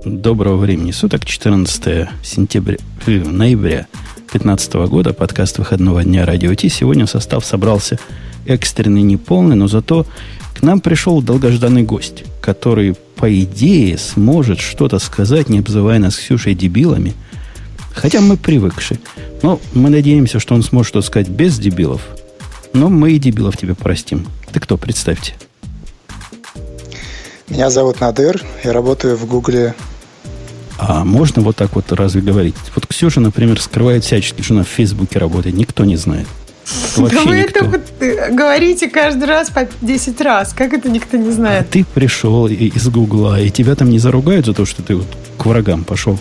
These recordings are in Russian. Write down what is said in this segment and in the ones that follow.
Доброго времени суток, 14 ноября 2015 года, подкаст выходного дня Радио Ти. Сегодня состав собрался экстренный, неполный, но зато к нам пришел долгожданный гость, который, по идее, сможет что-то сказать, не обзывая нас Ксюшей дебилами. Хотя мы привыкши. Но мы надеемся, что он сможет что-то сказать без дебилов. Но мы и дебилов тебе простим. Ты кто? Представьте. Меня зовут Надыр, я работаю в Гугле. А можно вот так вот разве говорить? Вот Ксюша, например, скрывает всячески, что она в Фейсбуке работает. Никто не знает. Вообще да вы никто. Это вот говорите каждый раз по 10 раз. Как это никто не знает? А ты пришел из Гугла, и тебя там не заругают за то, что ты вот к врагам пошел?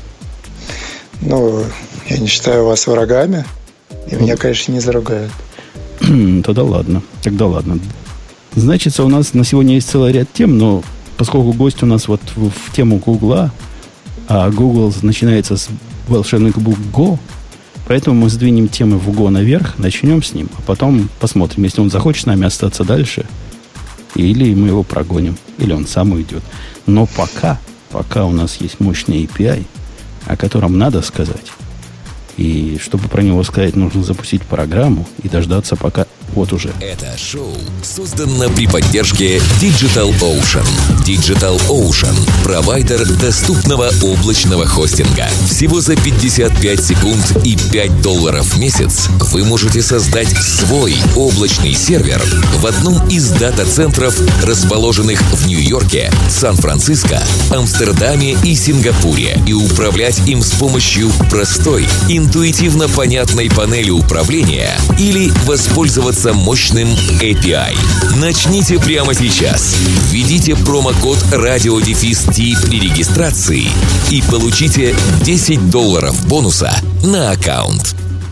Ну, я не считаю вас врагами, и меня, конечно, не заругают. Тогда ладно. Значит, у нас на сегодня есть целый ряд тем, но поскольку гость у нас вот в тему Гугла, а Google начинается с волшебных букв Go, поэтому мы сдвинем темы в Go наверх, начнем с ним, а потом посмотрим, если он захочет с нами остаться дальше, или мы его прогоним, или он сам уйдет. Но пока у нас есть мощный API, о котором надо сказать, и чтобы про него сказать, нужно запустить программу и дождаться, пока вот уже. Это шоу создано при поддержке DigitalOcean. DigitalOcean – провайдер доступного облачного хостинга. Всего за 55 секунд и $5 в месяц вы можете создать свой облачный сервер в одном из дата-центров, расположенных в Нью-Йорке, Сан-Франциско, Амстердаме и Сингапуре, и управлять им с помощью простой, интуитивно понятной панели управления или воспользоваться мощным API. Начните прямо сейчас. Введите промокод RadioDefist при регистрации и получите $10 бонуса на аккаунт.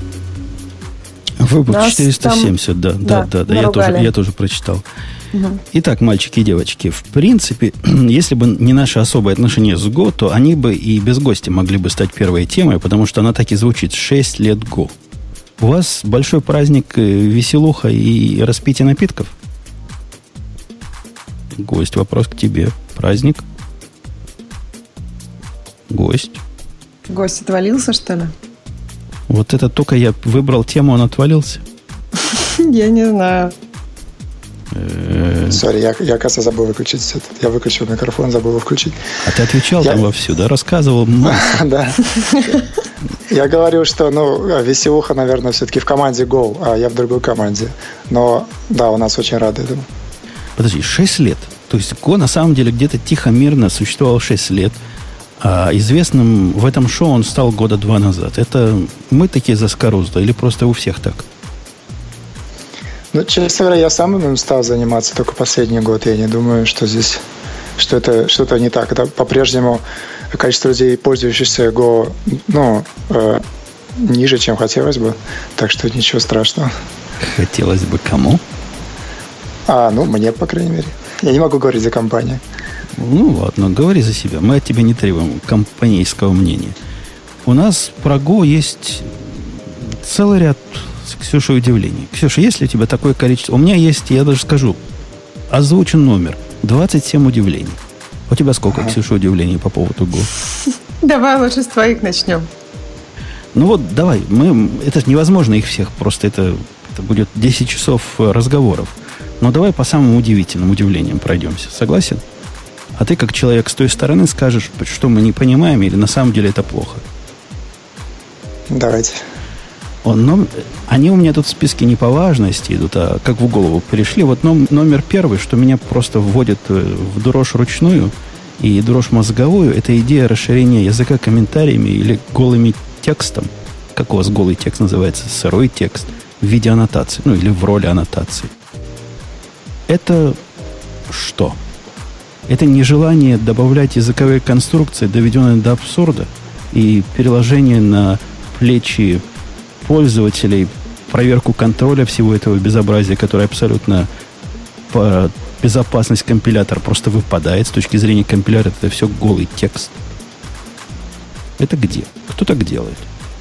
Выпуск 470, да, я тоже прочитал. Угу. Итак, мальчики и девочки, в принципе, если бы не наши особые отношения с Go, то они бы и без гостя могли бы стать первой темой, потому что она так и звучит: 6 лет Go. У вас большой праздник, веселуха и распитие напитков? Гость, вопрос к тебе. Праздник? Гость? Гость отвалился, что ли? Вот это только я выбрал тему, он отвалился? Я не знаю. Сори, я, кажется, забыл выключить этот. Я выключил микрофон, забыл его включить. А ты отвечал там вовсю, да? Рассказывал. Да. Я говорю, что, веселуха, наверное, все-таки в команде Go, а я в другой команде. Но, да, у нас очень рады этому. Подожди, 6 лет. То есть Go на самом деле где-то тихо-мирно существовал 6 лет. А известным в этом шоу он стал 2 года назад. Это мы такие заскорузлые или просто у всех так? Честно говоря, я сам им стал заниматься только последний год. Я не думаю, что здесь это что-то не так. Это по-прежнему количество людей, пользующихся Go, ниже, чем хотелось бы. Так что ничего страшного. Хотелось бы кому? Мне, по крайней мере. Я не могу говорить за компанию. Ладно, говори за себя. Мы от тебя не требуем компанейского мнения. У нас про Go есть целый ряд с Ксюшей удивлений. Ксюша, есть ли у тебя такое количество? У меня есть, я даже скажу, озвучен номер. 27 удивлений. У тебя сколько, Ксюша, удивлений по поводу Go? Давай лучше с твоих начнем. Давай. Это невозможно их всех. Просто это будет 10 часов разговоров. Но давай по самым удивительным удивлениям пройдемся. Согласен? А ты, как человек с той стороны, скажешь, что мы не понимаем, или на самом деле это плохо. Давайте. Они у меня тут в списке не по важности идут, а как в голову пришли. Вот номер первый, что меня просто вводит в дрожь ручную и дрожь мозговую, это идея расширения языка комментариями или голыми текстом. Как у вас голый текст называется? Сырой текст в виде аннотации, или в роли аннотации. Это что? Это нежелание добавлять языковые конструкции, доведенные до абсурда, и переложение на плечи пользователей, проверку контроля всего этого безобразия, которое абсолютно по безопасность компилятора просто выпадает. С точки зрения компилятора это все голый текст. Это где? Кто так делает?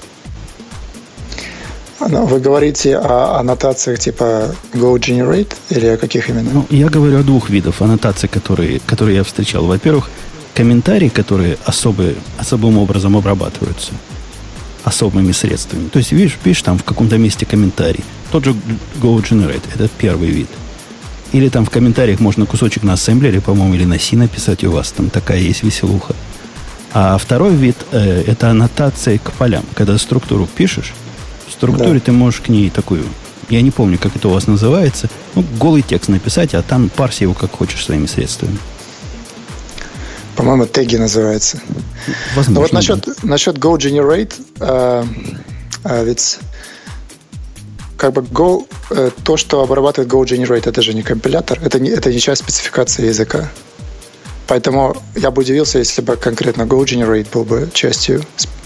Вы говорите о аннотациях типа GoGenerate или о каких именно? Я говорю о двух видах аннотаций, которые я встречал. Во-первых, комментарии, которые особым образом обрабатываются, особыми средствами. То есть, видишь, пишешь там в каком-то месте комментарий. Тот же GoGenerate, это первый вид. Или там в комментариях можно кусочек на ассемблере, по-моему, или на C написать, у вас там такая есть веселуха. А второй вид это аннотации к полям. Когда структуру пишешь, в структуре ты можешь к ней такую, я не помню, как это у вас называется, голый текст написать, а там парси его как хочешь своими средствами. По-моему, теги называется. Возможно. Но вот насчет GoGenerate, ведь как бы то, что обрабатывает GoGenerate, это же не компилятор, это не часть спецификации языка. Поэтому я бы удивился, если бы конкретно GoGenerate был бы частью.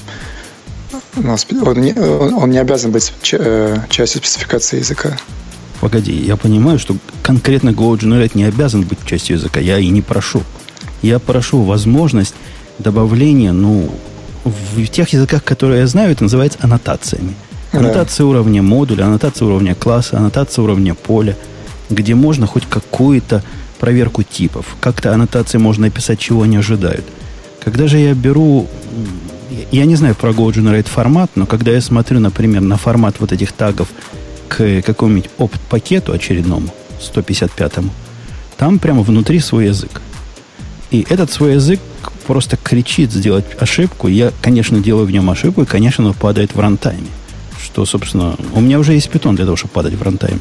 Он не обязан быть частью спецификации языка. Погоди, я понимаю, что конкретно GoGenerate не обязан быть частью языка. Я и не прошу. Я прошу возможность добавления, в тех языках, которые я знаю, это называется аннотациями. Аннотация уровня модуля, аннотация уровня класса, аннотация уровня поля, где можно хоть какую-то проверку типов. Как-то аннотации можно описать, чего они ожидают. Когда же я беру... Я не знаю про GoGenerate формат, но когда я смотрю, например, на формат вот этих тагов к какому-нибудь опт-пакету очередному, 155-му, там прямо внутри свой язык. И этот свой язык просто кричит сделать ошибку. Я, конечно, делаю в нем ошибку, и, конечно, он падает в рантайме. Что, собственно, у меня уже есть Python для того, чтобы падать в рантайме.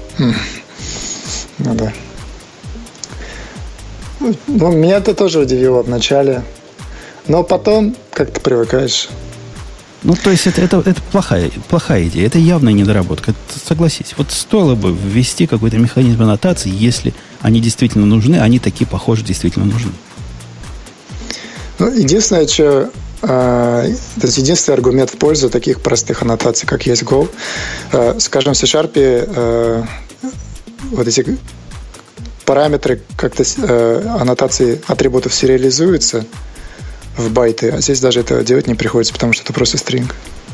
Ну да. Меня это тоже удивило вначале. Но потом как-то привыкаешь. То есть это плохая идея. Это явная недоработка. Согласись. Вот стоило бы ввести какой-то механизм аннотации, если они действительно нужны, они такие, похоже, действительно нужны. Единственное, единственный аргумент в пользу таких простых аннотаций, как есть Go. Скажем, в C# вот эти параметры как-то аннотации атрибутов сериализуются в байты, а здесь даже этого делать не приходится, потому что это просто string.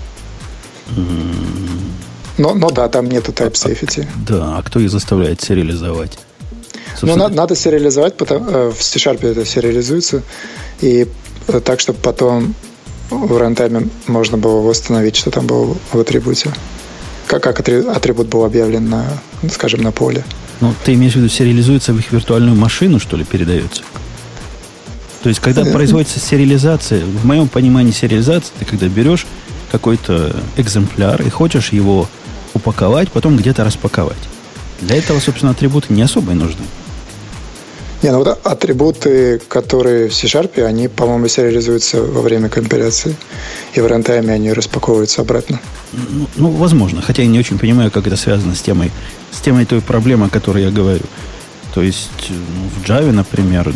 Но да, там нету type safety. Да, а кто их заставляет сериализовать? Надо сериализовать, в C# это сериализуется, и так, чтобы потом в рантайме можно было восстановить, что там было в атрибуте. Как атрибут был объявлен на поле. Ты имеешь в виду, сериализуется в их виртуальную машину, что ли, передается? То есть, когда производится сериализация, в моем понимании сериализация, ты когда берешь какой-то экземпляр и хочешь его упаковать, потом где-то распаковать. Для этого, собственно, атрибуты не особо и нужны. Атрибуты, которые в C#, они, по-моему, сериализуются во время компиляции. И в рантайме они распаковываются обратно. Возможно. Хотя я не очень понимаю, как это связано с темой той проблемы, о которой я говорю. То есть, в Java, например,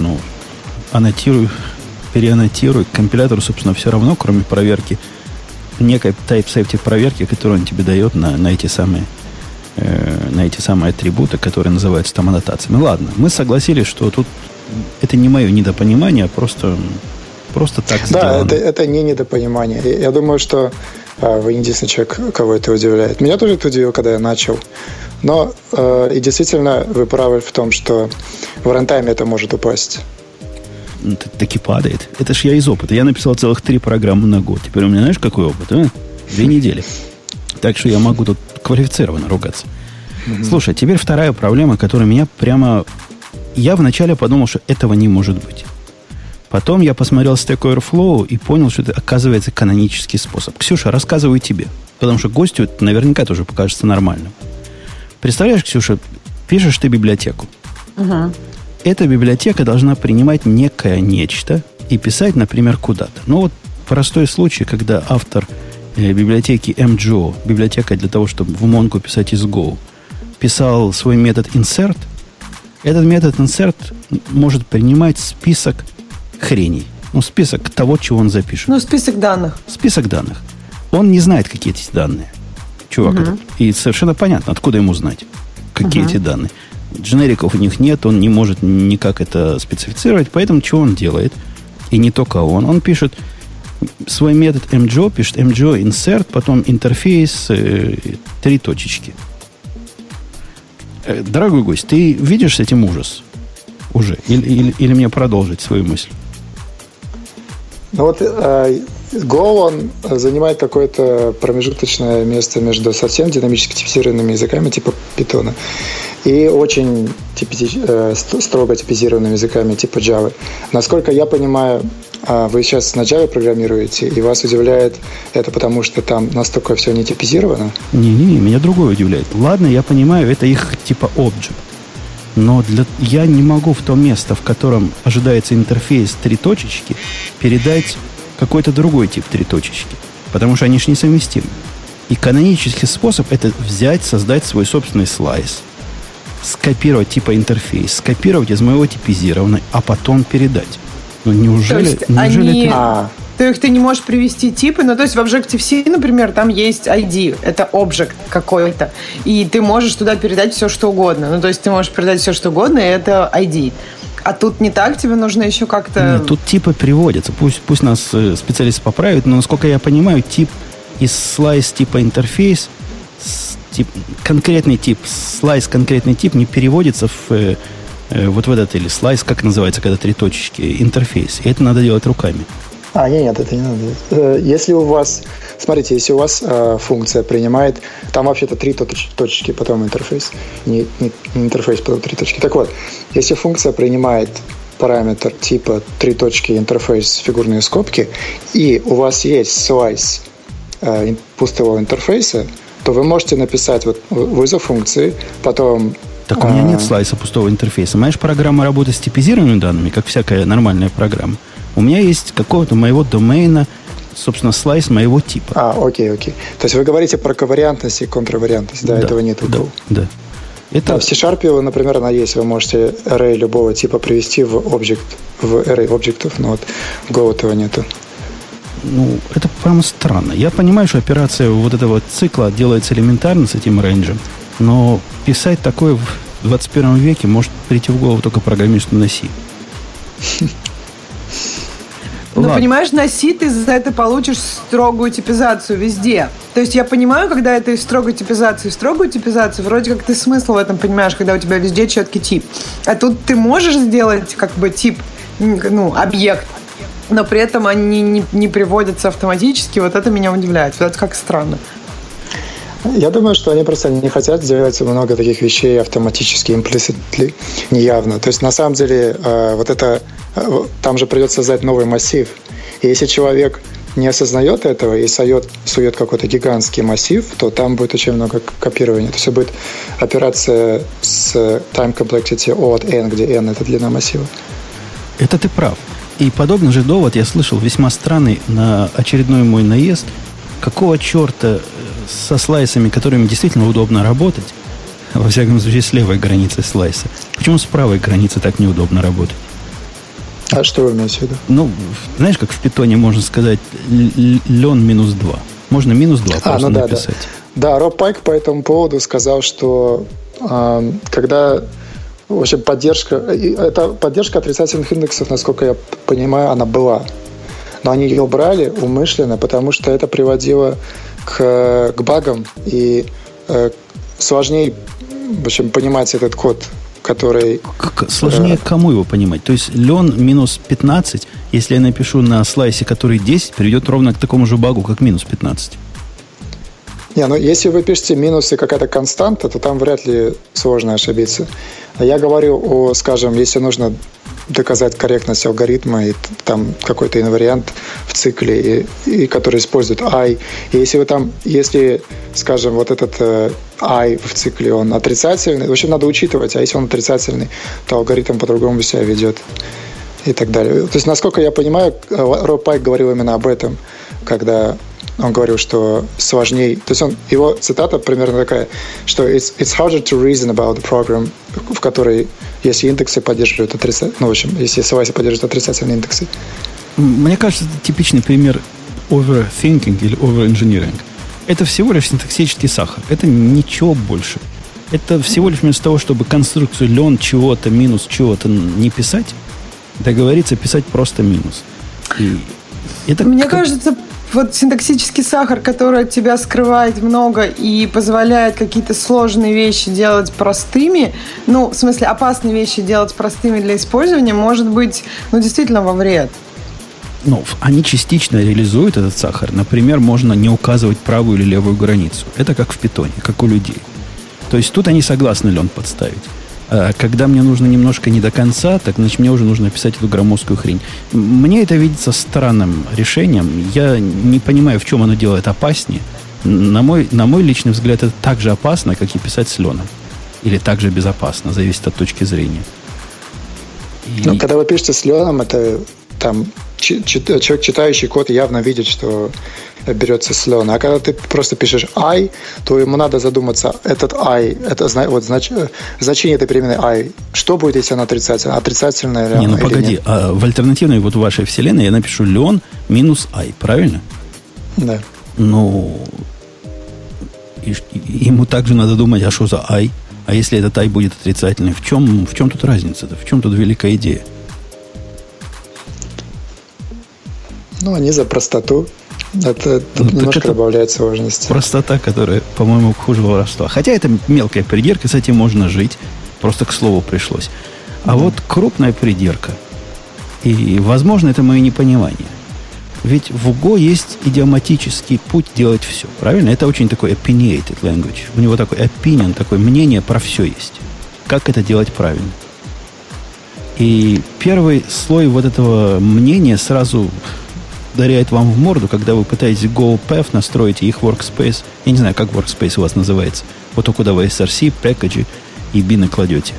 переаннотируй. Компилятору, собственно, все равно, кроме проверки, некой type safety проверки, которую он тебе дает на эти самые атрибуты, которые называются там аннотациями. Ладно, мы согласились, что тут это не мое недопонимание, а просто так сделано. Да, это не недопонимание. Я думаю, что вы не единственный человек, кого это удивляет. Меня тоже это удивило, когда я начал. Но и действительно вы правы в том, что в рантайме это может упасть. Таки падает. Это ж я из опыта. Я написал целых 3 программы на год. Теперь у меня знаешь, какой опыт? 2 недели. Так что я могу тут квалифицированно ругаться. Слушай, теперь вторая проблема, которая меня прямо... Я вначале подумал, что этого не может быть. Потом я посмотрел Stack Overflow и понял, что это, оказывается, канонический способ. Ксюша, рассказываю тебе. Потому что гостю это наверняка тоже покажется нормальным. Представляешь, Ксюша, пишешь ты библиотеку. Эта библиотека должна принимать некое нечто и писать, например, куда-то. Простой случай, когда автор библиотеки MGO, библиотека для того, чтобы в Mongo писать из Go, писал свой метод insert, этот метод insert может принимать список хреней. Список того, чего он запишет. Список данных. Список данных. Он не знает, какие эти данные. Чувак этот. И совершенно понятно, откуда ему знать, какие эти данные. Дженериков у них нет, он не может никак это специфицировать, поэтому что он делает? И не только он. Он пишет свой метод MGO, пишет MGO insert, потом интерфейс 3 точечки. Дорогой гость, ты видишь с этим ужас уже? Или мне продолжить свою мысль? Ну вот Go, он занимает какое-то промежуточное место между совсем динамически типизированными языками типа Python и очень строго типизированными языками типа Java. Насколько я понимаю, вы сейчас на Java программируете, и вас удивляет это потому, что там настолько все не типизировано? Не, меня другое удивляет. Ладно, я понимаю, это их типа object. Но я не могу в то место, в котором ожидается интерфейс 3 точечки, передать какой-то другой тип 3 точечки. Потому что они же несовместимы. И канонический способ – это взять, создать свой собственный слайс, скопировать типа интерфейс, скопировать из моего типизированного, а потом передать. Ну, неужели это... Ты не можешь привести типы, то есть в Objective-C, например, там есть ID, это объект какой-то, и ты можешь туда передать все, что угодно. То есть ты можешь передать все, что угодно, и это ID. А тут не так, тебе нужно еще как-то... Нет, тут типы приводятся. Пусть нас специалист поправит, но, насколько я понимаю, тип из слайс типа интерфейс, конкретный тип, слайс конкретный тип не переводится в вот в этот, или слайс, как называется, когда 3 точечки, интерфейс. И это надо делать руками. Нет, это не надо. Если у вас, смотрите, если у вас функция принимает, там вообще-то 3 точки, потом интерфейс. Не интерфейс, потом 3 точки. Так вот, если функция принимает параметр типа 3 точки интерфейс фигурные скобки, и у вас есть слайс пустого интерфейса, то вы можете написать вызов функции, потом... Так у меня нет слайса пустого интерфейса. Моя же программа работает с типизированными данными, как всякая нормальная программа. У меня есть какого-то моего домена, собственно, слайс моего типа. Окей. То есть вы говорите про ковариантность и контравариантность, да? Этого нет в Go. Да. Это... в C-Sharp, например, она есть. Вы можете array любого типа привести в array объектов, но в Go этого нету. Это прямо странно. Я понимаю, что операция вот этого цикла делается элементарно с этим рейнджем, но писать такое в 21 веке может прийти в голову только программисту на C. Понимаешь, на C ты за это получишь строгую типизацию везде. То есть я понимаю, когда это из строгой типизации в строгую типизацию, вроде как ты смысл в этом понимаешь, когда у тебя везде четкий тип. А тут ты можешь сделать как бы тип, объект, но при этом они не приводятся автоматически. Вот это меня удивляет. Вот это как странно. Я думаю, что они просто не хотят делать много таких вещей автоматически, implicitly, неявно. То есть, на самом деле, там же придется создать новый массив. И если человек не осознает этого и сует какой-то гигантский массив, то там будет очень много копирования. То есть, будет операция с time complexity от n, где n – это длина массива. Это ты прав. И подобный же довод я слышал весьма странный на очередной мой наезд. Какого черта со слайсами, которыми действительно удобно работать, во всяком случае с левой границей слайса, почему с правой границы так неудобно работать? А что вы имеете в виду? Знаешь, как в питоне можно сказать лен минус 2. Можно минус 2 просто написать. Да, Роб Пайк по этому поводу сказал, что когда в общем, поддержка отрицательных индексов, насколько я понимаю, она была. Но они ее убрали умышленно, потому что это приводило к багам и сложнее, в общем, понимать этот код, который... Сложнее кому его понимать? То есть лен минус 15, если я напишу на слайсе, который 10, приведет ровно к такому же багу, как минус 15. Если вы пишете минус и какая-то константа, то там вряд ли сложно ошибиться. Я говорю скажем, если нужно доказать корректность алгоритма, и там какой-то инвариант в цикле, и который использует I. И если, скажем, вот этот I в цикле, он отрицательный, в общем, надо учитывать, а если он отрицательный, то алгоритм по-другому себя ведет и так далее. То есть, насколько я понимаю, Роб Пайк говорил именно об этом, когда он говорил, что сложнее. То есть его цитата примерно такая, что it's harder to reason about the program, в которой, если индексы поддерживают если слайсы поддерживают отрицательные индексы. Мне кажется, это типичный пример overthinking или overengineering. Это всего лишь синтаксический сахар. Это ничего больше. Это всего лишь вместо того, чтобы конструкцию лен чего-то, минус чего-то не писать, договориться писать просто минус. Мне кажется, вот синтаксический сахар, который от тебя скрывает много и позволяет какие-то сложные вещи делать простыми, в смысле опасные вещи делать простыми для использования, может быть, действительно во вред. Ну, они частично реализуют этот сахар. Например, можно не указывать правую или левую границу. Это как в питоне, как у людей. То есть тут они согласны лен подставить. А когда мне нужно немножко не до конца, так значит мне уже нужно описать эту громоздкую хрень. Мне это видится странным решением. Я не понимаю, в чем оно делает опаснее. На мой личный взгляд, это так же опасно, как и писать с леном. Или так же безопасно, зависит от точки зрения. Ну, когда вы пишете с леном, это там человек, читающий код, явно видит, что берется с лена. А когда ты просто пишешь I, то ему надо задуматься, этот I, это вот значение этой переменной I, что будет, если она отрицательная? Отрицательная или ну погоди, нет? А в альтернативной вот вашей вселенной я напишу лен минус I, правильно? Да. Ну, ему также надо думать, а что за I? А если этот I будет отрицательный, в чем тут разница-то? В чем тут великая идея? Ну, они за простоту. Это немножко добавляет сложности. Простота, которая, по-моему, хуже воровства. Хотя это мелкая придирка, с этим можно жить. Просто к слову пришлось. А вот крупная придирка. И, возможно, это мое непонимание. Ведь в Go есть идиоматический путь делать все. Правильно? Это очень такой opinionated language. У него такой opinion, такое мнение про все есть. Как это делать правильно? И первый слой вот этого мнения сразу ударяет вам в морду, когда вы пытаетесь GoPath настроить их workspace. Я не знаю, как workspace у вас называется. Вот то, куда вы SRC, пэкэджи и бины кладете.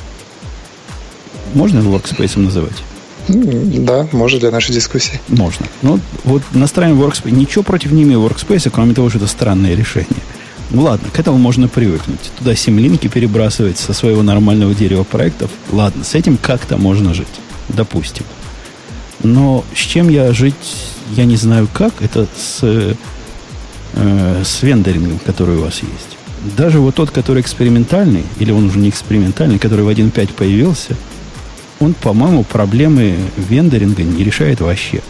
Можно его workspace называть? Да, можно для нашей дискуссии. Можно. Ну, вот настраиваем workspace. Ничего против не имею workspace, кроме того, что это странное решение. Ну, ладно, к этому можно привыкнуть. Туда симлинки перебрасывать со своего нормального дерева проектов. Ладно, с этим как-то можно жить. Допустим. Но с чем я жить, я не знаю как. Это с вендорингом, который у вас есть. Даже вот тот, который экспериментальный, или он уже не экспериментальный, который в 1.5 появился, он, по-моему, проблемы вендоринга не решает вообще.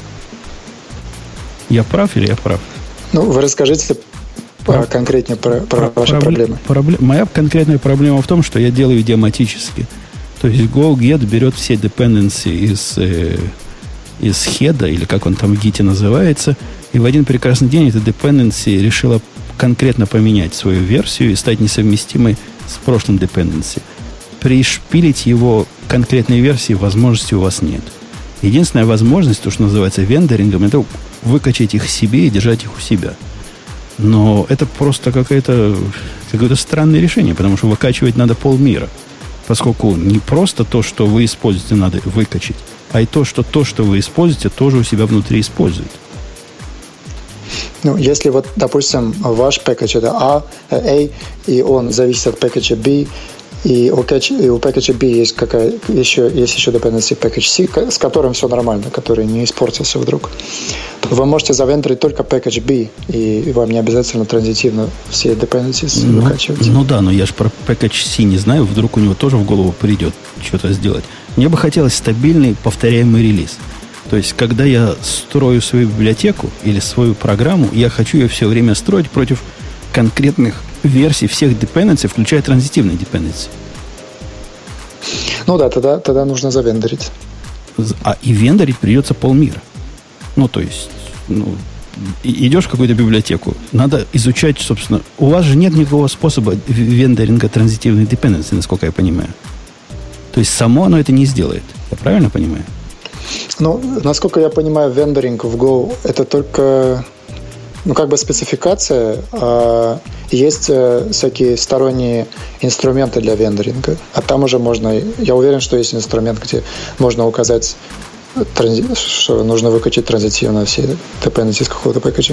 Я прав или я прав? Ну, вы расскажите конкретнее про ваши проблемы. Моя конкретная проблема в том, что я делаю идиоматически. То есть GoGet берет все dependency из хеда, или как он там в гите называется, и в один прекрасный день эта dependency решила конкретно поменять свою версию и стать несовместимой с прошлым dependency. Пришпилить его к конкретной версии возможности у вас нет. Единственная возможность, то, что называется вендорингом, это выкачать их себе и держать их у себя. Но это просто какое-то странное решение, потому что выкачивать надо полмира. Поскольку не просто то, что вы используете, надо выкачать, а и то, что вы используете, тоже у себя внутри использует. Ну, если вот, допустим, ваш пэкэдж это A, и он зависит от пэкэджа B, и у пэкэджа B есть еще dependency пэкэдж C, с которым все нормально, который не испортился вдруг, то вы можете завендорить только пэкэдж B, и вам не обязательно транзитивно все dependencies выкачивать. Ну да, но я же про пэкэдж C не знаю, вдруг у него тоже в голову придет что-то сделать. Мне бы хотелось стабильный повторяемый релиз. То есть, когда я строю свою библиотеку или свою программу, я хочу ее все время строить против конкретных версий всех dependency, включая транзитивные dependency. Ну да, тогда нужно завендорить. И вендорить придется полмира. Ну, то есть, идешь в какую-то библиотеку, надо изучать, собственно, у вас же нет никакого способа вендоринга транзитивных dependency, насколько я понимаю. То есть, само оно это не сделает. Я правильно понимаю? Ну, насколько я понимаю, вендоринг в Go это только спецификация. Есть всякие сторонние инструменты для вендоринга. А там уже можно... Я уверен, что есть инструмент, где можно указать, что нужно выкачать транзитивно все dependencies с какого-то пэкэджа.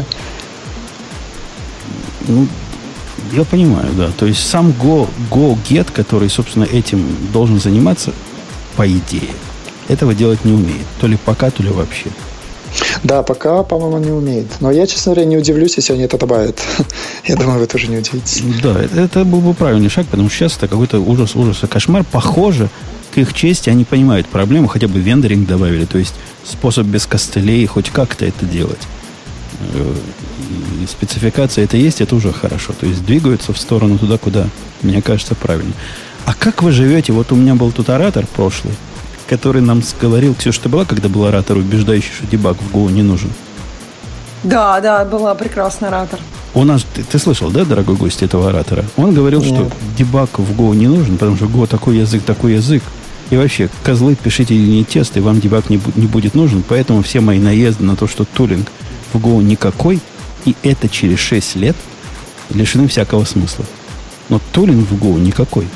Ну, я понимаю, да. То есть сам GoGet, который, собственно, этим должен заниматься, по идее, этого делать не умеет. То ли пока, то ли вообще. Да, пока, по-моему, не умеет. Но я, честно говоря, не удивлюсь, если они это добавят. Я думаю, вы тоже не удивитесь. Да, это был бы правильный шаг, потому что сейчас это какой-то ужас и кошмар. Похоже, к их чести, они понимают проблему, хотя бы вендоринг добавили, то есть способ без костылей хоть как-то это делать. И спецификация это есть, это уже хорошо. То есть двигаются в сторону туда, куда, мне кажется, правильно. А как вы живете? Вот у меня был тут оратор прошлый, который нам говорил, Ксюша, ты была, когда был оратор, убеждающий, что дебаг в Go не нужен? Да, была прекрасный оратор. У нас, ты слышал, да, дорогой гость этого оратора? Он говорил, что дебаг в Go не нужен, потому что Go такой язык. И вообще, козлы, пишите юнит-тесты, вам дебаг не будет нужен. Поэтому все мои наезды на то, что тулинг в Go никакой, и это через 6 лет, лишены всякого смысла. Но тулинг в Go никакой.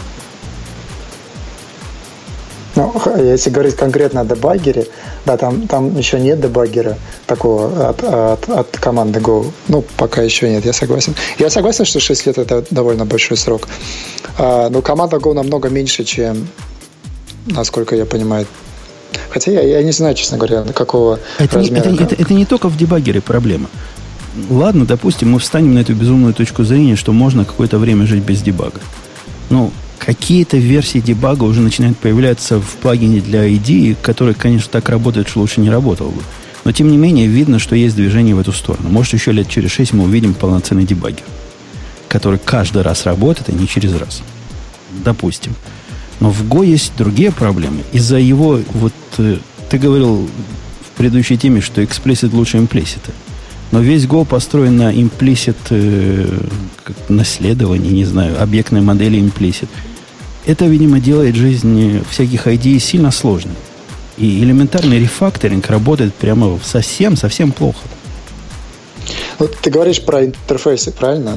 Ну, если говорить конкретно о дебаггере, да, там еще нет дебаггера такого от команды Go. Ну, пока еще нет, я согласен. Я согласен, что 6 лет это довольно большой срок. Но команда Go намного меньше, чем, насколько я понимаю. Хотя я не знаю, честно говоря, какого размера. Это не только в дебаггере проблема. Ладно, допустим, мы встанем на эту безумную точку зрения, что можно какое-то время жить без дебага. Ну, какие-то версии дебага уже начинают появляться в плагине для IDE, который, конечно, так работает, что лучше не работал бы. Но, тем не менее, видно, что есть движение в эту сторону. Может, еще лет через 6 мы увидим полноценный дебаггер, который каждый раз работает, а не через раз. Допустим. Но в Go есть другие проблемы. Из-за его... Вот ты говорил в предыдущей теме, что explicit лучше implicit. Но весь Go построен на implicit наследовании, не знаю, объектной модели implicit. Это, видимо, делает жизнь всяких IDE сильно сложной. И элементарный рефакторинг работает прямо совсем плохо. Вот ты говоришь про интерфейсы, правильно?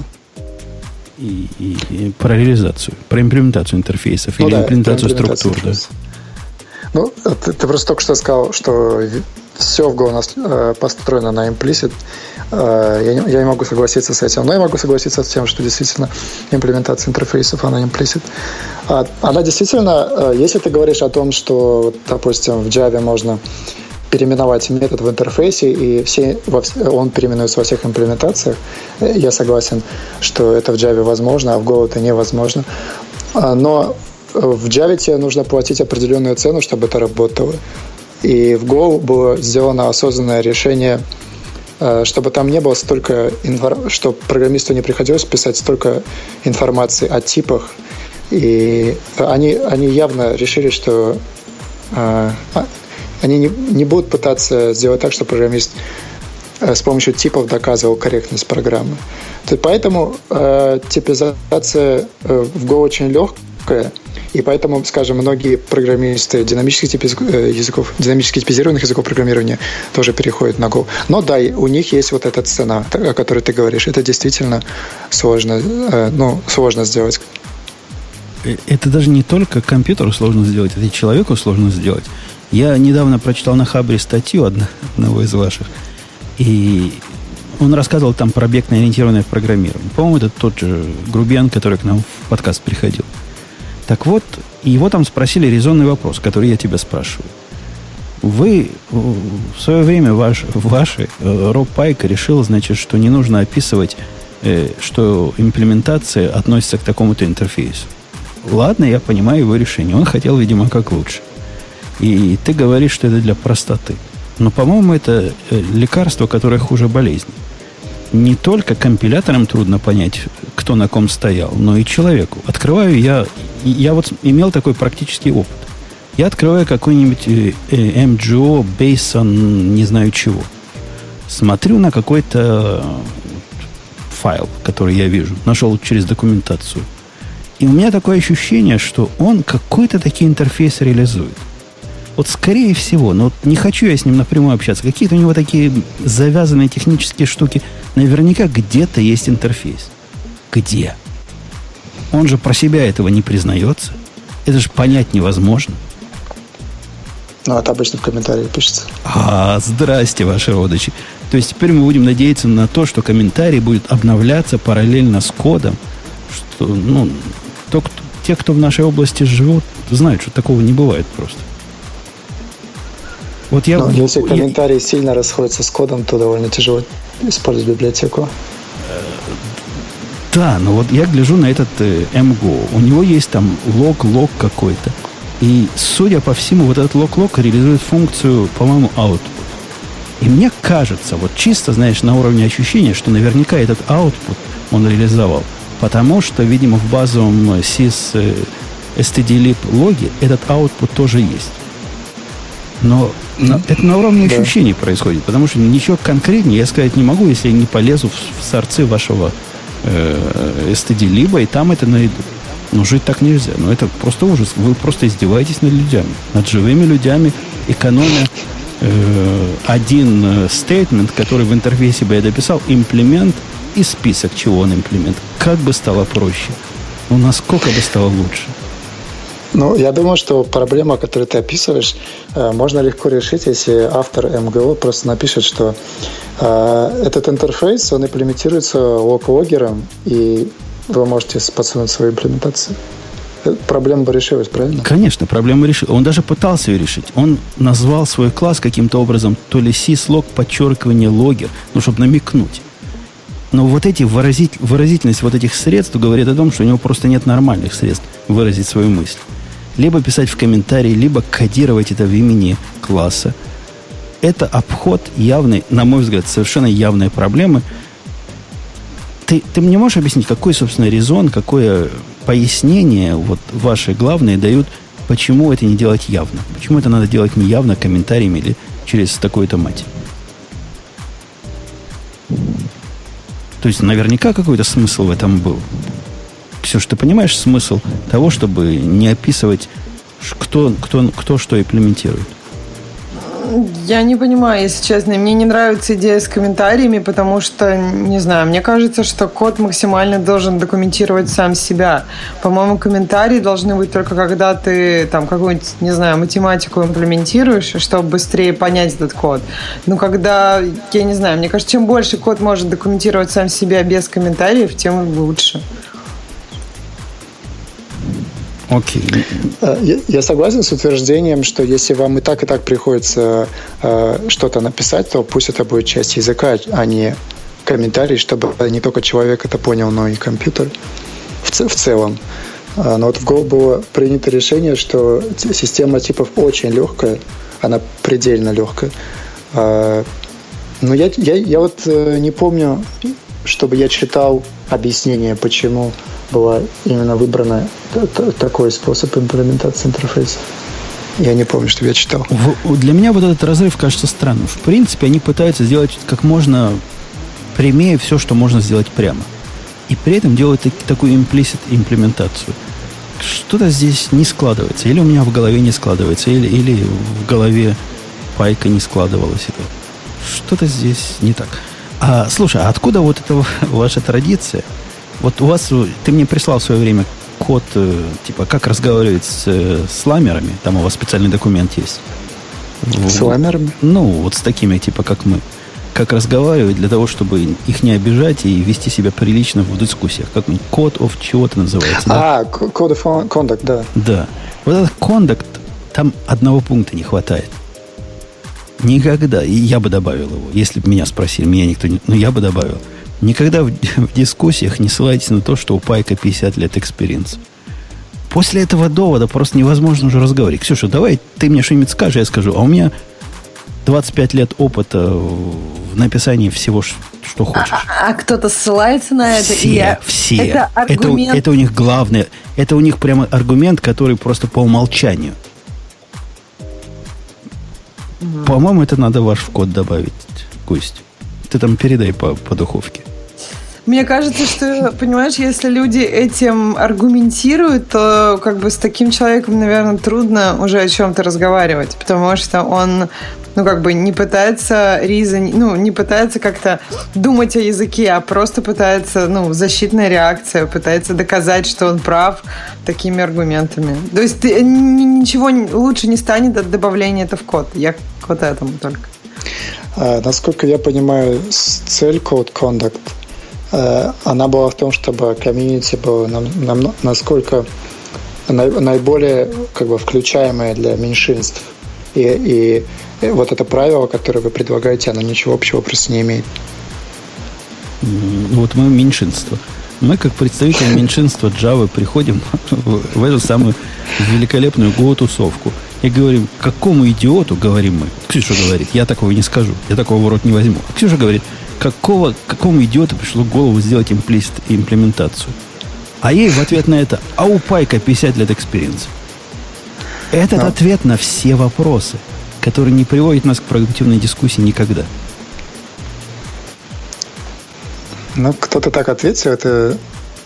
И про реализацию, про имплементацию интерфейсов или имплементацию структур. Да. Ну, ты просто только что сказал, что все в Go у нас построено на implicit. Я не могу согласиться с этим, но я могу согласиться с тем, что действительно имплементация интерфейсов, она implicit. Она действительно, если ты говоришь о том, что, допустим, в Java можно переименовать метод в интерфейсе, и он переименуется во всех имплементациях, я согласен, что это в Java возможно, а в Go это невозможно. Но в Java тебе нужно платить определенную цену, чтобы это работало. И в Go было сделано осознанное решение, чтобы там не было столько чтобы программисту не приходилось писать столько информации о типах. И они явно решили, что они не будут пытаться сделать так, что программист с помощью типов доказывал корректность программы. Поэтому типизация в Go очень легкая. И поэтому, скажем, многие программисты динамически типизированных языков программирования тоже переходят на Go. Но да, у них есть вот эта цена, о которой ты говоришь. Это действительно сложно сделать. Это даже не только компьютеру сложно сделать, это и человеку сложно сделать. Я недавно прочитал на Хабре статью одного из ваших, и он рассказывал там про объектно-ориентированное программирование. По-моему, это тот же Грубьян, который к нам в подкаст приходил. Так вот, его там спросили резонный вопрос, который я тебя спрашиваю. Вы в свое время, Роб Пайк решил, значит, что не нужно описывать, что имплементация относится к такому-то интерфейсу. Ладно, я понимаю его решение. Он хотел, видимо, как лучше. И ты говоришь, что это для простоты. Но, по-моему, это лекарство, которое хуже болезни. Не только компиляторам трудно понять, кто на ком стоял, но и человеку. Открываю я вот имел такой практический опыт. Я открываю какой-нибудь MGO, Bason, не знаю чего. Смотрю на какой-то файл, который я вижу. Нашел через документацию. И у меня такое ощущение, что он какой-то такой интерфейс реализует. Вот скорее всего, но вот не хочу я с ним напрямую общаться. Какие-то у него такие завязанные технические штуки. Наверняка где-то есть интерфейс. Где? Он же про себя этого не признается. Это же понять невозможно. Ну, это обычно в комментариях пишется. Здрасте, ваши родичи. То есть теперь мы будем надеяться на то, что комментарий будет обновляться параллельно с кодом. Что, те, кто в нашей области живут, знают, что такого не бывает просто. Вот если комментарии сильно расходятся с кодом, то довольно тяжело использовать библиотеку. Да, но вот я гляжу на этот MGO. У него есть там лог какой-то. И, судя по всему, вот этот лог реализует функцию, по-моему, output. И мне кажется, вот чисто, знаешь, на уровне ощущения, что наверняка этот output он реализовал. Потому что, видимо, в базовом sys stdlib логе этот output тоже есть. Но это на уровне ощущений происходит, потому что ничего конкретнее я сказать не могу, если я не полезу в сорцы вашего STD, либо и там это найду. Но жить так нельзя. Но это просто ужас. Вы просто издеваетесь над людьми, над живыми людьми, экономя один стейтмент, который в интерфейсе бы я дописал, имплемент и список, чего он имплемент. Как бы стало проще? Ну, насколько бы стало лучше? Ну, я думаю, что проблема, которую ты описываешь, можно легко решить, если автор МГО просто напишет, что этот интерфейс, он имплементируется лог-логером, и вы можете подсунуть свою имплементацию. Проблема бы решилась, правильно? Конечно, проблема решилась. Он даже пытался ее решить. Он назвал свой класс каким-то образом то ли syslog, подчеркивание логер, ну, чтобы намекнуть. Но вот эти выразительность вот этих средств говорит о том, что у него просто нет нормальных средств выразить свою мысль. Либо писать в комментарии, либо кодировать это в имени класса. Это обход явной, на мой взгляд, совершенно явной проблемы. Ты мне можешь объяснить, какой, собственно, резон, какое пояснение вот ваши главные дают, почему это не делать явно? Почему это надо делать не явно, комментариями или через такую-то мать? То есть, наверняка какой-то смысл в этом был. Ксюша, ты понимаешь смысл того, чтобы не описывать, кто что имплементирует? Я не понимаю, если честно. Мне не нравится идея с комментариями, потому что, не знаю, мне кажется, что код максимально должен документировать сам себя. По-моему, комментарии должны быть только когда ты там какую-нибудь, не знаю, математику имплементируешь, чтобы быстрее понять этот код. Но когда, я не знаю, мне кажется, чем больше код может документировать сам себя без комментариев, тем лучше. Окей. Я согласен с утверждением, что если вам и так приходится что-то написать, то пусть это будет часть языка, а не комментарий, чтобы не только человек это понял, но и компьютер в целом. Но вот в Go было принято решение, что система типов очень легкая, она предельно легкая. Но я вот не помню, чтобы я читал объяснение, почему была именно выбрана такой способ имплементации интерфейса. Я не помню, что я читал. Для меня вот этот разрыв кажется странным. В принципе, они пытаются сделать как можно прямее все, что можно сделать прямо. И при этом делают такую имплисит имплементацию. Что-то здесь не складывается. Или у меня в голове не складывается, или в голове пайка не складывалась. Что-то здесь не так. Слушай, а откуда вот эта ваша традиция? Вот у вас, ты мне прислал в свое время код, типа, как разговаривать с ламерами. Там у вас специальный документ есть. С ламерами? Ну, вот с такими, типа, как мы. Как разговаривать для того, чтобы их не обижать и вести себя прилично в дискуссиях. Как код of чего-то называется. Да? Code of conduct, да. Да. Вот этот conduct, там одного пункта не хватает. Никогда. И я бы добавил его. Если бы меня спросили, меня никто не... Но я бы добавил. Никогда в дискуссиях не ссылайтесь на то, что у Пайка 50 лет экспириенс. После этого довода просто невозможно уже разговаривать. Ксюша, давай ты мне что-нибудь скажешь, я скажу. А у меня 25 лет опыта в написании всего, что хочешь. А кто-то ссылается на это? Все. Это аргумент. Это у них главное. Это у них прямо аргумент, который просто по умолчанию. По-моему, это надо ваш в код добавить, Кость. Ты там передай по духовке. Мне кажется, что, понимаешь, если люди этим аргументируют, то как бы с таким человеком, наверное, трудно уже о чем-то разговаривать, потому что он, не пытается не пытается как-то думать о языке, а просто пытается, защитная реакция, пытается доказать, что он прав такими аргументами. То есть ничего лучше не станет от добавления это в код. Я к вот этому только. Насколько я понимаю, цель Code Conduct, она была в том, чтобы комьюнити было насколько наиболее включаемое для меньшинств. И вот это правило, которое вы предлагаете, оно ничего общего просто не имеет. Вот мы меньшинство. Мы, как представители меньшинства Java, приходим в эту самую великолепную Go-тусовку и говорим, какому идиоту, говорим мы. Ксюша говорит, я такого не скажу, я такого в рот не возьму. А Ксюша говорит, какому идиоту пришло в голову сделать имплементацию? А ей в ответ на это, а у Пайка 50 лет экспириенс. Этот ответ на все вопросы. который не приводит нас к продуктивной дискуссии никогда. Ну, кто-то так ответил. Это,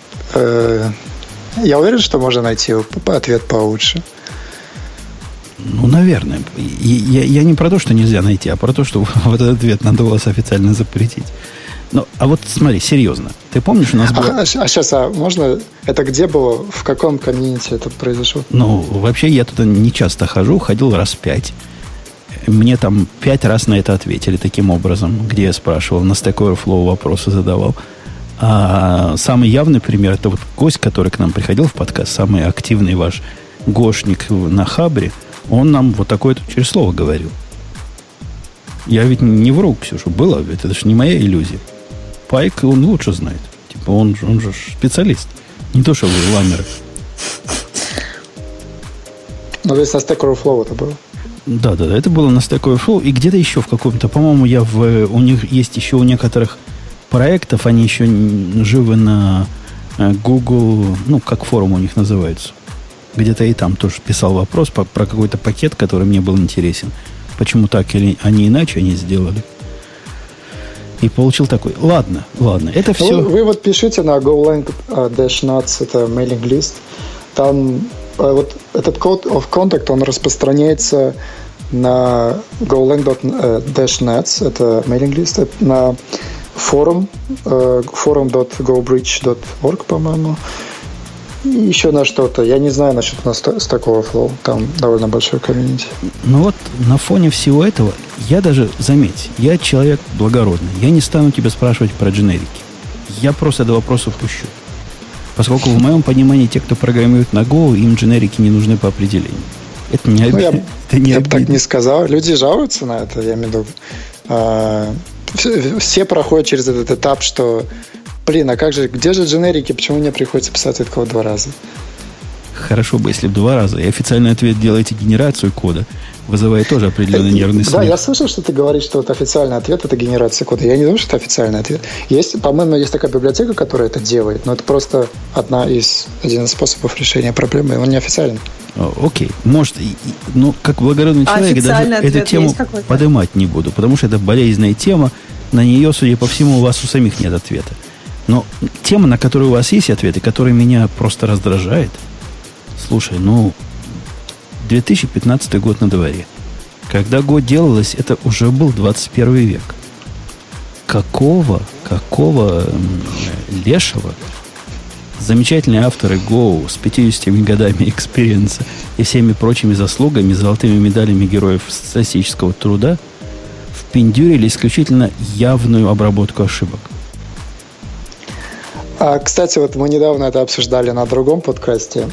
я уверен, что можно найти ответ получше. Ну, наверное. Я не про то, что нельзя найти, а про то, что вот этот ответ надо было официально запретить. Ну, а вот смотри, серьезно. Ты помнишь, у нас было... сейчас, можно... Это где было? В каком комьюнити это произошло? Ну, вообще, я туда не часто хожу. Ходил раз 5. Мне там 5 раз на это ответили таким образом, где я спрашивал, на Stack Overflow вопросы задавал. А самый явный пример, это вот гость, который к нам приходил в подкаст, самый активный ваш гошник на Хабре, он нам вот такое-то через слово говорил. Я ведь не вру, Ксюша, было, ведь это же не моя иллюзия. Пайк, он лучше знает. Типа, он же специалист. Не то, что вы ламеры. Ну, то есть на Stack Overflow это было? Да, это было на Stack Overflow. И где-то еще в каком-то, по-моему, у них есть еще у некоторых проектов, они еще живы на Google, ну, как форум у них называется. Где-то и там тоже писал вопрос про какой-то пакет, который мне был интересен. Почему так или они иначе они сделали. И получил такой. Ладно, это все... Вы вот пишите на GoLang-Nuts, это mailing list. Там вот этот code of contact, он распространяется на GoLang-Nuts, это mailing list, на форум, forum.gobridge.org, по-моему. И еще на что-то. Я не знаю насчет Stack Overflow. Там довольно большой комьюнити. Ну вот на фоне всего этого, я даже, заметь, я человек благородный. Я не стану тебя спрашивать про дженерики. Я просто до вопроса пущу. Поскольку в моем понимании те, кто программирует на Go, им дженерики не нужны по определению. Это не обидно. Я бы так не сказал. Люди жалуются на это, я имею в виду. Все проходят через этот этап, что блин, а как же, где же дженерики? Почему мне приходится писать этот код 2 раза? Хорошо бы, если бы 2 раза. И официальный ответ делайте генерацию кода, вызывая тоже определенный нервный смех. Да, я слышал, что ты говоришь, что вот официальный ответ – это генерация кода. Я не думаю, что это официальный ответ. По-моему, есть такая библиотека, которая это делает, но это просто один из способов решения проблемы, и он не официальный. Окей. Может, но как благородный человек даже эту тему поднимать не буду, потому что это болезненная тема. На нее, судя по всему, у вас у самих нет ответа. Но тема, на которую у вас есть ответы, которая меня просто раздражает. Слушай, 2015 год на дворе. Когда Go делалось, это уже был 21 век. Какого лешего замечательные авторы Go с 50 годами экспириенса и всеми прочими заслугами, золотыми медалями героев статистического труда впендюрили исключительно явную обработку ошибок. Кстати, вот мы недавно это обсуждали на другом подкасте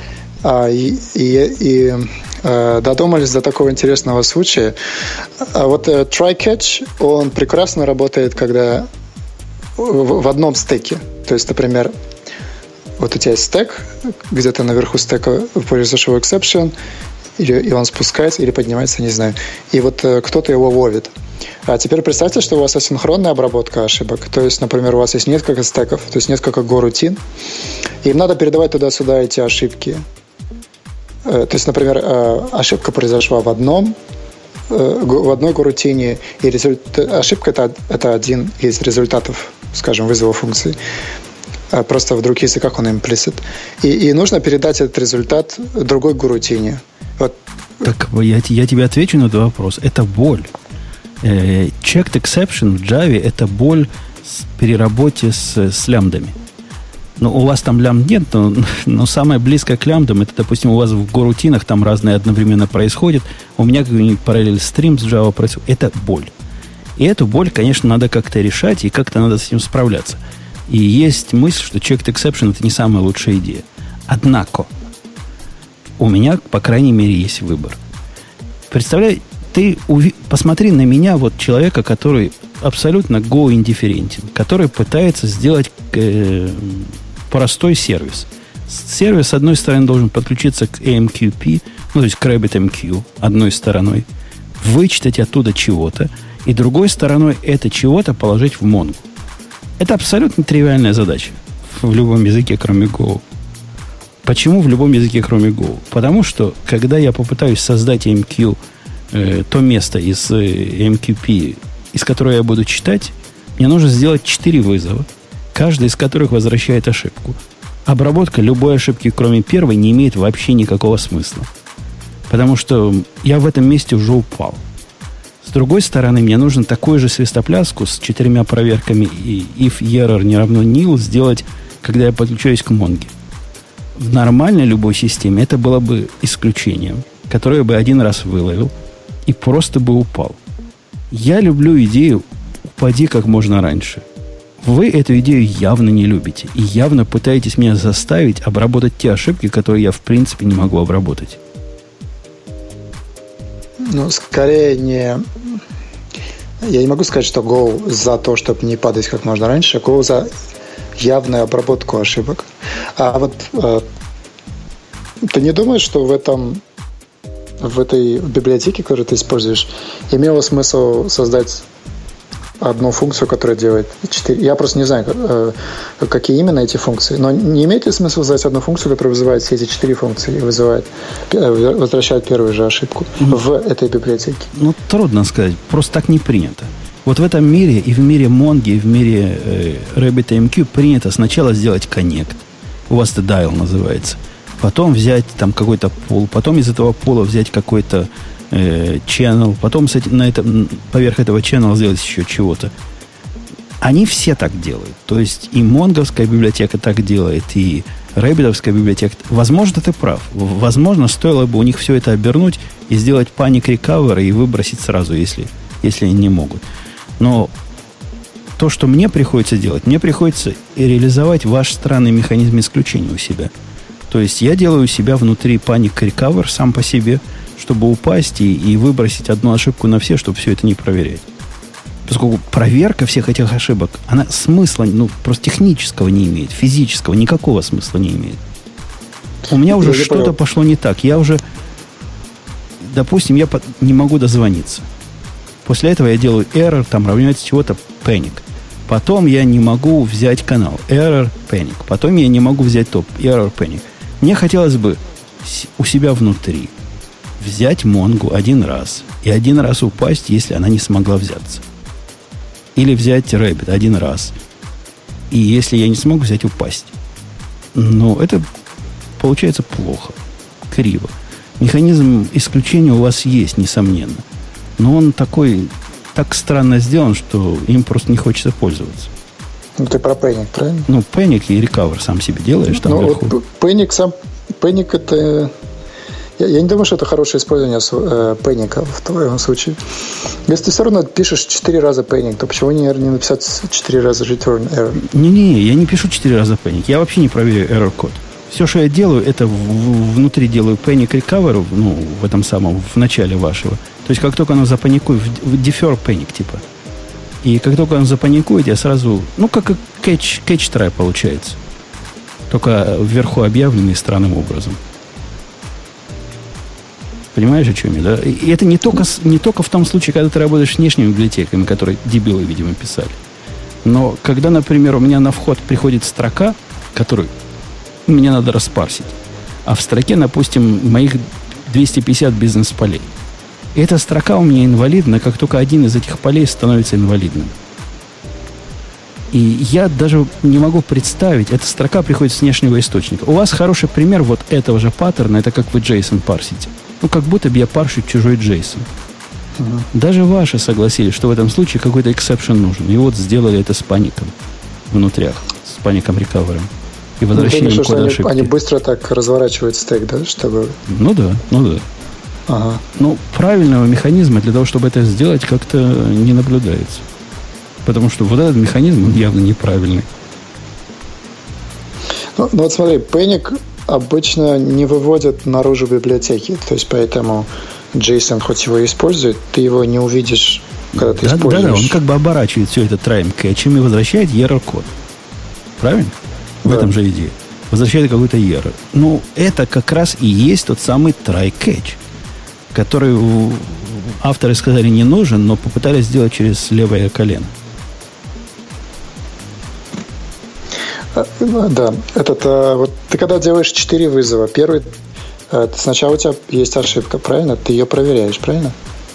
и додумались до такого интересного случая. Вот try-catch, он прекрасно работает, когда в одном стеке. То есть, например, вот у тебя есть стек, где-то наверху стека произошел exception, и он спускается или поднимается, не знаю. И вот кто-то его ловит. А теперь представьте, что у вас асинхронная обработка ошибок. То есть, например, у вас есть несколько стеков, то есть несколько go-рутин, и им надо передавать туда-сюда эти ошибки. То есть, например, ошибка произошла в одной go-рутине, и ошибка – это один из результатов, скажем, вызова функции. Просто в других языках он implicit. И нужно передать этот результат другой go-рутине. Вот. Так я тебе отвечу на этот вопрос. Это боль. Checked exception в Java – это боль в переработе с лямбдами. Ну, у вас там лямбд нет, но самое близкое к лямбдам – это, допустим, у вас в горутинах там разные одновременно происходят. У меня какой-нибудь параллель стрим с Java происходит. Это боль. И эту боль, конечно, надо как-то решать, и как-то надо с этим справляться. И есть мысль, что checked exception – это не самая лучшая идея. Однако, у меня, по крайней мере, есть выбор. Представляй, ты посмотри на меня, вот человека, который абсолютно Go-индифферентен, который пытается сделать простой сервис. Сервис, с одной стороны, должен подключиться к AMQP, ну, то есть к RabbitMQ, одной стороной, вычитать оттуда чего-то, и другой стороной это чего-то положить в Mongo. Это абсолютно тривиальная задача в любом языке, кроме Go. Почему в любом языке, кроме Go? Потому что, когда я попытаюсь создать AMQ то место из MQP, из которого я буду читать, мне нужно сделать 4 вызова, каждый из которых возвращает ошибку. Обработка любой ошибки, кроме первой, не имеет вообще никакого смысла. Потому что я в этом месте уже упал. С другой стороны, мне нужно такую же свистопляску с 4 проверками и if error не равно nil сделать, когда я подключаюсь к Монге. В нормальной любой системе это было бы исключением, которое бы один раз выловил и просто бы упал. Я люблю идею «упади как можно раньше». Вы эту идею явно не любите и явно пытаетесь меня заставить обработать те ошибки, которые я в принципе не могу обработать. Ну, скорее не... Я не могу сказать, что Go за то, чтобы не падать как можно раньше, Go за явную обработку ошибок. А вот ты не думаешь, что в этой библиотеке, которую ты используешь, имело смысл создать одну функцию, которая делает 4. Я просто не знаю, какие именно эти функции. Но не имеет ли смысла создать одну функцию, которая вызывает все эти 4 функции и возвращает первую же ошибку в этой библиотеке? Ну, трудно сказать. Просто так не принято. Вот в этом мире, и в мире Монги, и в мире RabbitMQ принято сначала сделать connect. У вас это dial называется. Потом взять там какой-то пул. Потом из этого пула взять какой-то channel, потом поверх этого channel сделать еще чего-то. Они все так делают. То есть и монговская библиотека так делает, и рэббитовская библиотека. Возможно, ты прав. Возможно, стоило бы у них все это обернуть и сделать panic recovery и выбросить сразу, если они не могут. Но то, что мне приходится делать, мне приходится реализовать ваш странный механизм исключения у себя. То есть я делаю у себя внутри panic recover сам по себе, чтобы упасть и выбросить одну ошибку на все, чтобы все это не проверять. Поскольку проверка всех этих ошибок, она смысла, просто технического не имеет, физического, никакого смысла не имеет. У меня уже что-то пошло не так. Я уже, допустим, я не могу дозвониться. После этого я делаю error, там равняется чего-то panic. Потом я не могу взять канал. Error, panic. Потом я не могу взять топ. Error, panic. Мне хотелось бы у себя внутри взять Монгу один раз. И один раз упасть, если она не смогла взяться. Или взять Rabbit один раз. И если я не смогу взять, упасть. Но это получается плохо. Криво. Механизм исключения у вас есть, несомненно. Но он так странно сделан, что им просто не хочется пользоваться. Ну, ты про Panic, правильно? Ну, Panic и Recover сам себе делаешь там вверху. Вот Panic это... Я не думаю, что это хорошее использование Panic в твоем случае. Если ты все равно пишешь 4 раза Panic, то почему не написать 4 раза return error? Не, я не пишу 4 раза Panic. Я вообще не проверяю error код. Все, что я делаю, это внутри делаю Panic Recover, в этом самом, в начале вашего. То есть, как только оно запаникует, в defer Panic, типа. И как только оно запаникует, я сразу... как и catch try получается. Только вверху объявленный странным образом. Понимаешь, о чем я, да? И это не только в том случае, когда ты работаешь с внешними библиотеками, которые дебилы, видимо, писали. Но когда, например, у меня на вход приходит строка, которую мне надо распарсить, а в строке, допустим, моих 250 бизнес-полей. И эта строка у меня инвалидна, как только один из этих полей становится инвалидным. И я даже не могу представить, эта строка приходит с внешнего источника. У вас хороший пример вот этого же паттерна, это как вы JSON парсите. Как будто бы я паршу чужой JSON. Даже ваши согласились, что в этом случае какой-то exception нужен. И вот сделали это с паником внутрях, с паником recovery. И возвращением кода ошибки. Они быстро так разворачивают стек, да? Чтобы... Ну да. Ага. Правильного механизма для того, чтобы это сделать, как-то не наблюдается. Потому что вот этот механизм, он явно неправильный. Ну вот смотри, Panic обычно не выводят наружу библиотеки. То есть, поэтому JSON, хоть его использует, ты его не увидишь, когда ты используешь. Да, он как бы оборачивает все это try catch и возвращает error код. Правильно? В этом же идее. Возвращает какой-то error. Это как раз и есть тот самый try catch, который авторы сказали не нужен, но попытались сделать через левое колено. Да, вот ты когда делаешь 4 вызова, первый, сначала у тебя есть ошибка, правильно? Ты ее проверяешь, правильно?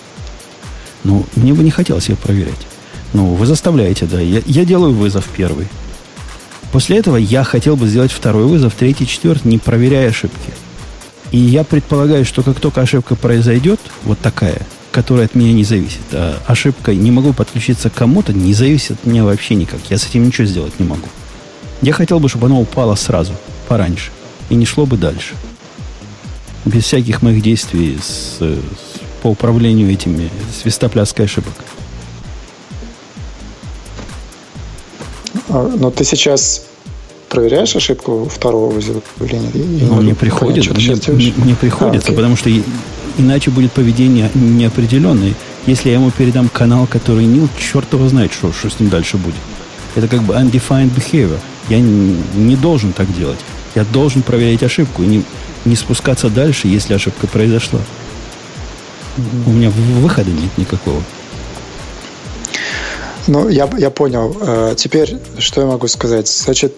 Ну, мне бы не хотелось ее проверять. Ну, вы заставляете, да. Я делаю вызов первый. После этого я хотел бы сделать второй вызов, третий, четвертый, не проверяя ошибки. И я предполагаю, что как только ошибка произойдет, вот такая, которая от меня не зависит, а ошибка не могу подключиться к кому-то, не зависит от меня вообще никак. Я с этим ничего сделать не могу. Я хотел бы, чтобы оно упало сразу, пораньше, и не шло бы дальше. Без всяких моих действий по управлению этими свистопляской ошибок. Но ты сейчас проверяешь ошибку второго вызова или нет? Ну, мне приходится, потому что иначе будет поведение неопределенное. Если я ему передам канал, который нил, черт его знает, что с ним дальше будет. Это как бы undefined behavior. Я не должен так делать. Я должен проверять ошибку и не спускаться дальше, если ошибка произошла. У меня выхода нет никакого. Ну, я понял. Теперь, что я могу сказать? Значит,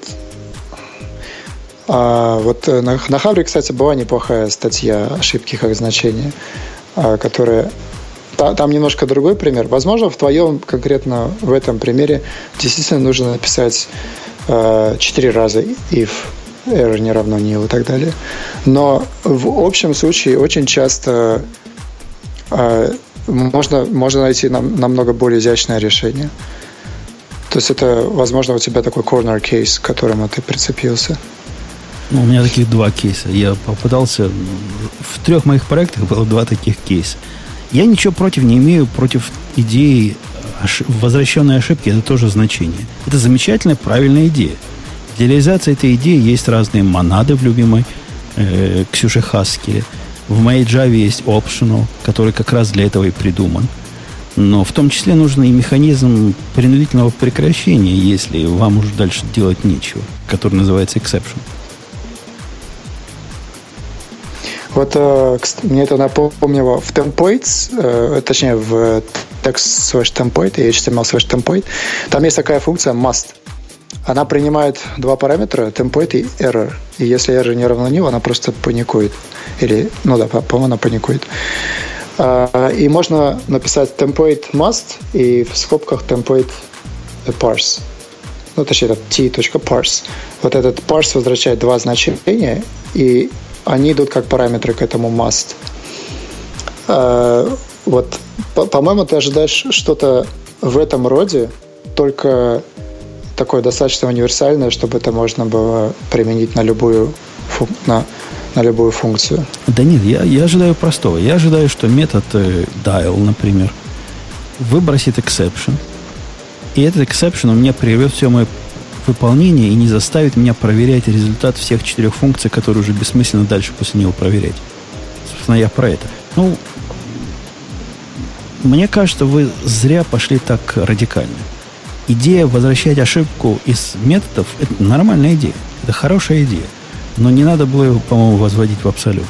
вот на Хабре, кстати, была неплохая статья «Ошибки как значение», которая... Там немножко другой пример. Возможно, в твоем, конкретно в этом примере, действительно нужно написать 4 раза if error не равно nil и так далее. Но в общем случае очень часто можно найти намного более изящное решение. То есть это, возможно, у тебя такой corner case, к которому ты прицепился. Ну, у меня таких 2 кейса. Я попытался... В 3 моих проектах было 2 таких кейса. Я ничего не имею против идеи возвращенной ошибки. Это тоже значение. Это замечательная, правильная идея. Для реализации этой идеи есть разные монады в любимой Ксюше Хаскеле. В моей Java есть optional, который как раз для этого и придуман. Но в том числе нужен и механизм принудительного прекращения, если вам уже дальше делать нечего, который называется exception. Вот мне это напомнило в templates, точнее в text/template и HTML/template, там есть такая функция must. Она принимает 2 параметра, template и error. И если error не равно nil, она просто паникует. Или, ну да, по-моему, она паникует. И можно написать template must и в скобках template parse. Ну, точнее, это t.parse. Вот этот parse возвращает 2 значения, и они идут как параметры к этому must. Вот, по-моему, ты ожидаешь что-то в этом роде, только такое достаточно универсальное, чтобы это можно было применить на любую функцию. Да нет, я ожидаю простого. Я ожидаю, что метод dial, например, выбросит exception, и этот exception у меня прервет все мое выполнение и не заставит меня проверять результат всех 4 функций, которые уже бессмысленно дальше после него проверять. Собственно, я про это. Ну, мне кажется, вы зря пошли так радикально. Идея возвращать ошибку из методов – это нормальная идея. Это хорошая идея. Но не надо было его, по-моему, возводить в абсолют.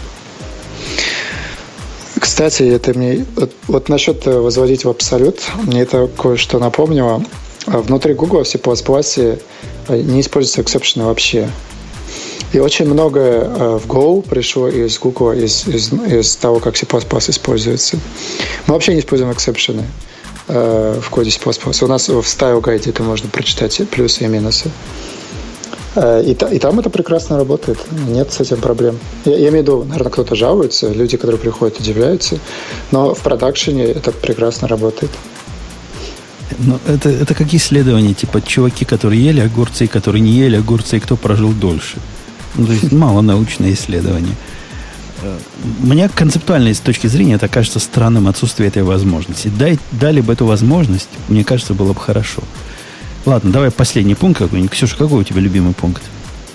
Кстати, это мне... Вот насчет возводить в абсолют, мне это кое-что напомнило. Внутри Google в C++ не используются эксепшены вообще. И очень многое в Go пришло из Google, из того, как C++ используется. Мы вообще не используем эксепшены в коде C++. У нас в Style Guide это можно прочитать плюсы и минусы. И там это прекрасно работает. Нет с этим проблем. Я имею в виду, наверное, кто-то жалуется, люди, которые приходят, удивляются, но в продакшене это прекрасно работает. Но это как исследования, типа чуваки, которые ели огурцы, и которые не ели огурцы, и кто прожил дольше. Ну, то есть мало научное исследование. Мне концептуально, с точки зрения, это кажется странным отсутствие этой возможности. Дали бы эту возможность, мне кажется, было бы хорошо. Ладно, давай последний пункт какой-нибудь. Ксюша, какой у тебя любимый пункт?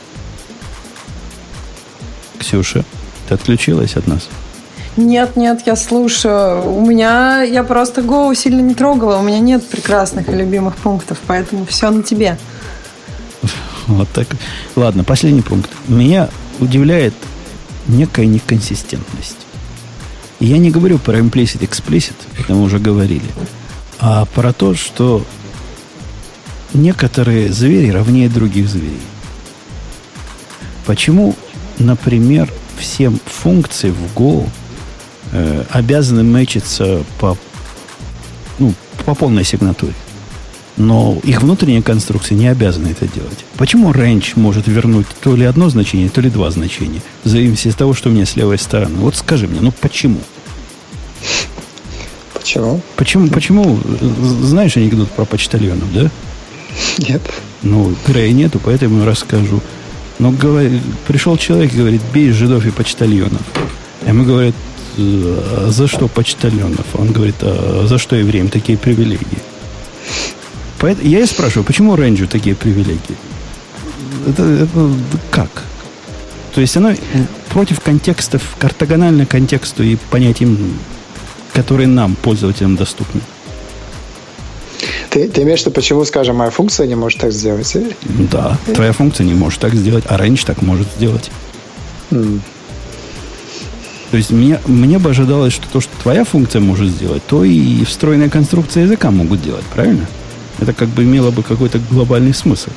Ксюша, ты отключилась от нас? Нет, я слушаю. Я просто Go сильно не трогала. У меня нет прекрасных и любимых пунктов, поэтому все на тебе. Вот так. Ладно, последний пункт. Меня удивляет некая неконсистентность. И я не говорю про implicit, explicit, это мы уже говорили, а про то, что некоторые звери равнее других зверей. Почему, например, все функции в Go обязаны мэчиться по Ну, по полной сигнатуре. Но их внутренняя конструкция не обязана это делать. Почему range может вернуть то ли одно значение, то ли два значения? В зависимости от того, что у меня с левой стороны. Вот скажи мне, ну почему? Почему? Знаешь анекдот про почтальонов, да? Нет. Ну, Грея нету, поэтому расскажу. Но пришел человек и говорит, бей жидов и почтальонов. А ему говорят, а за что почтальонов? Он говорит, а за что евреям такие привилегии? Поэтому я и спрашиваю, почему рейнджу такие привилегии? Это как? То есть она против контекстов, ортогонально контексту и понятиям, которые нам, пользователям, доступны. Ты имеешь в виду, почему, скажем, моя функция не может так сделать? Да, твоя функция не может так сделать, а range так может сделать. То есть мне бы ожидалось, что то, что твоя функция может сделать, то и встроенная конструкция языка могут делать, правильно? Это как бы имело бы какой-то глобальный смысл.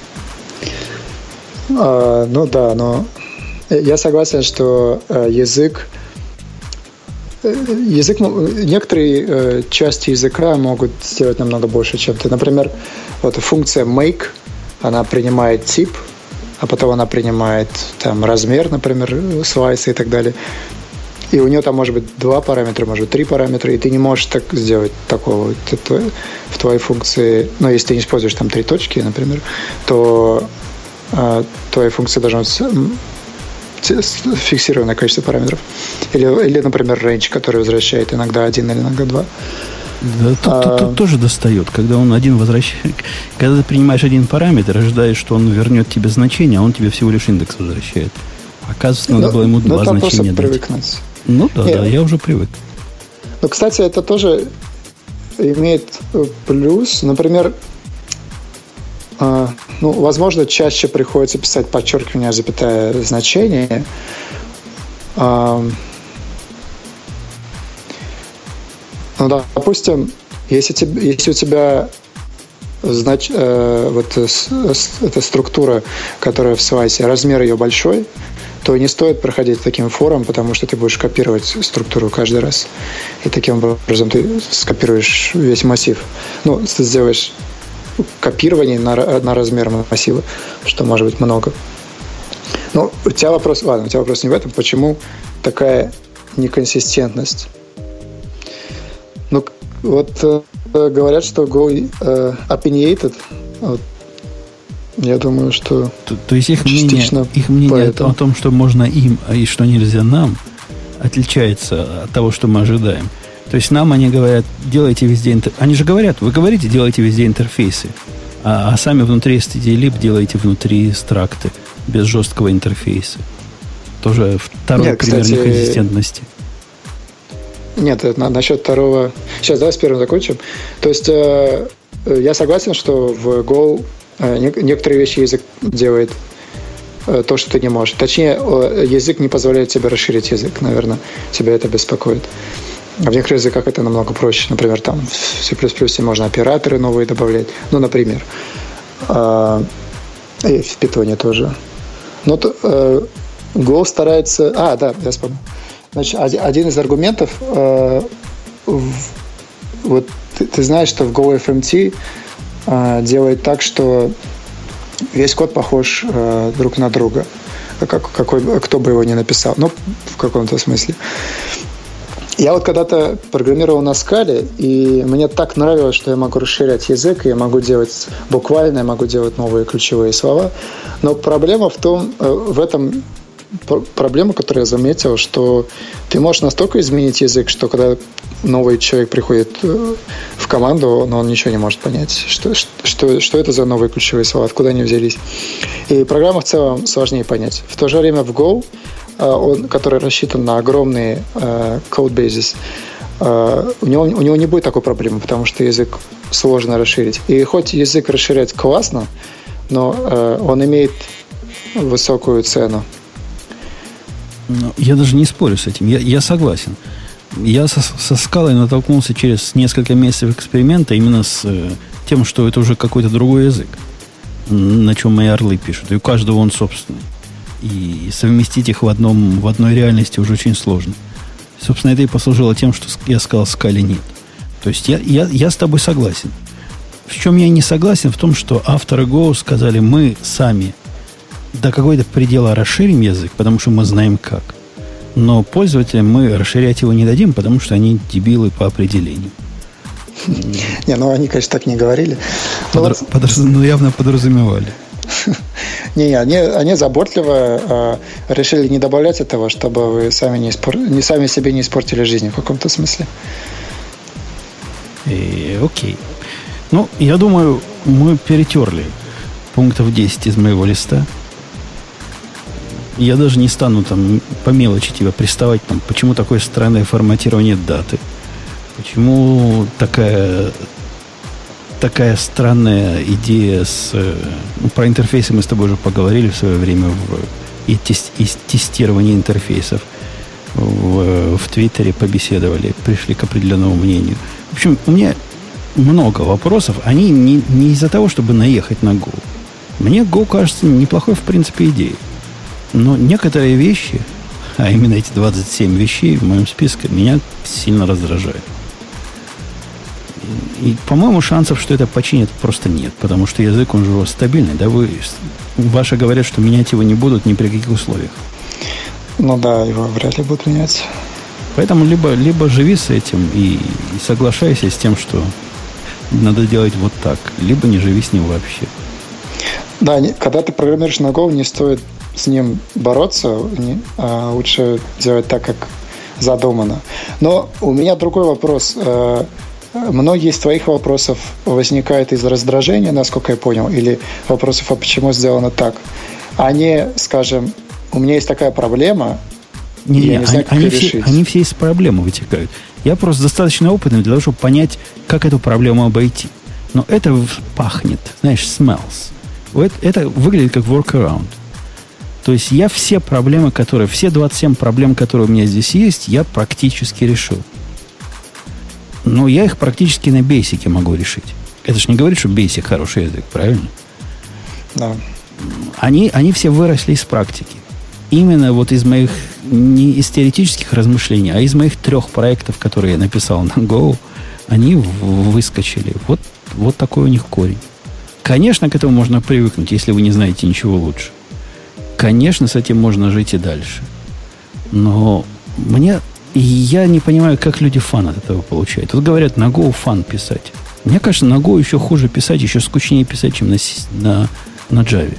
Ну да, но я согласен, что язык, некоторые части языка могут сделать намного больше, чем ты. Например, вот функция make, она принимает тип, а потом она принимает там размер, например, слайса и так далее. И у нее там может быть 2 параметра, может быть 3 параметра, и ты не можешь так сделать такого. Это в твоей функции, ну, если ты не используешь там 3 точки, например, то твоя функция должна быть фиксированное количество параметров. Или, например, range, который возвращает иногда 1 или иногда 2. Да, тут тоже достает, когда он один возвращает. Когда ты принимаешь один параметр, ожидаешь, что он вернет тебе значение, а он тебе всего лишь индекс возвращает. Оказывается, надо было ему 2 значения дать. Привыкнуть. Ну да, я уже привык. Ну, кстати, это тоже имеет плюс. Например, возможно, чаще приходится писать подчеркивание, запятая, значение. Допустим, если у тебя вот эта структура, которая в слайсе, размер ее большой, то не стоит проходить таким фором, потому что ты будешь копировать структуру каждый раз. И таким образом ты скопируешь весь массив. Ну, ты сделаешь копирование на размер массива, что может быть много. Но у тебя вопрос не в этом. Почему такая неконсистентность? Ну, вот говорят, что Go opinionated. Вот. Я думаю, что то есть их мнение о том, что можно им, и что нельзя нам, отличается от того, что мы ожидаем. То есть нам они говорят, делайте везде Они же говорят, вы говорите, делайте везде интерфейсы, а сами внутри std-lib делайте внутри стракты без жесткого интерфейса. Тоже второй пример неконсистентности. Нет, это насчет второго. Сейчас, давай с первым закончим. То есть я согласен, что в Go некоторые вещи язык делает то, что ты не можешь. Точнее, язык не позволяет тебе расширить язык, наверное. Тебя это беспокоит. А в некоторых языках это намного проще. Например, там в C++ можно операторы новые добавлять. Ну, например. И в Python тоже. Но Go старается... да, я вспомнил. Значит, один из аргументов... Вот ты знаешь, что в GoFMT делает так, что весь код похож друг на друга. Кто бы его ни написал. Ну, в каком-то смысле. Я вот когда-то программировал на скале, и мне так нравилось, что я могу расширять язык, я могу делать буквально, я могу делать новые ключевые слова. Но проблема в этом, которую я заметил, что ты можешь настолько изменить язык, что когда новый человек приходит в команду, но он ничего не может понять, что это за новые ключевые слова, откуда они взялись. И программу в целом сложнее понять. В то же время в Go, который рассчитан на огромные codebases, у него не будет такой проблемы, потому что язык сложно расширить. И хоть язык расширять классно, но он имеет высокую цену. Я даже не спорю с этим. Я согласен. Я со скалой натолкнулся через несколько месяцев эксперимента именно с тем, что это уже какой-то другой язык, на чем мои орлы пишут. И у каждого он собственный. И совместить их в одной реальности уже очень сложно. Собственно, это и послужило тем, что я сказал, скале нет. То есть я с тобой согласен. В чем я не согласен? В том, что авторы Go сказали, мы сами до какого-то предела расширим язык, потому что мы знаем как. Но пользователям мы расширять его не дадим, потому что они дебилы по определению. Не, ну они, конечно, так не говорили. Но явно подразумевали. Не, они заботливо решили не добавлять этого, чтобы вы сами себе не испортили жизнь в каком-то смысле. Окей. Ну, я думаю, мы перетерли пунктов 10 из моего листа. Я даже не стану там по мелочи тебя приставать, там, почему такое странное форматирование даты, почему такая странная идея про интерфейсы мы с тобой уже поговорили в свое время и тестирование интерфейсов в Твиттере побеседовали, пришли к определенному мнению. В общем, у меня много вопросов. Они не из-за того, чтобы наехать на Go. Мне Go кажется неплохой, в принципе, идеей. Но некоторые вещи, а именно эти 27 вещей в моем списке, меня сильно раздражают. И, по-моему, шансов, что это починят, просто нет. Потому что язык, он же стабильный. Да, ваши говорят, что менять его не будут ни при каких условиях. Ну да, его вряд ли будут менять. Поэтому либо живи с этим и соглашайся с тем, что надо делать вот так, либо не живи с ним вообще. Да, когда ты программируешь на Go, не стоит с ним бороться, лучше делать так, как задумано. Но у меня другой вопрос. Многие из твоих вопросов возникают из раздражения, насколько я понял, или вопросов, а почему сделано так. Они, скажем, у меня есть такая проблема, я не знаю, как ее решить. Они все из проблемы вытекают. Я просто достаточно опытный для того, чтобы понять, как эту проблему обойти. Но это пахнет, знаешь, smells. Это выглядит как workaround. То есть я все 27 проблем, которые у меня здесь есть, я практически решил. Но я их практически на бейсике могу решить. Это же не говорит, что бейсик хороший язык, правильно? Да. Они все выросли из практики. Именно вот из моих, не из теоретических размышлений, а из моих 3 проектов, которые я написал на Go, они выскочили. Вот такой у них корень. Конечно, к этому можно привыкнуть, если вы не знаете ничего лучше. Конечно, с этим можно жить и дальше. Но я не понимаю, как люди фан от этого получают. Тут говорят, на Go фан писать. Мне кажется, на Go еще хуже писать, еще скучнее писать, чем на Java.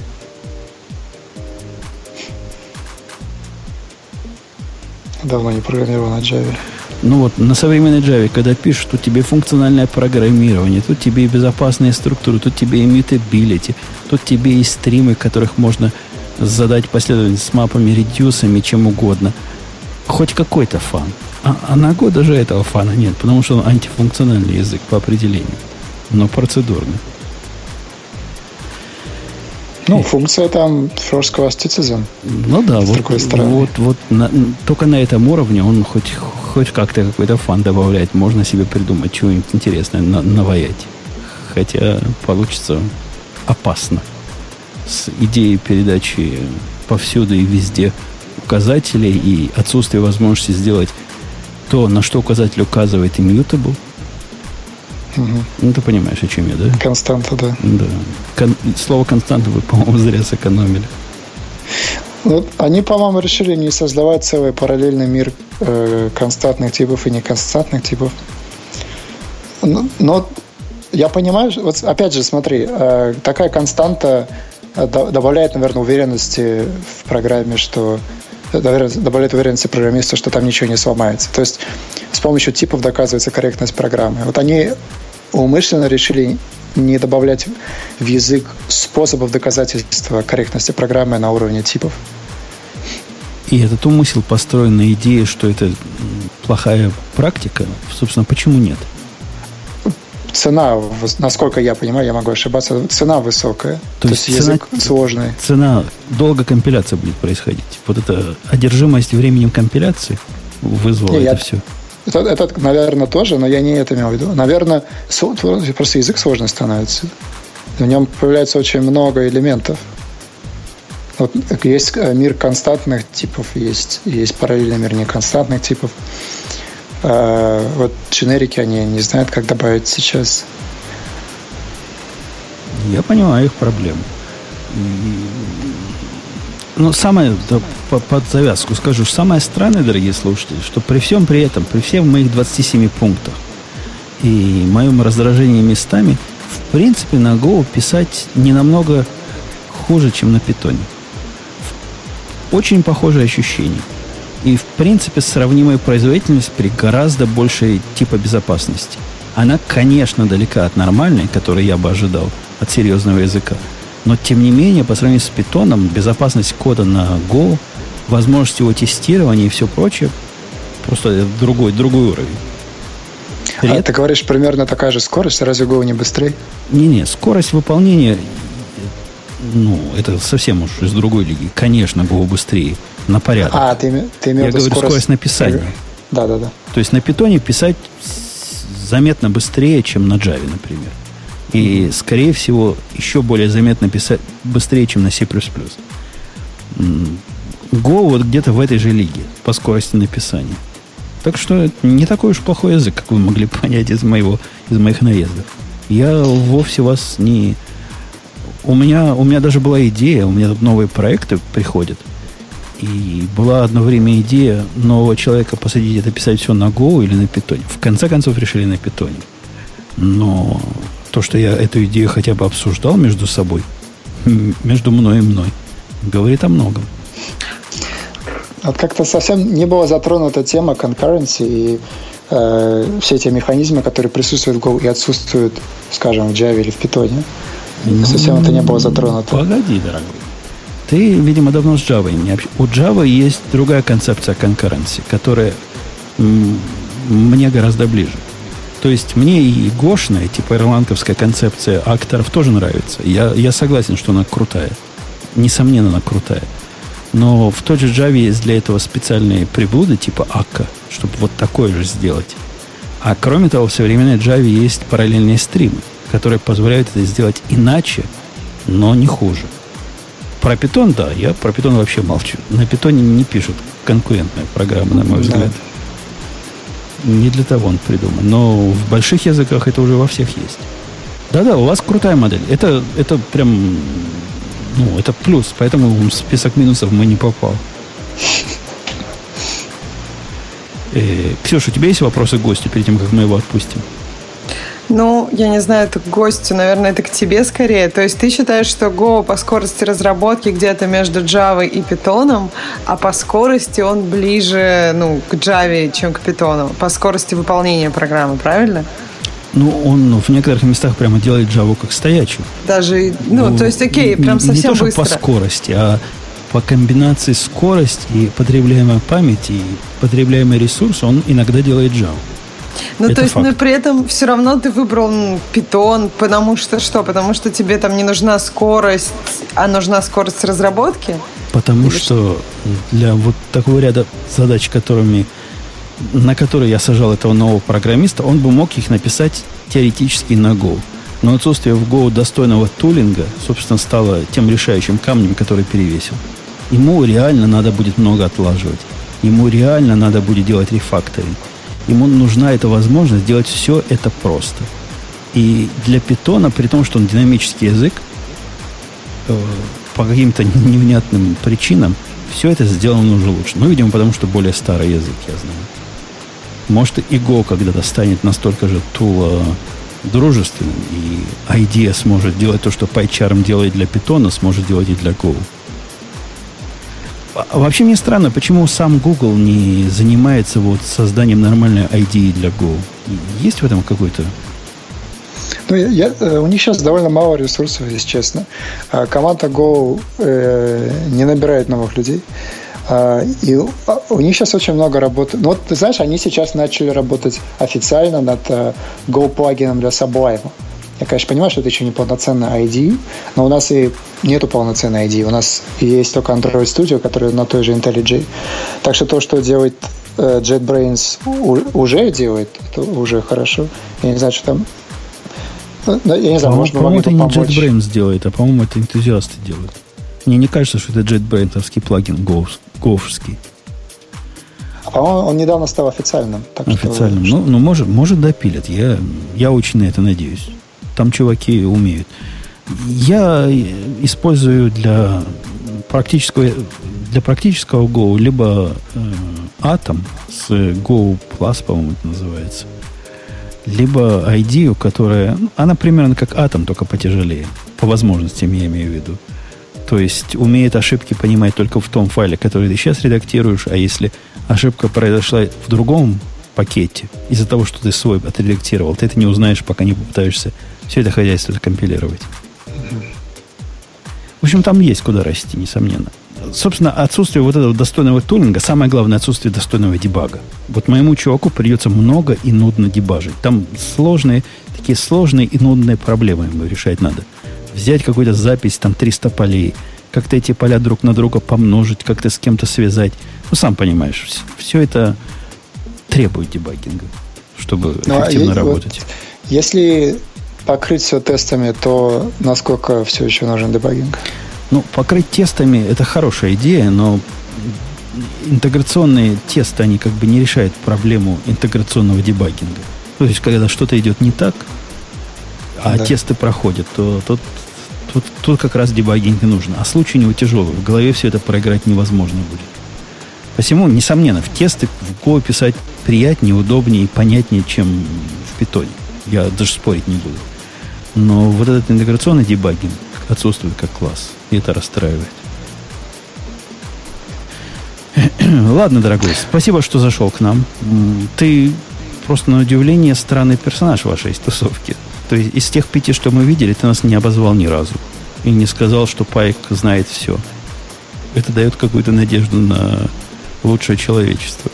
Давно не программировал на Java. Ну вот, на современной Java, когда пишешь, тут тебе функциональное программирование, тут тебе и безопасные структуры, тут тебе и mutability, тут тебе и стримы, которых можно задать последовательность с мапами, редюсами, чем угодно. Хоть какой-то фан. А на Go даже этого фана нет, потому что он антифункциональный язык по определению, но процедурный. Ну, функция там first class citizen. Ну да, только на этом уровне он хоть как-то какой-то фан добавляет. Можно себе придумать чего-нибудь интересное наваять. Хотя получится опасно. С идеей передачи повсюду и везде указателей и отсутствие возможности сделать то, на что указатель указывает, immutable. Угу. Ну, ты понимаешь, о чем я, да? Константа, да. Да. Слово константа вы, по-моему, зря сэкономили. Вот они, по-моему, решили не создавать целый параллельный мир константных типов и неконстантных типов. Но я понимаю, вот опять же, смотри, такая константа добавляет, наверное, уверенности в программе, что добавляет уверенности программисту, что там ничего не сломается. То есть с помощью типов доказывается корректность программы. Вот они умышленно решили не добавлять в язык способов доказательства корректности программы на уровне типов. И этот умысел построен на идее, что это плохая практика. Собственно, почему нет? Цена, насколько я понимаю, я могу ошибаться, цена высокая. То есть язык сложный. Цена, долго компиляция будет происходить. Вот эта одержимость временем компиляции вызвала это все. Это, наверное, тоже, но я не это имел в виду. Наверное, просто язык сложный становится. В нем появляется очень много элементов. Вот есть мир константных типов, есть параллельный мир неконстантных типов. Вот дженерики они не знают, как добавить сейчас. Я понимаю их проблему. Но самое, под завязку скажу, самое странное, дорогие слушатели, что при всем при этом, при всех моих 27 пунктах и моем раздражении местами, в принципе, на Go писать не намного хуже, чем на Python. Очень похожие ощущения. И, в принципе, сравнимая производительность при гораздо большей типа безопасности. Она, конечно, далека от нормальной, которую я бы ожидал от серьезного языка. Но, тем не менее, по сравнению с Python, безопасность кода на Go, возможность его тестирования и все прочее, просто другой уровень. А ты говоришь, примерно такая же скорость, разве Go не быстрее? Не, скорость выполнения, это совсем уж из другой лиги. Конечно, Go быстрее, на порядок. Ты имел в виду скорость написания. Да. То есть на Python писать заметно быстрее, чем на Java, например. И, скорее всего, еще более заметно писать быстрее, чем на C++. Go вот где-то в этой же лиге по скорости написания. Так что это не такой уж плохой язык, как вы могли понять из моих наездов. Я вовсе вас не... У меня даже была идея, у меня тут новые проекты приходят. И была одно время идея нового человека посадить это писать все на Go или на Python. В конце концов решили на Python. Но то, что я эту идею хотя бы обсуждал между собой, между мной и мной, говорит о многом. Вот как-то совсем не была затронута тема concurrency и все эти механизмы, которые присутствуют в Go и отсутствуют, скажем, в Java или в Python. Совсем это не было затронуто. Погоди, дорогой. Ты, видимо, давно с Java не общаешься. У Java есть другая концепция concurrency, которая мне гораздо ближе. То есть мне и гошная, типа ирландковская концепция акторов тоже нравится. Я согласен, что она крутая. Несомненно, она крутая. Но в той же Java есть для этого специальные приблуды, типа akka, чтобы вот такое же сделать. А кроме того, в современной Java есть параллельные стримы, которые позволяют это сделать иначе, но не хуже. Про Python, да, я про Python вообще молчу. На Python не пишут конкурентные программы, на мой взгляд. Не для того он придуман. Но в больших языках это уже во всех есть. Да, у вас крутая модель. Это прям... это плюс. Поэтому в список минусов мы не попал. Ксюша, у тебя есть вопросы к гостю перед тем, как мы его отпустим? Я не знаю, это к гостю, наверное, это к тебе скорее. То есть ты считаешь, что Go по скорости разработки где-то между Java и Python, а по скорости он ближе, к Java, чем к Python, по скорости выполнения программы, правильно? Он в некоторых местах прямо делает Java как стоячую. Даже, то есть, окей, прям совсем не то, быстро. По скорости, а по комбинации скорость и потребляемой памяти, и потребляемый ресурс он иногда делает Java. То есть, но при этом все равно ты выбрал Python, потому что что? Потому что тебе там не нужна скорость, а нужна скорость разработки? Потому что для вот такого ряда задач, на которые я сажал этого нового программиста, он бы мог их написать теоретически на Go. Но отсутствие в Go достойного тулинга, собственно, стало тем решающим камнем, который перевесил. Ему реально надо будет много отлаживать. Ему реально надо будет делать рефакторинг. Ему нужна эта возможность сделать все это просто. И для Python, при том, что он динамический язык, по каким-то невнятным причинам, все это сделано уже лучше. Видимо, потому что более старый язык, я знаю. Может, и Go когда-то станет настолько же дружественным, и IDEA сможет делать то, что PyCharm делает для Python, сможет делать и для Go. Вообще мне странно, почему сам Google не занимается созданием нормальной IDE для Go. Есть в этом какой-то... у них сейчас довольно мало ресурсов, если честно. Команда Go не набирает новых людей. И у них сейчас очень много работы. Ты знаешь, они сейчас начали работать официально над Go-плагином для Sublime. Я, конечно, понимаю, что это еще не полноценная IDE, но у нас и нету полноценной IDE. У нас есть только Android Studio, который на той же IntelliJ. Так что то, что делает JetBrains, уже делает, это уже хорошо. Я не знаю, что там... Я не знаю, может, по-моему, это не JetBrains делает, а, по-моему, это энтузиасты делают. Мне не кажется, что это JetBrains-овский плагин Go-шский. по-моему, он недавно стал официальным. Так официальным. Что... Ну, может, допилят. Я очень на это надеюсь. Там чуваки умеют. Я использую для практического Go либо Atom с Go Plus, по-моему, это называется, либо IDEO, которая... Она примерно как Atom, только потяжелее. По возможностям, я имею в виду. То есть умеет ошибки понимать только в том файле, который ты сейчас редактируешь, а если ошибка произошла в другом пакете, из-за того, что ты свой отредактировал, ты это не узнаешь, пока не попытаешься все это хозяйство компилировать. В общем, там есть куда расти, несомненно. Собственно, отсутствие вот этого достойного тулинга, самое главное, отсутствие достойного дебага. Вот моему чуваку придется много и нудно дебажить. Там такие сложные и нудные проблемы ему решать надо. Взять какую-то запись, там 300 полей, как-то эти поля друг на друга помножить, как-то с кем-то связать. Ну, сам понимаешь, все это требует дебагинга, чтобы эффективно работать. Вот, если покрыть все тестами, то насколько все еще нужен дебагинг? Ну, покрыть тестами – это хорошая идея, но интеграционные тесты, они как бы не решают проблему интеграционного дебагинга. То есть, когда что-то идет не так, а тесты проходят, то тут как раз дебагинг не нужно. А случай у него тяжелый. В голове все это проиграть невозможно будет. Посему, несомненно, в тесты в Go писать приятнее, удобнее и понятнее, чем в Python. Я даже спорить не буду. Но вот этот интеграционный дебагинг отсутствует как класс. И это расстраивает. Ладно, дорогой, спасибо, что зашел к нам. Ты просто на удивление странный персонаж в вашей тусовке. То есть из тех 5, что мы видели, ты нас не обозвал ни разу. И не сказал, что Пайк знает все. Это дает какую-то надежду на лучшее человечество.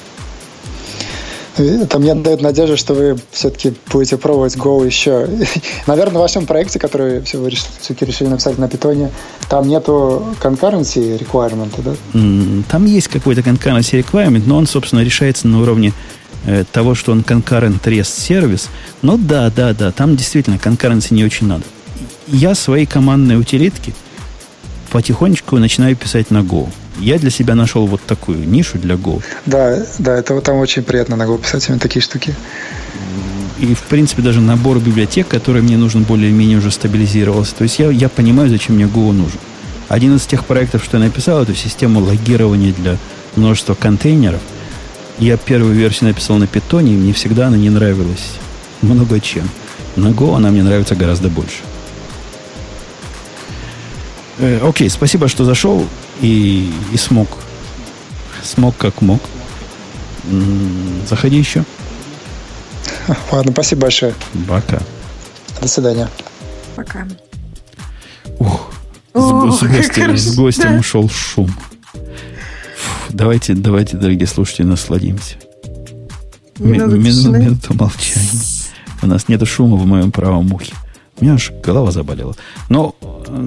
Это мне дает надежду, что вы все-таки будете пробовать Go еще. Наверное, в вашем проекте, который вы все-таки решили написать на Python, там нету concurrency requirement, да? Там есть какой-то concurrency requirement, но он, собственно, решается на уровне того, что он concurrent REST сервис. Но да, там действительно concurrency не очень надо. Я свои командные утилитки потихонечку начинаю писать на Go. Я для себя нашел вот такую нишу для Go. Да, это там очень приятно на Go писать именно такие штуки. И, в принципе, даже набор библиотек, который мне нужен, более-менее уже стабилизировался. То есть я понимаю, зачем мне Go нужен. Один из тех проектов, что я написал, это систему логирования для множества контейнеров. Я первую версию написал на Python, и мне всегда она не нравилась много чем. На Go она мне нравится гораздо больше. Окей, спасибо, что зашел и смог как мог. Заходи еще. Ладно, спасибо большое. Пока. До свидания. Пока. С гостем ушел шум. Давайте, дорогие слушатели, насладимся. Минуту молчания. У нас нет шума в моем правом ухе. У меня аж голова заболела. Но...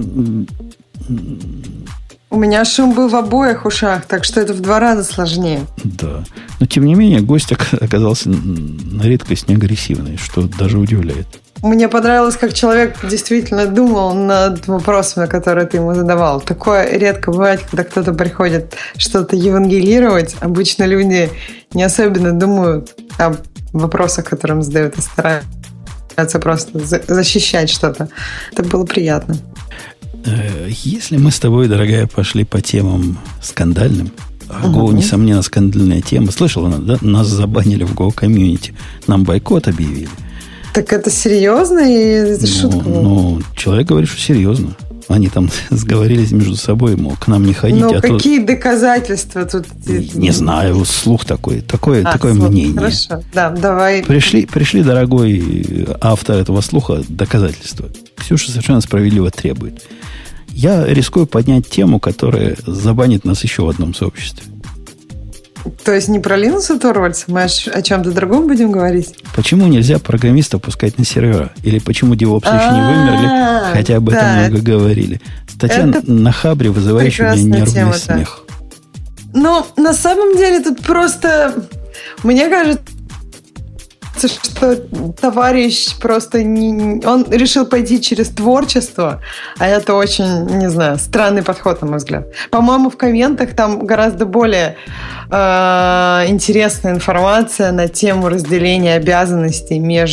У меня шум был в обоих ушах, так что это в 2 раза сложнее. Да. Но, тем не менее, гость оказался на редкость неагрессивный, что даже удивляет. Мне понравилось, как человек действительно думал над вопросами, которые ты ему задавал. Такое редко бывает, когда кто-то приходит что-то евангелировать. Обычно люди не особенно думают о вопросах, которые им задают, и стараются просто защищать что-то. Это было приятно. Если мы с тобой, дорогая, пошли по темам скандальным, Go, несомненно, скандальная тема. Слышала, да? Нас забанили в Go комьюнити. Нам бойкот объявили. Так это серьезно? И это шутка была? Ну, человек говорит, что серьезно. Они там сговорились между собой, мол, к нам не ходите. Ну, какие доказательства тут? Не знаю, слух такое слух. Мнение. Хорошо, да, давай. Пришли, дорогой автор этого слуха, доказательства. Ксюша совершенно справедливо требует. Я рискую поднять тему, которая забанит нас еще в одном сообществе. То есть не про Линуса Торвальдса? Мы о чем-то другом будем говорить? Почему нельзя программистов пускать на сервера? Или почему девопсы еще не вымерли? Хотя об этом много говорили. Статья на Хабре, вызывающая у меня нервный смех. Ну, на самом деле тут просто... Мне кажется, что товарищ просто он решил пойти через творчество, а это очень, не знаю, странный подход, на мой взгляд. По-моему, в комментах там гораздо более интересная информация на тему разделения обязанностей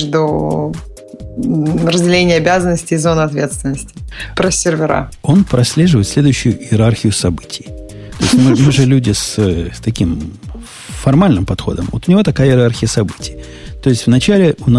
и зон ответственности про сервера. Он прослеживает следующую иерархию событий. То есть мы же люди с таким формальным подходом. Вот у него такая иерархия событий. То есть вначале у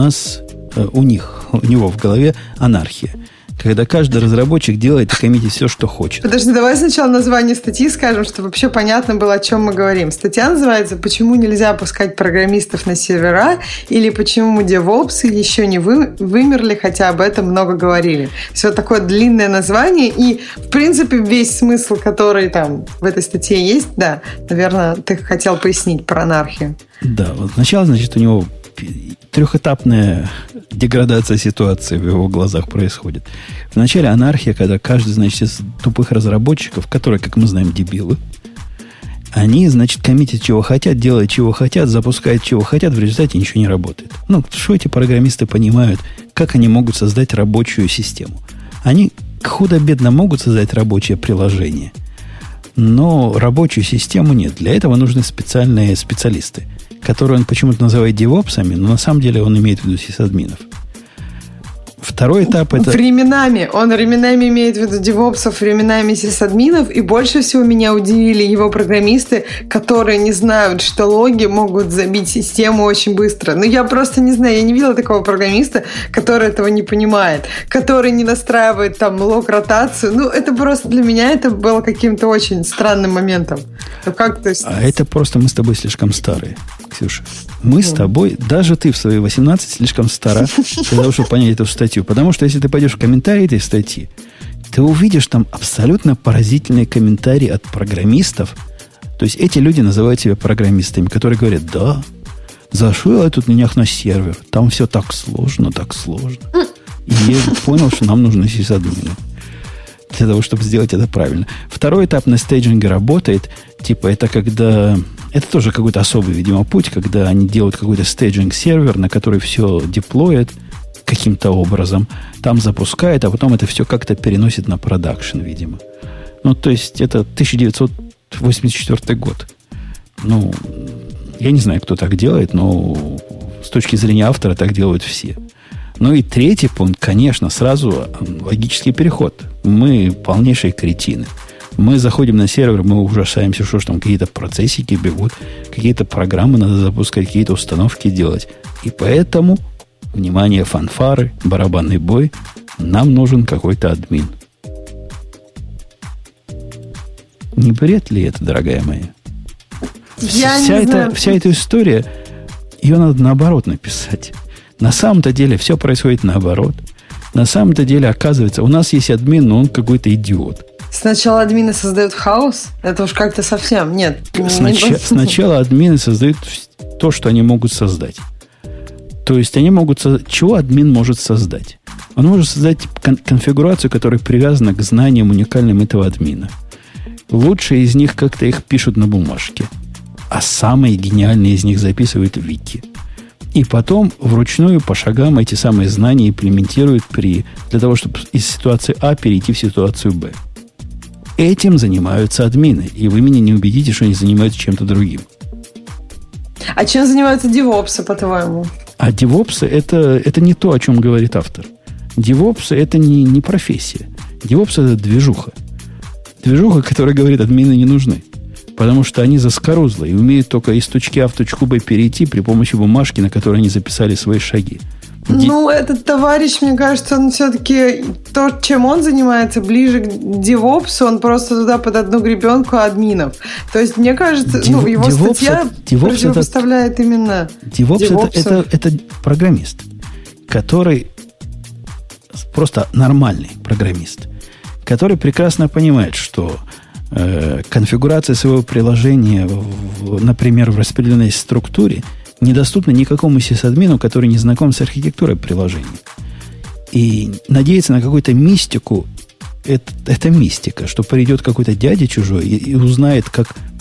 него в голове анархия. Когда каждый разработчик делает и коммитит все, что хочет. Подожди, давай сначала название статьи скажем, чтобы вообще понятно было, о чем мы говорим. Статья называется «Почему нельзя пускать программистов на сервера» или «Почему девопсы еще не вымерли, хотя об этом много говорили». Все такое длинное название, и, в принципе, весь смысл, который там в этой статье есть, да, наверное, ты хотел пояснить про анархию. Да, вот сначала, значит, у него трехэтапная деградация ситуации в его глазах происходит. Вначале анархия, когда каждый, значит, из тупых разработчиков, которые, как мы знаем, дебилы, они, значит, коммитят, чего хотят, делают, чего хотят, запускают, чего хотят, в результате ничего не работает. Ну, что эти программисты понимают, как они могут создать рабочую систему? Они худо-бедно могут создать рабочее приложение, но рабочую систему нет. Для этого нужны специальные специалисты, которые он почему-то называет девопсами, но на самом деле он имеет в виду сисадминов. Второй этап это... Временами. Он временами имеет в виду девопсов, временами сисадминов. И больше всего меня удивили его программисты, которые не знают, что логи могут забить систему очень быстро. Ну, я просто не знаю. Я не видела такого программиста, который этого не понимает. Который не настраивает там лог-ротацию. Ну, это просто для меня это было каким-то очень странным моментом. Ну, как, то есть... А это просто мы с тобой слишком старые, Ксюша. Мы с тобой, даже ты в свои 18 слишком стара для того, чтобы понять эту статью. Потому что если ты пойдешь в комментарии этой статьи, ты увидишь там абсолютно поразительные комментарии от программистов. То есть эти люди называют себя программистами, которые говорят: да, зашел я тут на днях на сервер, там все так сложно. И я понял, что нам нужны сисадмины для того, чтобы сделать это правильно. Второй этап на стейджинге работает. Типа это когда... Это тоже какой-то особый, видимо, путь, когда они делают какой-то стейджинг-сервер, на который все деплоят каким-то образом, там запускает, а потом это все как-то переносит на продакшн, видимо. Ну, то есть это 1984 год. Ну, я не знаю, кто так делает, но с точки зрения автора так делают все. Ну и третий пункт, конечно, сразу логический переход. Мы полнейшие кретины. Мы заходим на сервер, мы ужасаемся, что ж там какие-то процессики бегут, какие-то программы надо запускать, какие-то установки делать. И поэтому, внимание, фанфары, барабанный бой, нам нужен какой-то админ. Не бред ли это, дорогая моя? Вся эта история, ее надо наоборот написать. На самом-то деле все происходит наоборот. На самом-то деле, оказывается, у нас есть админ, но он какой-то идиот. Сначала админы создают хаос? Это уж как-то совсем... Нет. Сначала админы создают то, что они могут создать. То есть они могут... Чего админ может создать? Он может создать конфигурацию, которая привязана к знаниям уникальным этого админа. Лучшие из них как-то их пишут на бумажке. А самые гениальные из них записывают в вики. И потом вручную по шагам эти самые знания имплементируют для того, чтобы из ситуации А перейти в ситуацию Б. Этим занимаются админы. И вы меня не убедите, что они занимаются чем-то другим. А чем занимаются девопсы, по-твоему? А девопсы это не то, о чем говорит автор. Девопсы это не профессия. Девопсы это движуха. Движуха, которая говорит, админы не нужны. Потому что они заскорузлые и умеют только из точки А в точку Б перейти при помощи бумажки, на которой они записали свои шаги. Ну, этот товарищ, мне кажется, он все-таки то, чем он занимается, ближе к девопсу, он просто туда под одну гребенку админов. То есть, мне кажется, его статья противопоставляет именно девопс это программист, который просто нормальный программист, который прекрасно понимает, что конфигурация своего приложения, например, в распределенной структуре, недоступна никакому сисадмину, который не знаком с архитектурой приложения. И надеяться на какую-то мистику, это мистика, что придет какой-то дядя чужой и узнает, как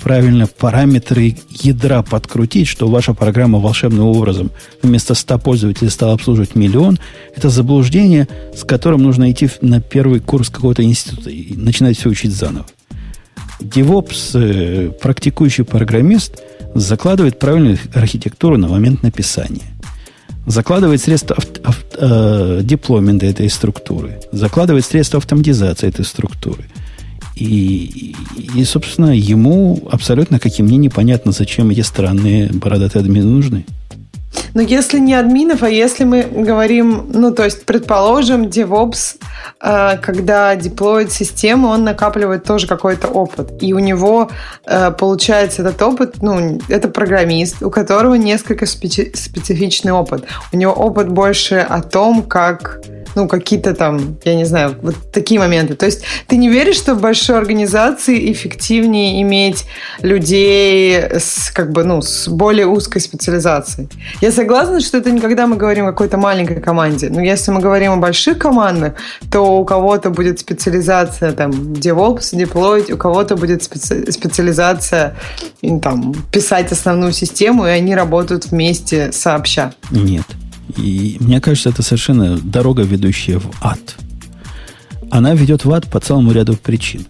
правильно параметры ядра подкрутить, что ваша программа волшебным образом вместо 100 пользователей стала обслуживать 1 миллион, это заблуждение, с которым нужно идти на первый курс какого-то института и начинать все учить заново. DevOps, практикующий программист, закладывает правильную архитектуру на момент написания. Закладывает средства деплоймента этой структуры. Закладывает средства автоматизации этой структуры. И, собственно, ему абсолютно, как и мне, непонятно, зачем эти странные бородатые админы нужны. Но если не админов, а если мы говорим, то есть, предположим, DevOps, когда деплоит систему, он накапливает тоже какой-то опыт. И у него получается этот опыт, это программист, у которого несколько специфичный опыт. У него опыт больше о том, как... какие-то там, я не знаю, вот такие моменты. То есть ты не веришь, что в большой организации эффективнее иметь людей с более узкой специализацией? Я согласна, что это не когда мы говорим о какой-то маленькой команде. Но если мы говорим о больших командах, то у кого-то будет специализация DevOps, Deploy, у кого-то будет специализация писать основную систему, и они работают вместе сообща. Нет. И мне кажется, это совершенно дорога, ведущая в ад. Она ведет в ад по целому ряду причин.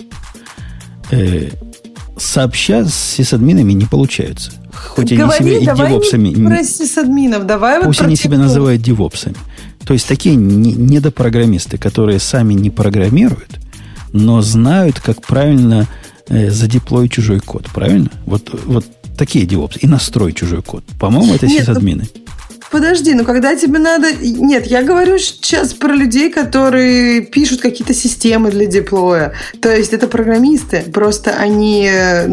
Сообща с сисадминами не получаются. Хоть они себя и девопсами... Про сисадминов, давай пусть они себя называют девопсами. То есть такие недопрограммисты, которые сами не программируют, но знают, как правильно задеплоить чужой код. Правильно? Вот такие девопсы. И настроить чужой код. По-моему, это сисадмины. Подожди, когда тебе надо... Нет, я говорю сейчас про людей, которые пишут какие-то системы для деплоя. То есть это программисты, просто они...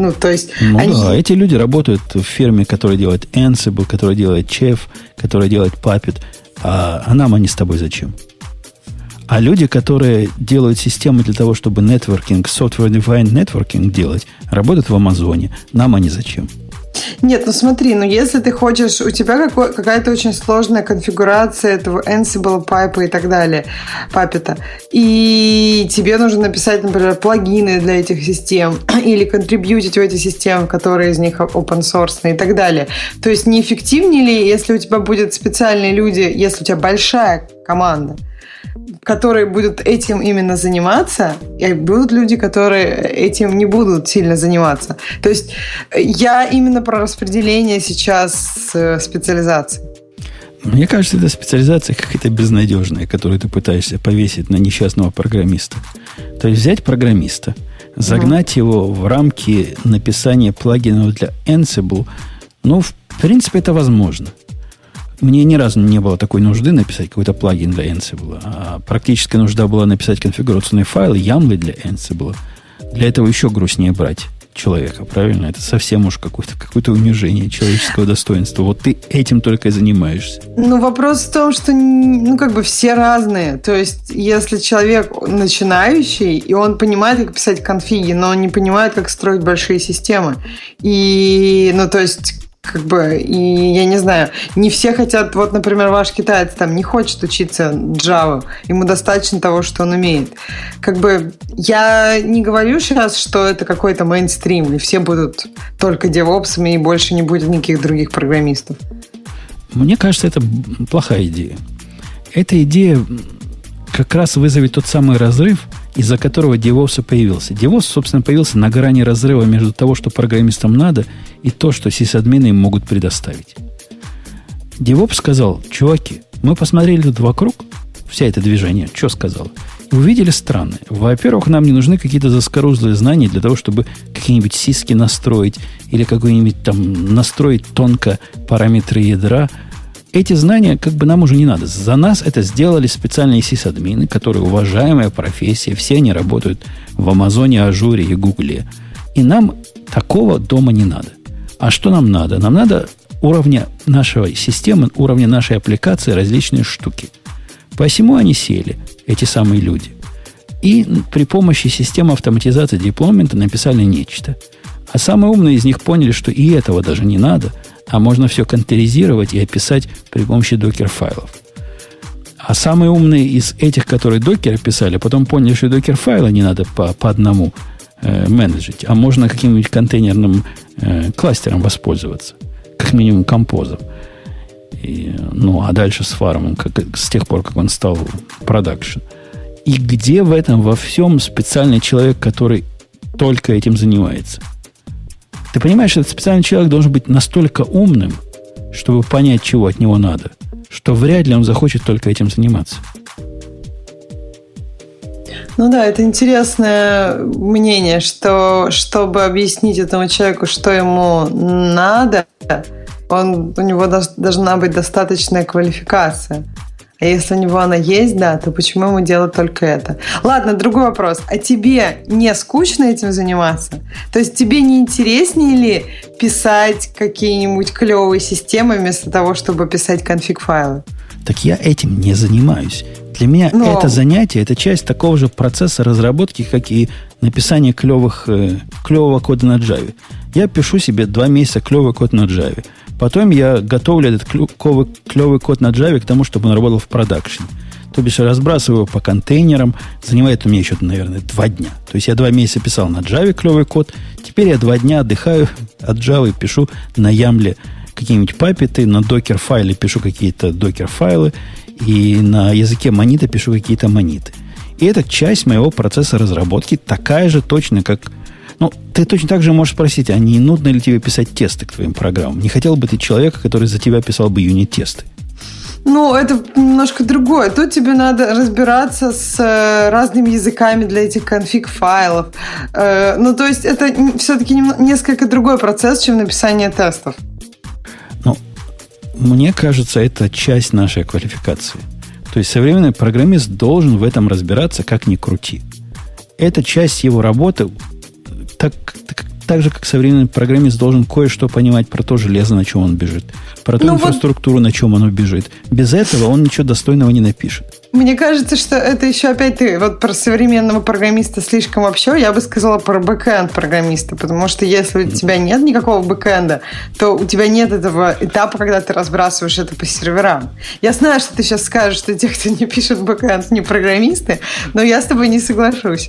Да, эти люди работают в фирме, которая делает Ansible, которая делает Chef, которая делает Puppet. А нам они с тобой зачем? А люди, которые делают системы для того, чтобы нетворкинг, software-defined networking делать, работают в Амазоне. Нам они зачем? Нет, смотри, если ты хочешь, у тебя какая-то очень сложная конфигурация этого Ansible, Pipe и так далее, Puppet, и тебе нужно написать, например, плагины для этих систем или контрибьютить в эти системы, которые из них open source и так далее. То есть неэффективнее ли, если у тебя будут специальные люди, если у тебя большая команда, которые будут этим именно заниматься, и будут люди, которые этим не будут сильно заниматься. То есть я именно про распределение сейчас специализаций. Мне кажется, эта специализация какая-то безнадежная, которую ты пытаешься повесить на несчастного программиста. То есть взять программиста, загнать его в рамки написания плагинов для Ansible, в принципе, это возможно. Мне ни разу не было такой нужды написать какой-то плагин для Ansible. А практическая нужда была написать конфигурационный файл, ямлы для Ansible. Для этого еще грустнее брать человека, правильно? Это совсем уж какое-то унижение человеческого достоинства. Вот ты этим только и занимаешься. Вопрос в том, что все разные. То есть, если человек начинающий, и он понимает, как писать конфиги, но он не понимает, как строить большие системы. И, и я не знаю, не все хотят, например, ваш китаец не хочет учиться Java, ему достаточно того, что он умеет. Я не говорю сейчас, что это какой-то мейнстрим, и все будут только девопсами, и больше не будет никаких других программистов. Мне кажется, это плохая идея. Эта идея как раз вызовет тот самый разрыв, из-за которого DevOps появился. DevOps, собственно, появился на грани разрыва между того, что программистам надо, и то, что сисадмины им могут предоставить. DevOps сказал: чуваки, мы посмотрели тут вокруг, вся это движение, что сказал, и увидели странное. Во-первых, нам не нужны какие-то заскорузлые знания для того, чтобы какие-нибудь сиски настроить или какой-нибудь настроить тонко параметры ядра. Эти знания нам уже не надо. За нас это сделали специальные сисадмины, которые уважаемая профессия. Все они работают в Амазоне, Ажуре и Гугле. И нам такого дома не надо. А что нам надо? Нам надо уровня нашей системы, уровня нашей аппликации различные штуки. Посему они сели, эти самые люди. И при помощи системы автоматизации деплоймента написали нечто. А самые умные из них поняли, что и этого даже не надо, а можно все контейнеризировать и описать при помощи докер-файлов. А самые умные из этих, которые докер писали, потом поняли, что докер-файлы не надо по одному менеджить, а можно каким-нибудь контейнерным кластером воспользоваться, как минимум композом. А дальше с фармом, с тех пор, как он стал продакшн. И где в этом во всем специальный человек, который только этим занимается? Ты понимаешь, что этот специальный человек должен быть настолько умным, чтобы понять, чего от него надо, что вряд ли он захочет только этим заниматься. Ну да, это интересное мнение, что чтобы объяснить этому человеку, что ему надо, у него должна быть достаточная квалификация. А если у него она есть, да, то почему ему делать только это? Ладно, другой вопрос. А тебе не скучно этим заниматься? То есть тебе не интереснее ли писать какие-нибудь клевые системы вместо того, чтобы писать конфиг-файлы? Так я этим не занимаюсь. Для меня это занятие, это часть такого же процесса разработки, как и написание клевого кода на Java. Я пишу себе 2 месяца клевый код на Java. Потом я готовлю этот клевый код на Java к тому, чтобы он работал в продакшене. То бишь, разбрасываю его по контейнерам. Занимает у меня еще, наверное, 2 дня. То есть я 2 месяца писал на Java клевый код. Теперь я 2 дня отдыхаю от Java и пишу на Ямле какие-нибудь папеты, на докер-файле пишу какие-то докер-файлы, и на языке монита пишу какие-то мониты. И это часть моего процесса разработки, такая же точно, как... ты точно так же можешь спросить, а не нудно ли тебе писать тесты к твоим программам? Не хотел бы ты человека, который за тебя писал бы юнит-тесты? Это немножко другое. Тут тебе надо разбираться с разными языками для этих конфиг-файлов. То есть это все-таки несколько другой процесс, чем написание тестов. Мне кажется, это часть нашей квалификации. То есть современный программист должен в этом разбираться, как ни крути. Это часть его работы, так же, как современный программист должен кое-что понимать про то железо, на чем он бежит, про ту инфраструктуру, на чем оно бежит. Без этого он ничего достойного не напишет. Мне кажется, что это еще опять ты про современного программиста слишком вообще. Я бы сказала про бэкэнд программиста, потому что если у тебя нет никакого бэкэнда, то у тебя нет этого этапа, когда ты разбрасываешь это по серверам. Я знаю, что ты сейчас скажешь, что те, кто не пишет бэкэнд, не программисты, но я с тобой не соглашусь.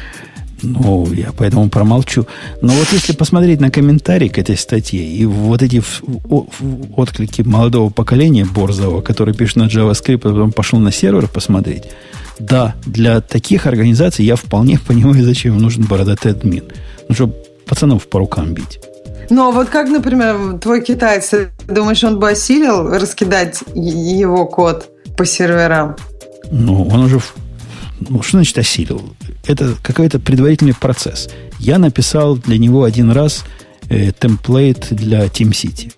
Я поэтому промолчу. Но если посмотреть на комментарии к этой статье и эти отклики молодого поколения борзого, который пишет на JavaScript, а потом пошел на сервер посмотреть, да, для таких организаций я вполне понимаю, зачем им нужен бородатый админ. Чтобы пацанов по рукам бить. Как, например, твой китаец, ты думаешь, он бы осилил раскидать его код по серверам? Он уже... что значит осилил? Это какой-то предварительный процесс. Я написал для него 1 раз темплейт для TeamCity.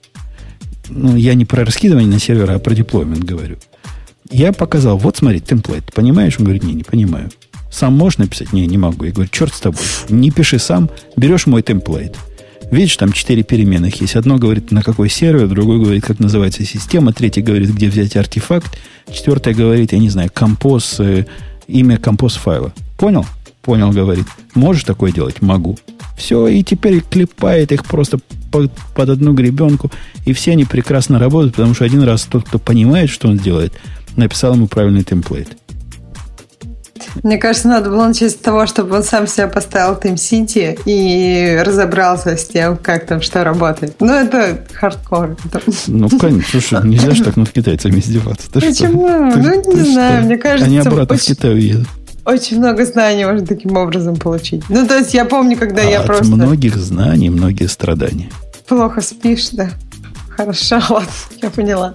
Я не про раскидывание на сервера, а про деплоймент говорю. Я показал, смотри, темплейт. Понимаешь? Он говорит, не понимаю. Сам можешь написать? Не могу. Я говорю, черт с тобой. Не пиши сам, берешь мой темплейт. Видишь, там 4 переменных есть. Одно говорит, на какой сервер, другой говорит, как называется система, третий говорит, где взять артефакт, 4 говорит, я не знаю, композ, имя композ файла. Понял? Понял, говорит. Можешь такое делать? Могу. Все, и теперь клепает их просто под одну гребенку, и все они прекрасно работают, потому что 1 раз тот, кто понимает, что он делает, написал ему правильный темплейт. Мне кажется, надо было начать с того, чтобы он сам себя поставил TeamCity и разобрался с тем, как там что работает. Это хардкор. Конечно. Слушай, нельзя же так над китайцами издеваться. Почему? Не знаю, мне кажется... Они обратно в Китай уедут. Очень много знаний можно таким образом получить. То есть я помню, когда я от просто... От многих знаний, многие страдания. Плохо спишь, да? Хорошо, ладно, я поняла.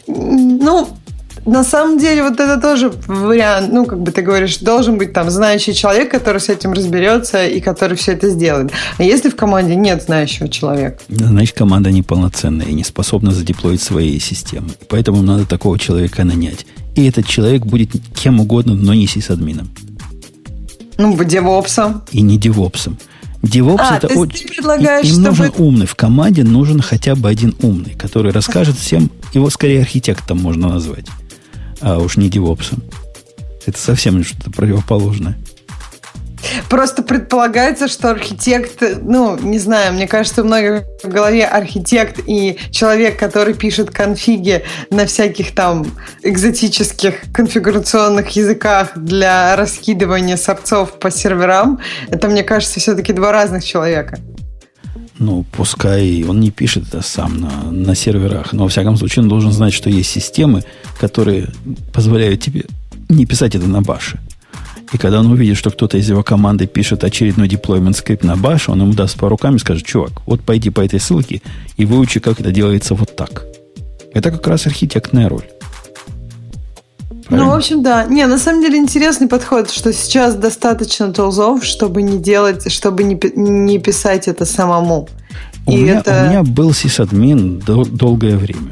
На самом деле, это тоже вариант, ты говоришь, должен быть там знающий человек, который с этим разберется и который все это сделает. А если в команде нет знающего человека? Значит, команда неполноценная и не способна задеплоить свои системы. Поэтому надо такого человека нанять. И этот человек будет кем угодно, но не сисадмином. Девопсом. И не девопсом. Девопс это очень... Им нужен умный. В команде нужен хотя бы 1 умный, который расскажет всем, его скорее архитектом можно назвать. А уж не девопсом. Это совсем что-то противоположное. Просто предполагается, что архитект, не знаю, мне кажется, у многих в голове архитект и человек, который пишет конфиги на всяких там экзотических конфигурационных языках для раскидывания сорцов по серверам, это, мне кажется, все-таки два разных человека. Пускай он не пишет это сам на серверах, но, во всяком случае, он должен знать, что есть системы, которые позволяют тебе не писать это на баше. И когда он увидит, что кто-то из его команды пишет очередной deployment скрипт на баше, он ему даст по рукам и скажет: чувак, вот пойди по этой ссылке и выучи, как это делается вот так. Это как раз архитектная роль. Правильно? В общем, да. На самом деле интересный подход, что сейчас достаточно тулзов, чтобы не делать, чтобы не писать это самому. У меня был сисадмин долгое время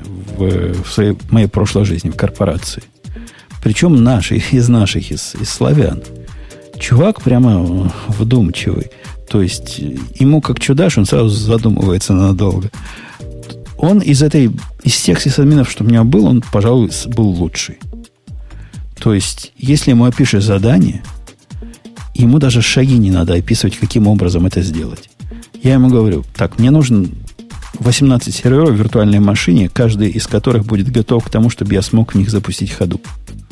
в моей прошлой жизни в корпорации. Причем из славян. Чувак прямо вдумчивый. То есть ему как чудаш, он сразу задумывается надолго. Он из тех сисадминов, что у меня был, он, пожалуй, был лучший. То есть, если ему опишешь задание, ему даже шаги не надо описывать, каким образом это сделать. Я ему говорю: так, мне нужно 18 серверов в виртуальной машине, каждый из которых будет готов к тому, чтобы я смог в них запустить Hadoop.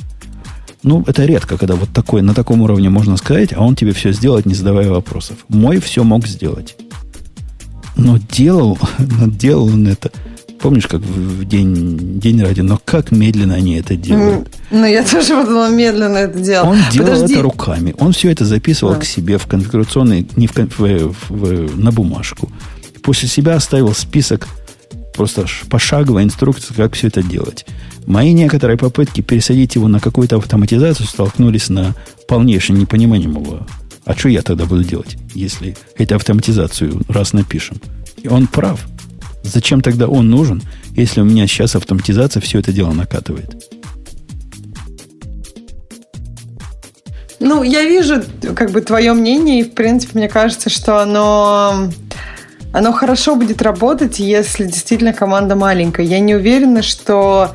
Это редко, когда вот на таком уровне можно сказать, а он тебе все сделает, не задавая вопросов. Мой все мог сделать. Но делал он это. Помнишь, как в день ради, но как медленно они это делают. Я тоже подумала, медленно это делал. Он делал это руками. Он все это записывал к себе в конфигурационный, на бумажку. После себя оставил список, просто пошаговой инструкции, как все это делать. Мои некоторые попытки пересадить его на какую-то автоматизацию столкнулись на полнейшее непонимание. А что я тогда буду делать, если эту автоматизацию раз напишем? И он прав. Зачем тогда он нужен, если у меня сейчас автоматизация все это дело накатывает? Я вижу твое мнение, и, в принципе, мне кажется, что оно хорошо будет работать, если действительно команда маленькая. Я не уверена, что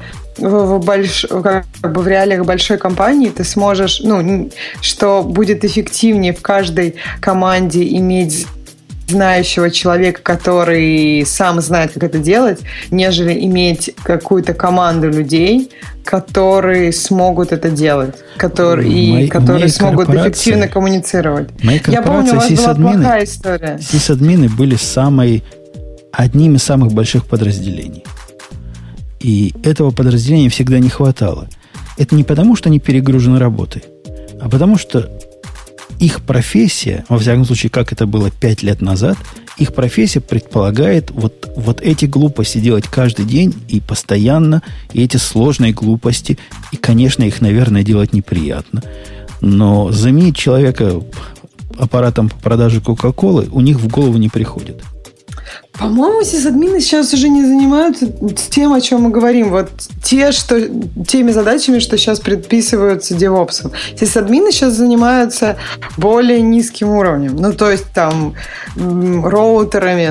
в реалиях большой компании ты сможешь, что будет эффективнее в каждой команде иметь знающего человека, который сам знает, как это делать, нежели иметь какую-то команду людей, которые смогут это делать, которые смогут эффективно коммуницировать. Я помню, у вас была плохая история. Сисадмины были одним из самых больших подразделений. И этого подразделения всегда не хватало. Это не потому, что они перегружены работой, а потому что их профессия, во всяком случае, как это было 5 лет назад, их профессия предполагает вот эти глупости делать каждый день и постоянно, и эти сложные глупости. И, конечно, их, наверное, делать неприятно. Но заменить человека аппаратом по продаже Кока-Колы у них в голову не приходит. По-моему, сисадмины сейчас уже не занимаются тем, о чем мы говорим. Теми задачами, что сейчас предписываются девопсом. Сисадмины сейчас занимаются более низким уровнем. То есть, там, роутерами.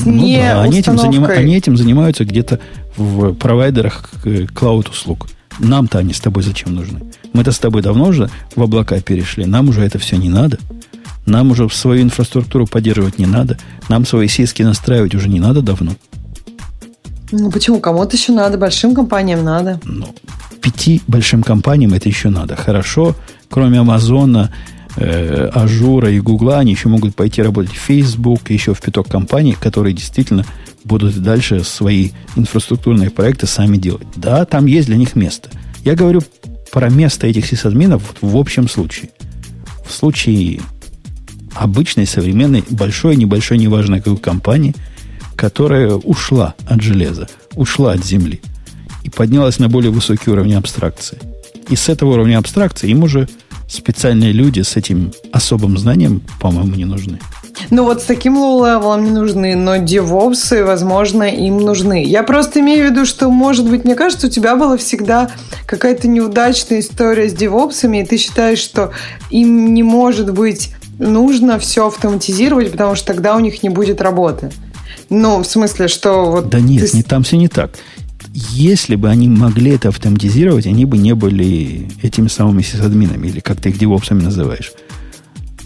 Они этим занимаются где-то в провайдерах клауд-услуг. Нам-то они с тобой зачем нужны? Мы-то с тобой давно уже в облака перешли. Нам уже это все не надо. Нам уже свою инфраструктуру поддерживать не надо. Нам свои сиски настраивать уже не надо давно. Почему? Кому-то еще надо. Большим компаниям надо. 5 большим компаниям это еще надо. Хорошо. Кроме Амазона, Ажура и Гугла, они еще могут пойти работать в Facebook, еще в 5 компаний, которые действительно будут дальше свои инфраструктурные проекты сами делать. Да, там есть для них место. Я говорю про место этих сисадминов в общем случае. В случае обычной, современной, большой, небольшой, неважно какой компании, которая ушла от железа, ушла от земли и поднялась на более высокий уровень абстракции. И с этого уровня абстракции им уже специальные люди с этим особым знанием, по-моему, не нужны. С таким low-level не нужны, но девопсы, возможно, им нужны. Я просто имею в виду, что, может быть, мне кажется, у тебя была всегда какая-то неудачная история с девопсами, и ты считаешь, что им не может быть нужно все автоматизировать, потому что тогда у них не будет работы. В смысле, что... Да нет, там все не так. Если бы они могли это автоматизировать, они бы не были этими самыми сисадминами, или как ты их девопсами называешь.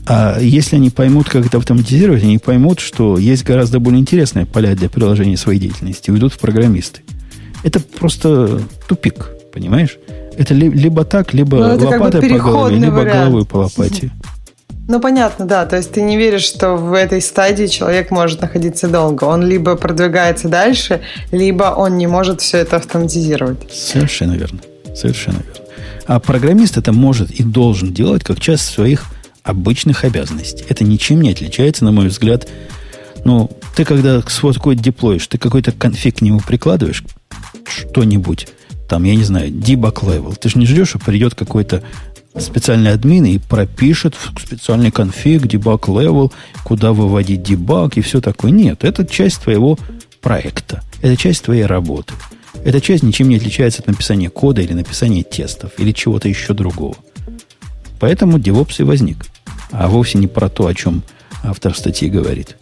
А если они поймут, как это автоматизировать, они поймут, что есть гораздо более интересные поля для приложения своей деятельности, уйдут в программисты. Это просто тупик, понимаешь? Это либо так, либо лопатой по голове, либо головой по лопате. Ну, понятно, да. То есть ты не веришь, что в этой стадии человек может находиться долго. Он либо продвигается дальше, либо он не может все это автоматизировать. Совершенно верно. Совершенно верно. А программист это может и должен делать как часть своих обычных обязанностей. Это ничем не отличается, на мой взгляд. Ну, ты когда свой код деплоишь, ты какой-то конфиг к нему прикладываешь, что-нибудь, там, я не знаю, debug level. Ты же не ждешь, что придет какой-то специальный админ и пропишет в специальный конфиг debug level, куда выводить дебаг и все такое. Нет, это часть твоего проекта. Это часть твоей работы. Эта часть ничем не отличается от написания кода или написания тестов или чего-то еще другого. Поэтому DevOps и возник. А вовсе не про то, о чем автор статьи говорит.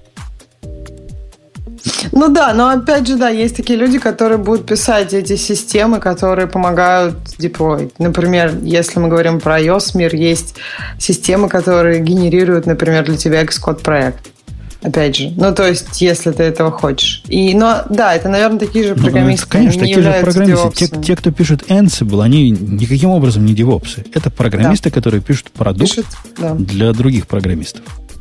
Ну да, но опять же, да, есть такие люди, которые будут писать эти системы, которые помогают деплоить. Например, если мы говорим про iOS мир, есть системы, которые генерируют, например, для тебя Xcode проект. Опять же, ну то есть, если ты этого хочешь. Но да, это, наверное, такие же программисты. Конечно, такие же программисты. Те, кто пишет Ansible, они никаким образом не девопсы. Это программисты, которые пишут продукт для других программистов.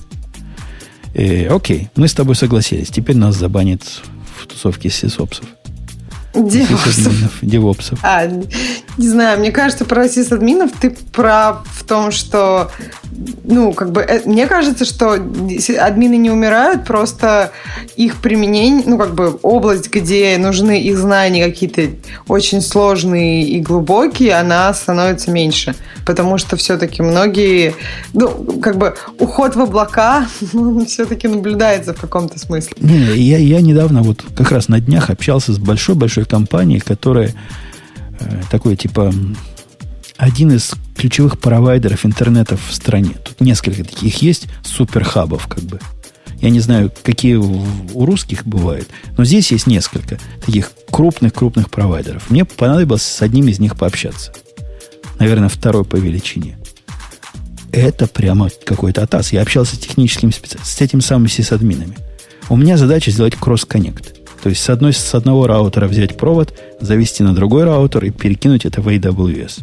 Окей, мы с тобой согласились. Теперь нас забанят в тусовке сисопсов. Девопсов. Не знаю, мне кажется, про сисадминов ты прав в том, что мне кажется, что админы не умирают, просто их применение, область, где нужны их знания какие-то очень сложные и глубокие, она становится меньше. Потому что все-таки многие, уход в облака все-таки наблюдается в каком-то смысле. Я недавно как раз на днях общался с большой-большой компанией, которая такой один из ключевых провайдеров интернета в стране. Тут несколько таких есть суперхабов, Я не знаю, какие у русских бывают, но здесь есть несколько таких крупных провайдеров. Мне понадобилось с одним из них пообщаться. Наверное, второй по величине. Это прямо какой-то атас. Я общался с техническим специалистом, с этим самым сисадминами. У меня задача сделать кросс-коннект. То есть с одного раутера взять провод, завести на другой раутер и перекинуть это в AWS.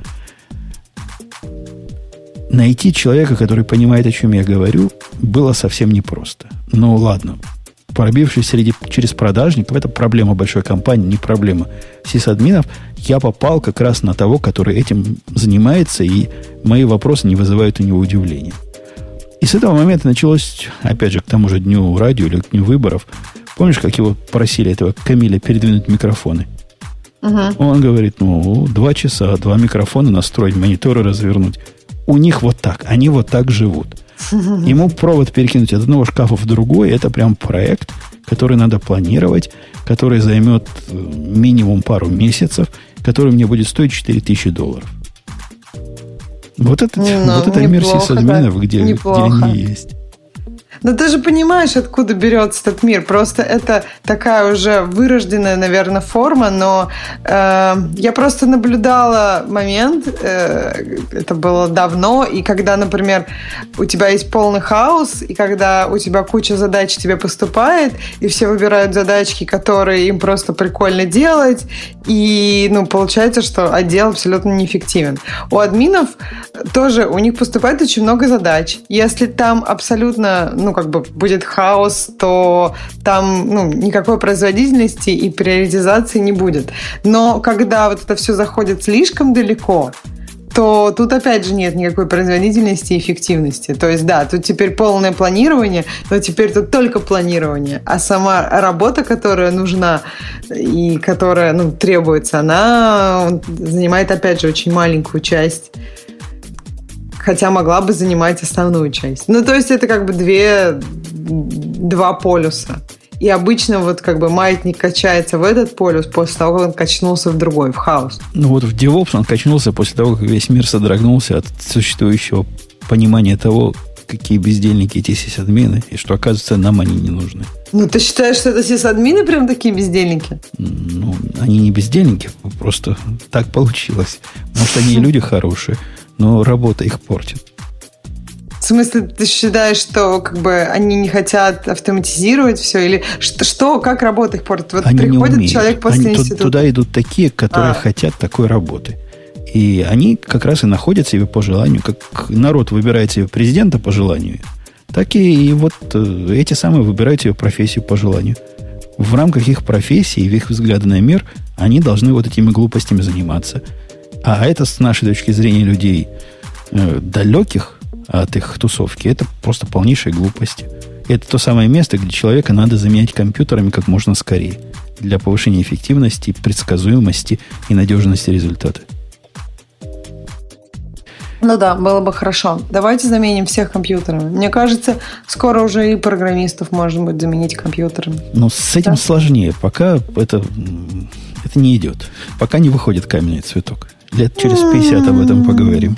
Найти человека, который понимает, о чем я говорю, было совсем непросто. Ну, ладно. Пробившись через продажников, это проблема большой компании, не проблема сисадминов. Я попал как раз на того, который этим занимается, и мои вопросы не вызывают у него удивления. И с этого момента началось, опять же, к тому же дню радио или к дню выборов. Помнишь, как его просили, этого Камиля, передвинуть микрофоны? Он говорит, 2 часа, 2 микрофона настроить, мониторы развернуть. У них вот так, они вот так живут. Ему провод перекинуть от одного шкафа в другой, это прям проект, который надо планировать, который займет минимум пару месяцев, который мне будет стоить $4000. Вот это мир сисадминов, где они есть. Но ты же понимаешь, откуда берется этот мир. Просто это такая уже вырожденная, наверное, форма, но я просто наблюдала момент, это было давно, и когда, например, у тебя есть полный хаос, и когда у тебя куча задач тебе поступает, и все выбирают задачки, которые им просто прикольно делать, и получается, что отдел абсолютно неэффективен. У админов тоже, у них поступает очень много задач. Если там абсолютно будет хаос, то там никакой производительности и приоритизации не будет. Но когда вот это все заходит слишком далеко, то тут опять же нет никакой производительности и эффективности. То есть да, тут теперь полное планирование, но теперь тут только планирование. А сама работа, которая нужна и которая требуется, она занимает опять же очень маленькую часть, хотя могла бы занимать основную часть. То есть это два полюса. И обычно маятник качается в этот полюс после того, как он качнулся в другой, в хаос. В DevOps он качнулся после того, как весь мир содрогнулся от существующего понимания того, какие бездельники эти сисадмины, и что, оказывается, нам они не нужны. Ты считаешь, что это сисадмины прям такие бездельники? Они не бездельники, просто так получилось. Может, они и люди хорошие, но работа их портит. В смысле, ты считаешь, что как бы они не хотят автоматизировать все? Или что как работа их портит? Вот они приходит человек после института. Туда идут такие, которые хотят такой работы. И они как раз и находят себе по желанию, как народ выбирает себе президента по желанию, так и вот эти самые выбирают себе профессию по желанию. В рамках их профессии, в их взгляда на мир, они должны вот этими глупостями заниматься. А это, с нашей точки зрения, людей далеких от их тусовки, это просто полнейшие глупости. Это то самое место, где человека надо заменять компьютерами как можно скорее для повышения эффективности, предсказуемости и надежности результата. Ну да, было бы хорошо. Давайте заменим всех компьютерами. Мне кажется, скоро уже и программистов можно будет заменить компьютерами. Но с этим сложнее. Пока это не идет. Пока не выходит каменный цветок. Лет через 50 об этом поговорим.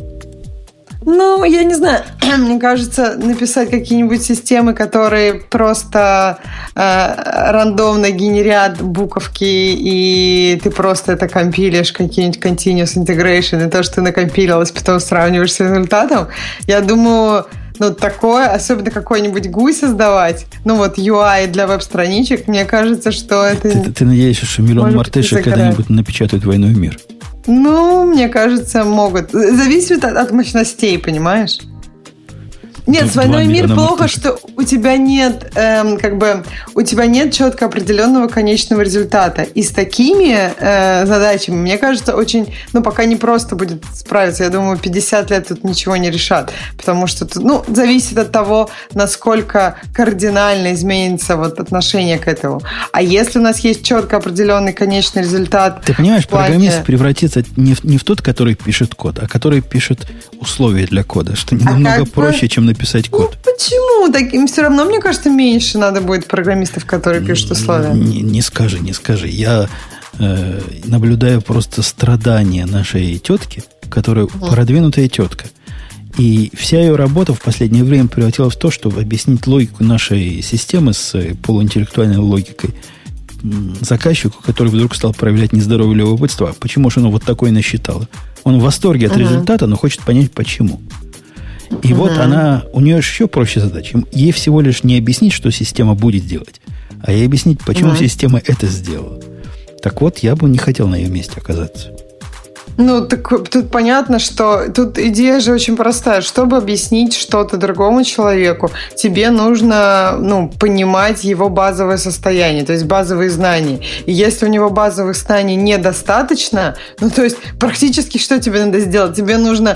Ну, я не знаю. Мне кажется, написать какие-нибудь системы, которые просто рандомно генерят буковки, и ты просто это компилишь, какие-нибудь continuous integration, и то, что ты накомпилилось, потом сравниваешь с результатом. Я думаю, такое, особенно какой-нибудь GUI создавать, UI для веб-страничек, мне кажется, что это... Ты надеешься, что миллион мартышек когда-нибудь напечатают «Войну и мир»? Мне кажется, могут. Зависит от мощностей, понимаешь? Нет, с «Войной и мир» плохо, что у тебя нет, у тебя нет четко определенного конечного результата. И с такими задачами, мне кажется, очень, пока не просто будет справиться. Я думаю, 50 лет тут ничего не решат. Потому что, зависит от того, насколько кардинально изменится отношение к этому. А если у нас есть четко определенный конечный результат... Ты понимаешь, программист превратится не в тот, который пишет код, а который пишет условия для кода, что намного проще, чем написать код. Почему? Таким все равно, мне кажется, меньше надо будет программистов, которые пишут условия. Не скажи. Я наблюдаю просто страдания нашей тетки, которая продвинутая тетка. И вся ее работа в последнее время превратилась в то, чтобы объяснить логику нашей системы с полуинтеллектуальной логикой заказчику, который вдруг стал проявлять нездоровое любопытство. Почему же оно вот такое насчитало? Он в восторге от результата, но хочет понять, почему. И вот у нее еще проще задача. Ей всего лишь не объяснить, что система будет делать, а ей объяснить, почему система это сделала. Так вот, я бы не хотел на ее месте оказаться. Так тут понятно, что тут идея же очень простая. Чтобы объяснить что-то другому человеку, тебе нужно, понимать его базовое состояние, то есть базовые знания. И если у него базовых знаний недостаточно, то есть практически что тебе надо сделать? Тебе нужно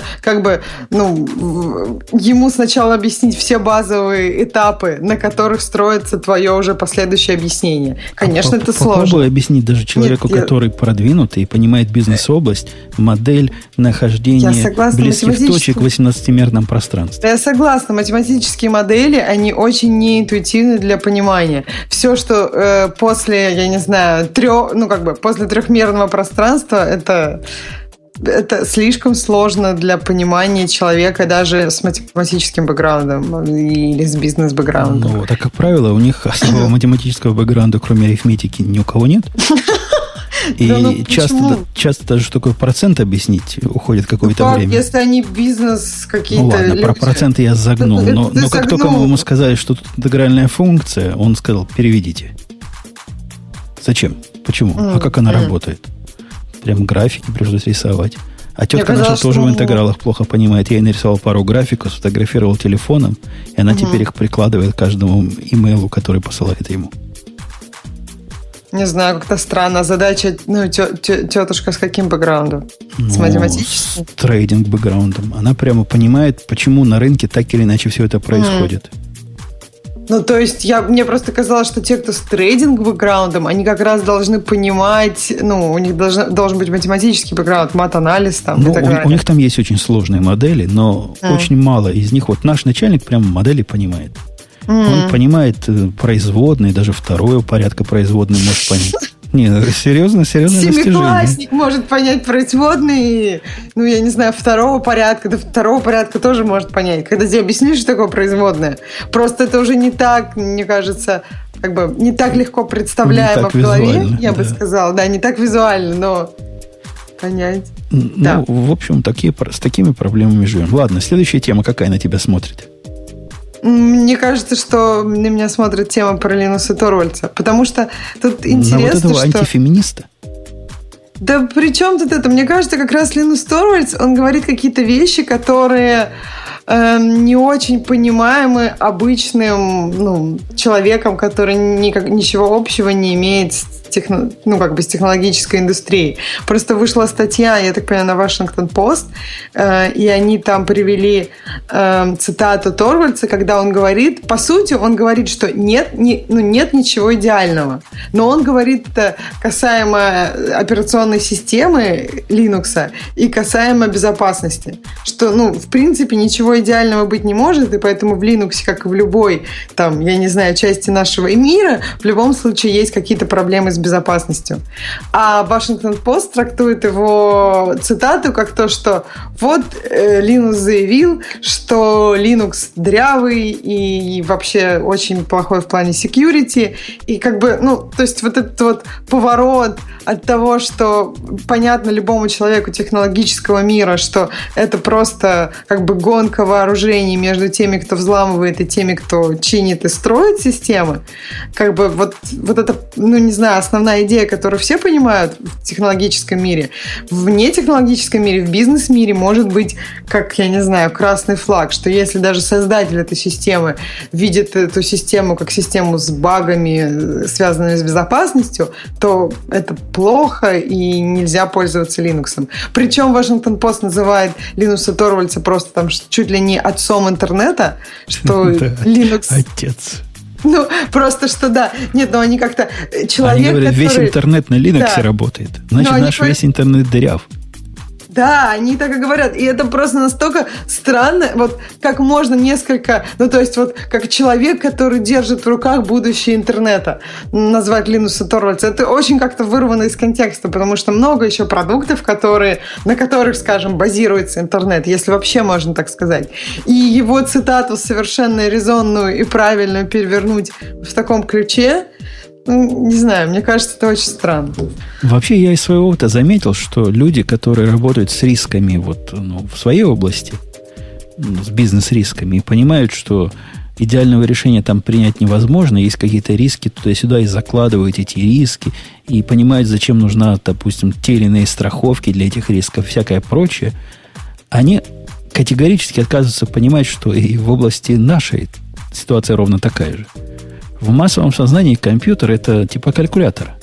ему сначала объяснить все базовые этапы, на которых строится твое уже последующее объяснение. Конечно, это сложно. Попробуй объяснить даже человеку, который продвинутый и понимает бизнес-область, модель нахождения близких точек в 18-мерном пространстве. Я согласна. Математические модели, они очень неинтуитивны для понимания. Все, что после, я не знаю, после трехмерного пространства, это слишком сложно для понимания человека даже с математическим бэкграундом или с бизнес-бэкграундом. Так, как правило, у них особого математического бэкграунда, кроме арифметики, ни у кого нет. И часто даже что такое процент объяснить уходит какое-то время. Если они бизнес какие-то... Ладно, про проценты я загнул. Но как только мы ему сказали, что тут интегральная функция, он сказал, переведите. Зачем? Почему? А как она работает? Прям графики пришлось рисовать. А тетка наша тоже в интегралах плохо понимает. Я ей нарисовал пару графиков, сфотографировал телефоном, и она теперь их прикладывает к каждому имейлу, который посылает ему. Не знаю, как-то странно. Задача, тетушка с каким бэкграундом? С математическим? С трейдинг-бэкграундом. Она прямо понимает, почему на рынке так или иначе все это происходит. То есть, мне просто казалось, что те, кто с трейдинг-бэкграундом, они как раз должны понимать, у них должен быть математический бэкграунд, мат-анализ там и так далее. У них там есть очень сложные модели, но очень мало из них. Вот наш начальник прямо модели понимает. Он понимает производные, даже второго порядка производные может понять. Серьезно достижение. Семиклассник может понять производные, я не знаю, второго порядка, до второго порядка тоже может понять. Когда тебе объяснишь, что такое производное, просто это уже не так, мне кажется, не так легко представляемо в голове, я бы сказала. Да, не так визуально, но понять. Да. В общем, с такими проблемами живем. Ладно, следующая тема какая на тебя смотрит? Мне кажется, что на меня смотрит тема про Линуса Торвальдса, потому что тут интересно, на вот этого что... антифеминиста? Да при чем тут это? Мне кажется, как раз Линус Торвальдс, он говорит какие-то вещи, которые не очень понимаемы обычным человеком, который ничего общего не имеет с технологической индустрией. Просто вышла статья, я так понимаю, на Washington Post, и они там привели цитату Торвальдса, когда он говорит, по сути, он говорит, что нет ничего идеального. Но он говорит это касаемо операционной системы Linux и касаемо безопасности. Что, в принципе, ничего идеального быть не может, и поэтому в Linux, как и в любой, части нашего мира, в любом случае есть какие-то проблемы с безопасностью. А Washington Post трактует его цитату как то, что вот Linux заявил, что Linux дрявый и вообще очень плохой в плане security. И то есть вот этот вот поворот от того, что понятно любому человеку технологического мира, что это просто гонка вооружений между теми, кто взламывает, и теми, кто чинит и строит системы. Вот это, основная идея, которую все понимают в технологическом мире. В нетехнологическом мире, в бизнес-мире может быть, красный флаг, что если даже создатель этой системы видит эту систему как систему с багами, связанными с безопасностью, то это плохо и нельзя пользоваться Linux. Причем Washington Post называет Линуса Торвальдса просто там чуть ли не отцом интернета, что Linux... Отец. Просто что да. Нет, они как-то... Человек, они говорят, который... весь интернет на Linux работает. Значит, наш весь интернет дыряв. Да, они так и говорят. И это просто настолько странно, как можно несколько... как человек, который держит в руках будущее интернета, назвать Линуса Торвальдса. Это очень как-то вырвано из контекста, потому что много еще продуктов, на которых, скажем, базируется интернет, если вообще можно так сказать. И его цитату совершенно резонную и правильную перевернуть в таком ключе, не знаю, мне кажется, это очень странно. Вообще, я из своего опыта заметил, что люди, которые работают с рисками в своей области, с бизнес-рисками, и понимают, что идеального решения там принять невозможно, есть какие-то риски, туда-сюда и закладывают эти риски, и понимают, зачем нужна, допустим, те или иные страховки для этих рисков, всякое прочее, они категорически отказываются понимать, что и в области нашей ситуация ровно такая же. В массовом сознании компьютер это типа калькулятора.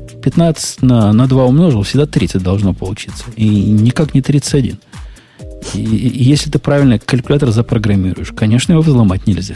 15 на 2 умножил, всегда 30 должно получиться. И никак не 31. И если ты правильно калькулятор запрограммируешь, конечно, его взломать нельзя.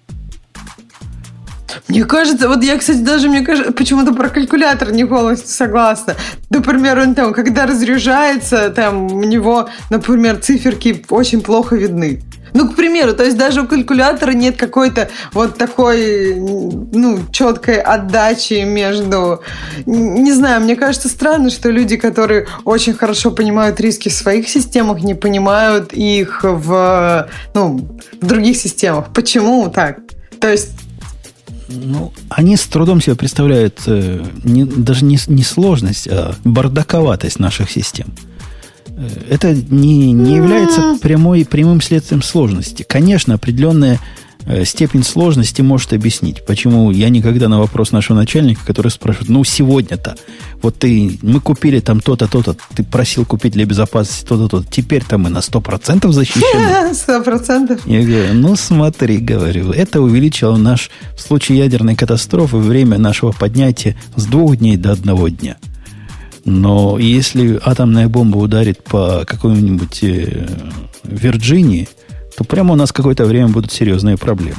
Мне кажется, я, кстати, почему-то про калькулятор не полностью согласна. Например, он когда разряжается, у него, например, циферки очень плохо видны. К примеру, то есть даже у калькулятора нет какой-то такой, четкой отдачи между... Не знаю, мне кажется странно, что люди, которые очень хорошо понимают риски в своих системах, не понимают их в других системах. Почему так? То есть... они с трудом себе представляют даже не сложность, а бардаковатость наших систем. Это не является прямым следствием сложности. Конечно, определенная степень сложности может объяснить, почему я никогда на вопрос нашего начальника, который спрашивает, сегодня-то, мы купили там то-то, то-то, ты просил купить для безопасности то-то, то-то, теперь-то мы на 100% защищены. 100%. Я говорю, смотри, говорю, это увеличило в случае ядерной катастрофы время нашего поднятия с 2 дней до 1 дня. Но если атомная бомба ударит по какой-нибудь Вирджинии, то прямо у нас какое-то время будут серьезные проблемы.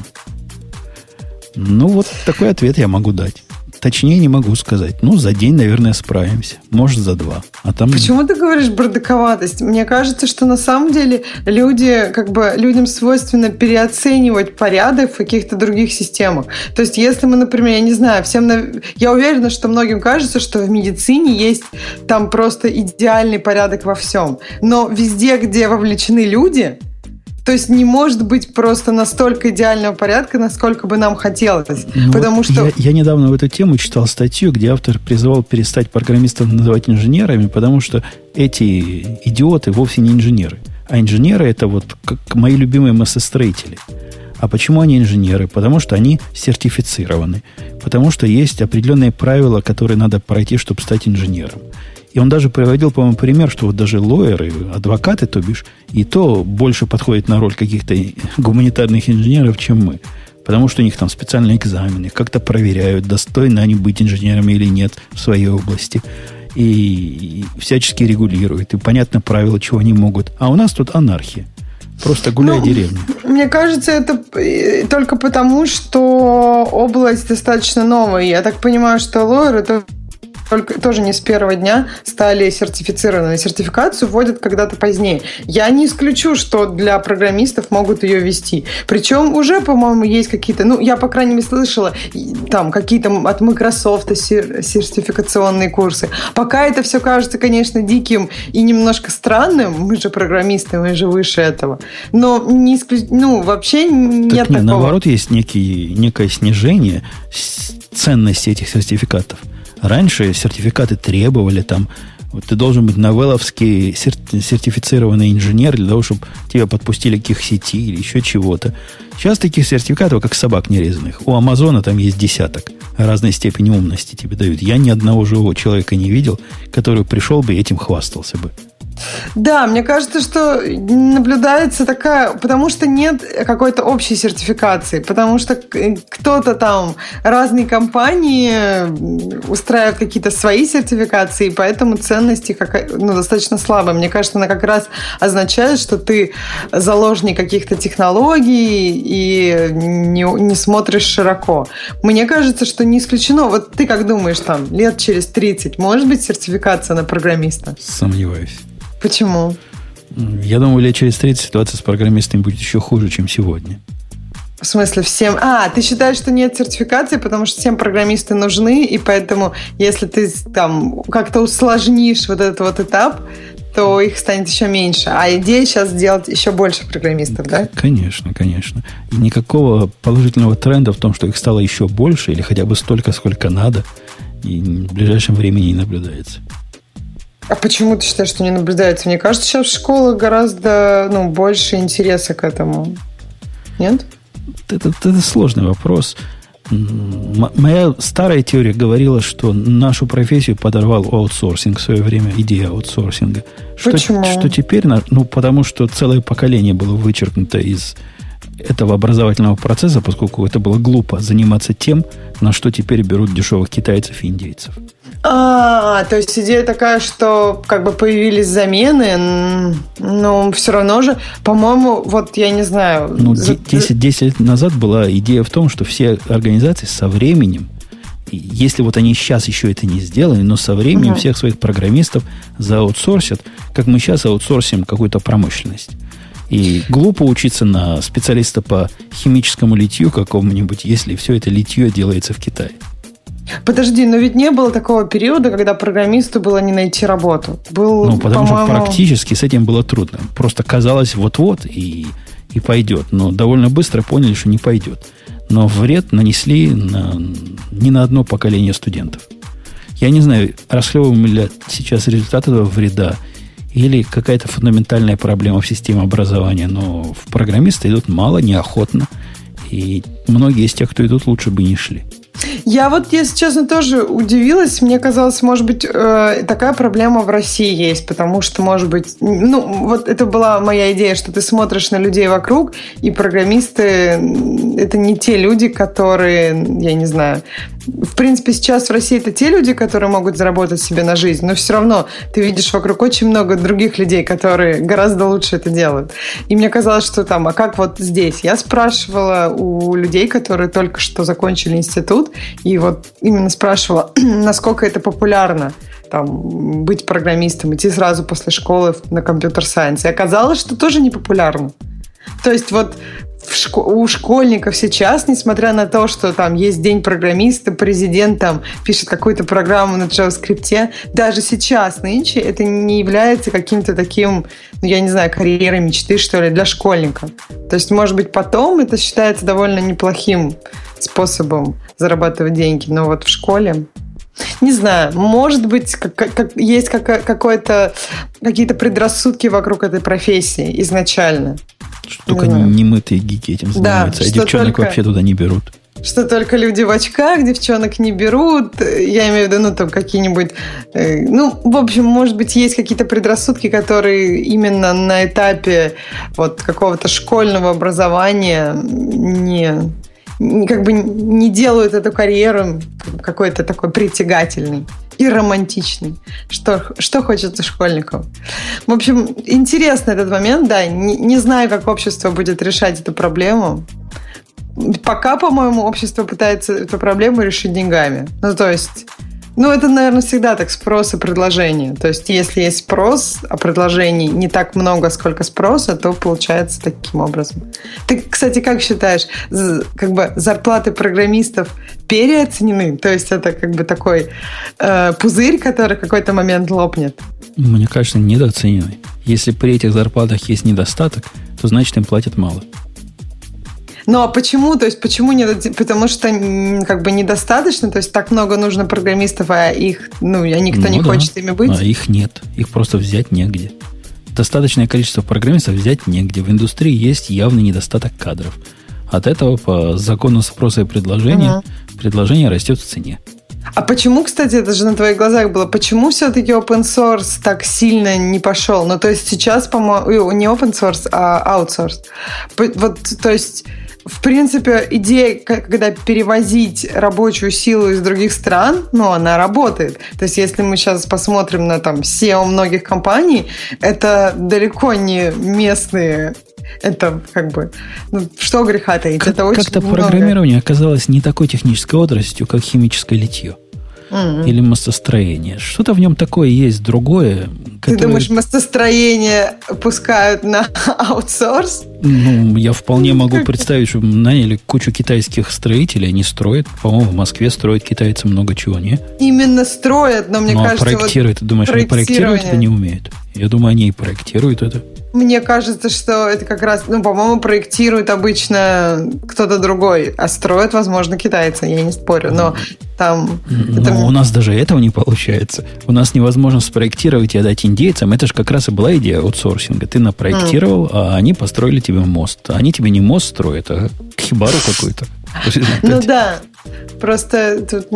Такой ответ я могу дать. Точнее не могу сказать. За день, наверное, справимся. Может, за 2. А там... Почему ты говоришь бардаковатость? Мне кажется, что на самом деле людям свойственно переоценивать порядок в каких-то других системах. То есть, если мы, например, я не знаю, я уверена, что многим кажется, что в медицине есть там просто идеальный порядок во всем. Но везде, где вовлечены люди, То есть не может быть просто настолько идеального порядка, насколько бы нам хотелось. Потому что... Я недавно в эту тему читал статью, где автор призывал перестать программистов называть инженерами, потому что эти идиоты вовсе не инженеры. А инженеры — это вот как мои любимые массостроители. А почему они инженеры? Потому что они сертифицированы. Потому что есть определенные правила, которые надо пройти, чтобы стать инженером. И он даже приводил, по-моему, пример, что вот даже лоеры, адвокаты, то бишь, и то больше подходят на роль каких-то гуманитарных инженеров, чем мы. Потому что у них там специальные экзамены, как-то проверяют, достойны они быть инженерами или нет в своей области. И всячески регулируют. И понятно правила, чего они могут. А у нас тут анархия. Просто гуляй деревню. Мне кажется, это только потому, что область достаточно новая. Я так понимаю, что лоеры тоже не с первого дня стали сертифицированы. Сертификацию вводят когда-то позднее. Я не исключу, что для программистов могут ее ввести. Причем уже, по-моему, есть какие-то... я, по крайней мере, слышала там какие-то от Microsoft сертификационные курсы. Пока это все кажется, конечно, диким и немножко странным. Мы же программисты, мы же выше этого. Но вообще нет такого. Наоборот, есть некое снижение ценности этих сертификатов. Раньше сертификаты требовали, ты должен быть новелловский сертифицированный инженер для того, чтобы тебя подпустили к их сети или еще чего-то. Сейчас таких сертификатов, как собак нерезанных. У Амазона там есть десяток разной степени умности тебе дают. Я ни одного живого человека не видел, который пришел бы и этим хвастался бы. Да, мне кажется, что наблюдается такая... Потому что нет какой-то общей сертификации. Потому что кто-то там, разные компании устраивают какие-то свои сертификации, поэтому ценность их достаточно слабая. Мне кажется, она как раз означает, что ты заложник каких-то технологий и не смотришь широко. Мне кажется, что не исключено. Вот ты как думаешь, лет через 30 может быть сертификация на программиста? Сомневаюсь. Почему? Я думаю, лет через 30 ситуация с программистами будет еще хуже, чем сегодня. В смысле, всем... ты считаешь, что нет сертификации, потому что всем программисты нужны, и поэтому, если ты как-то усложнишь вот этот вот этап, то их станет еще меньше. А идея сейчас сделать еще больше программистов, да? Конечно, конечно. И никакого положительного тренда в том, что их стало еще больше, или хотя бы столько, сколько надо, и в ближайшем времени не наблюдается. А почему ты считаешь, что не наблюдается? Мне кажется, сейчас в школах гораздо больше интереса к этому. Нет? Это сложный вопрос. Моя старая теория говорила, что нашу профессию подорвал аутсорсинг в свое время, идея аутсорсинга. Почему? Что теперь? Потому что целое поколение было вычеркнуто из этого образовательного процесса, поскольку это было глупо заниматься тем, на что теперь берут дешевых китайцев и индейцев. То есть идея такая, что появились замены, но все равно же, по-моему, я не знаю... 10 лет назад была идея в том, что все организации со временем, если они сейчас еще это не сделали, но со временем всех своих программистов зааутсорсят, как мы сейчас аутсорсим какую-то промышленность. И глупо учиться на специалиста по химическому литью какому-нибудь, если все это литье делается в Китае. Подожди, но ведь не было такого периода, когда программисту было не найти работу. Потому что практически с этим было трудно. Просто казалось вот-вот и пойдет. Но довольно быстро поняли, что не пойдет. Но вред нанесли не на одно поколение студентов. Я не знаю, расхлебываем ли сейчас результат этого вреда или какая-то фундаментальная проблема в системе образования. Но в программисты идут мало, неохотно. И многие из тех, кто идут, лучше бы не шли. Я если честно, тоже удивилась. Мне казалось, может быть, такая проблема в России есть, потому что, может быть... это была моя идея, что ты смотришь на людей вокруг, и программисты — это не те люди, которые, я не знаю... В принципе, сейчас в России это те люди, которые могут заработать себе на жизнь, но все равно ты видишь вокруг очень много других людей, которые гораздо лучше это делают. И мне казалось, что а как здесь? Я спрашивала у людей, которые только что закончили институт, и именно спрашивала, насколько это популярно быть программистом, идти сразу после школы на компьютер-сайенс. И оказалось, что тоже не популярно. То есть у школьников сейчас, несмотря на то, что там есть день программиста, президент там пишет какую-то программу на JavaScript, даже сейчас, нынче, это не является каким-то таким, ну, я не знаю, карьерой мечты, что ли, для школьника. То есть, может быть, потом это считается довольно неплохим способом зарабатывать деньги, но вот в школе... Не знаю, может быть, есть какие-то предрассудки вокруг этой профессии изначально. Что только немытые гики этим занимаются, а девчонок вообще туда не берут. Что только люди в очках, девчонок не берут. Я имею в виду, там какие-нибудь... в общем, может быть, есть какие-то предрассудки, которые именно на этапе вот какого-то школьного образования не делают эту карьеру какой-то такой притягательной и романтичной, что хочется школьникам. В общем, интересный этот момент, да, не знаю, как общество будет решать эту проблему. Пока, по-моему, общество пытается эту проблему решить деньгами. Это, наверное, всегда так, спрос и предложение. То есть, если есть спрос, а предложений не так много, сколько спроса, то получается таким образом. Ты, кстати, как считаешь, зарплаты программистов переоценены? То есть, это такой пузырь, который в какой-то момент лопнет? Мне кажется, недооценены. Если при этих зарплатах есть недостаток, то значит, им платят мало. Ну, а почему? То есть, почему нет? Потому что недостаточно, то есть, так много нужно программистов, а их, никто не хочет ими быть? А их нет. Их просто взять негде. Достаточное количество программистов взять негде. В индустрии есть явный недостаток кадров. От этого по закону спроса и предложения предложение растет в цене. А почему, кстати, это же на твоих глазах было, почему все-таки open source так сильно не пошел? То есть, сейчас, по-моему, не open source, а outsource. То есть... В принципе, идея, когда перевозить рабочую силу из других стран, она работает. То есть, если мы сейчас посмотрим на SEO многих компаний, это далеко не местные. Это что греха таить? Как-то программирование оказалось не такой технической отраслью, как химическое литье. Или мостостроение. Что-то в нем такое есть другое. Ты думаешь, мостостроение пускают на аутсорс? Я вполне могу представить, что наняли кучу китайских строителей, они строят. По-моему, в Москве строят китайцы много чего, не? Именно строят, но мне кажется... проектируют, ты думаешь, они проектировать это не умеют? Я думаю, они и проектируют это. Мне кажется, что это как раз, по-моему, проектирует обычно кто-то другой, а строят, возможно, китайцы, я не спорю, но там... У нас даже этого не получается. У нас невозможно спроектировать и отдать индейцам. Это же как раз и была идея аутсорсинга. Ты напроектировал, а они построили тебе мост. А они тебе не мост строят, а хибару какую-то. Да, просто тут...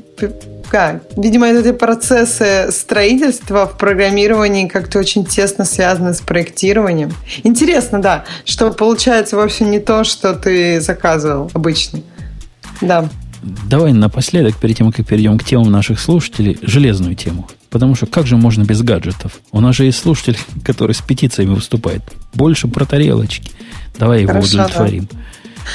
Видимо, эти процессы строительства в программировании как-то очень тесно связаны с проектированием. Интересно, да, что получается вовсе не то, что ты заказывал обычно. Да. Давай напоследок, перед тем, как перейдем к темам наших слушателей, железную тему. Потому что как же можно без гаджетов? У нас же есть слушатель, который с петициями выступает. Больше про тарелочки. Давай его удовлетворим. Да.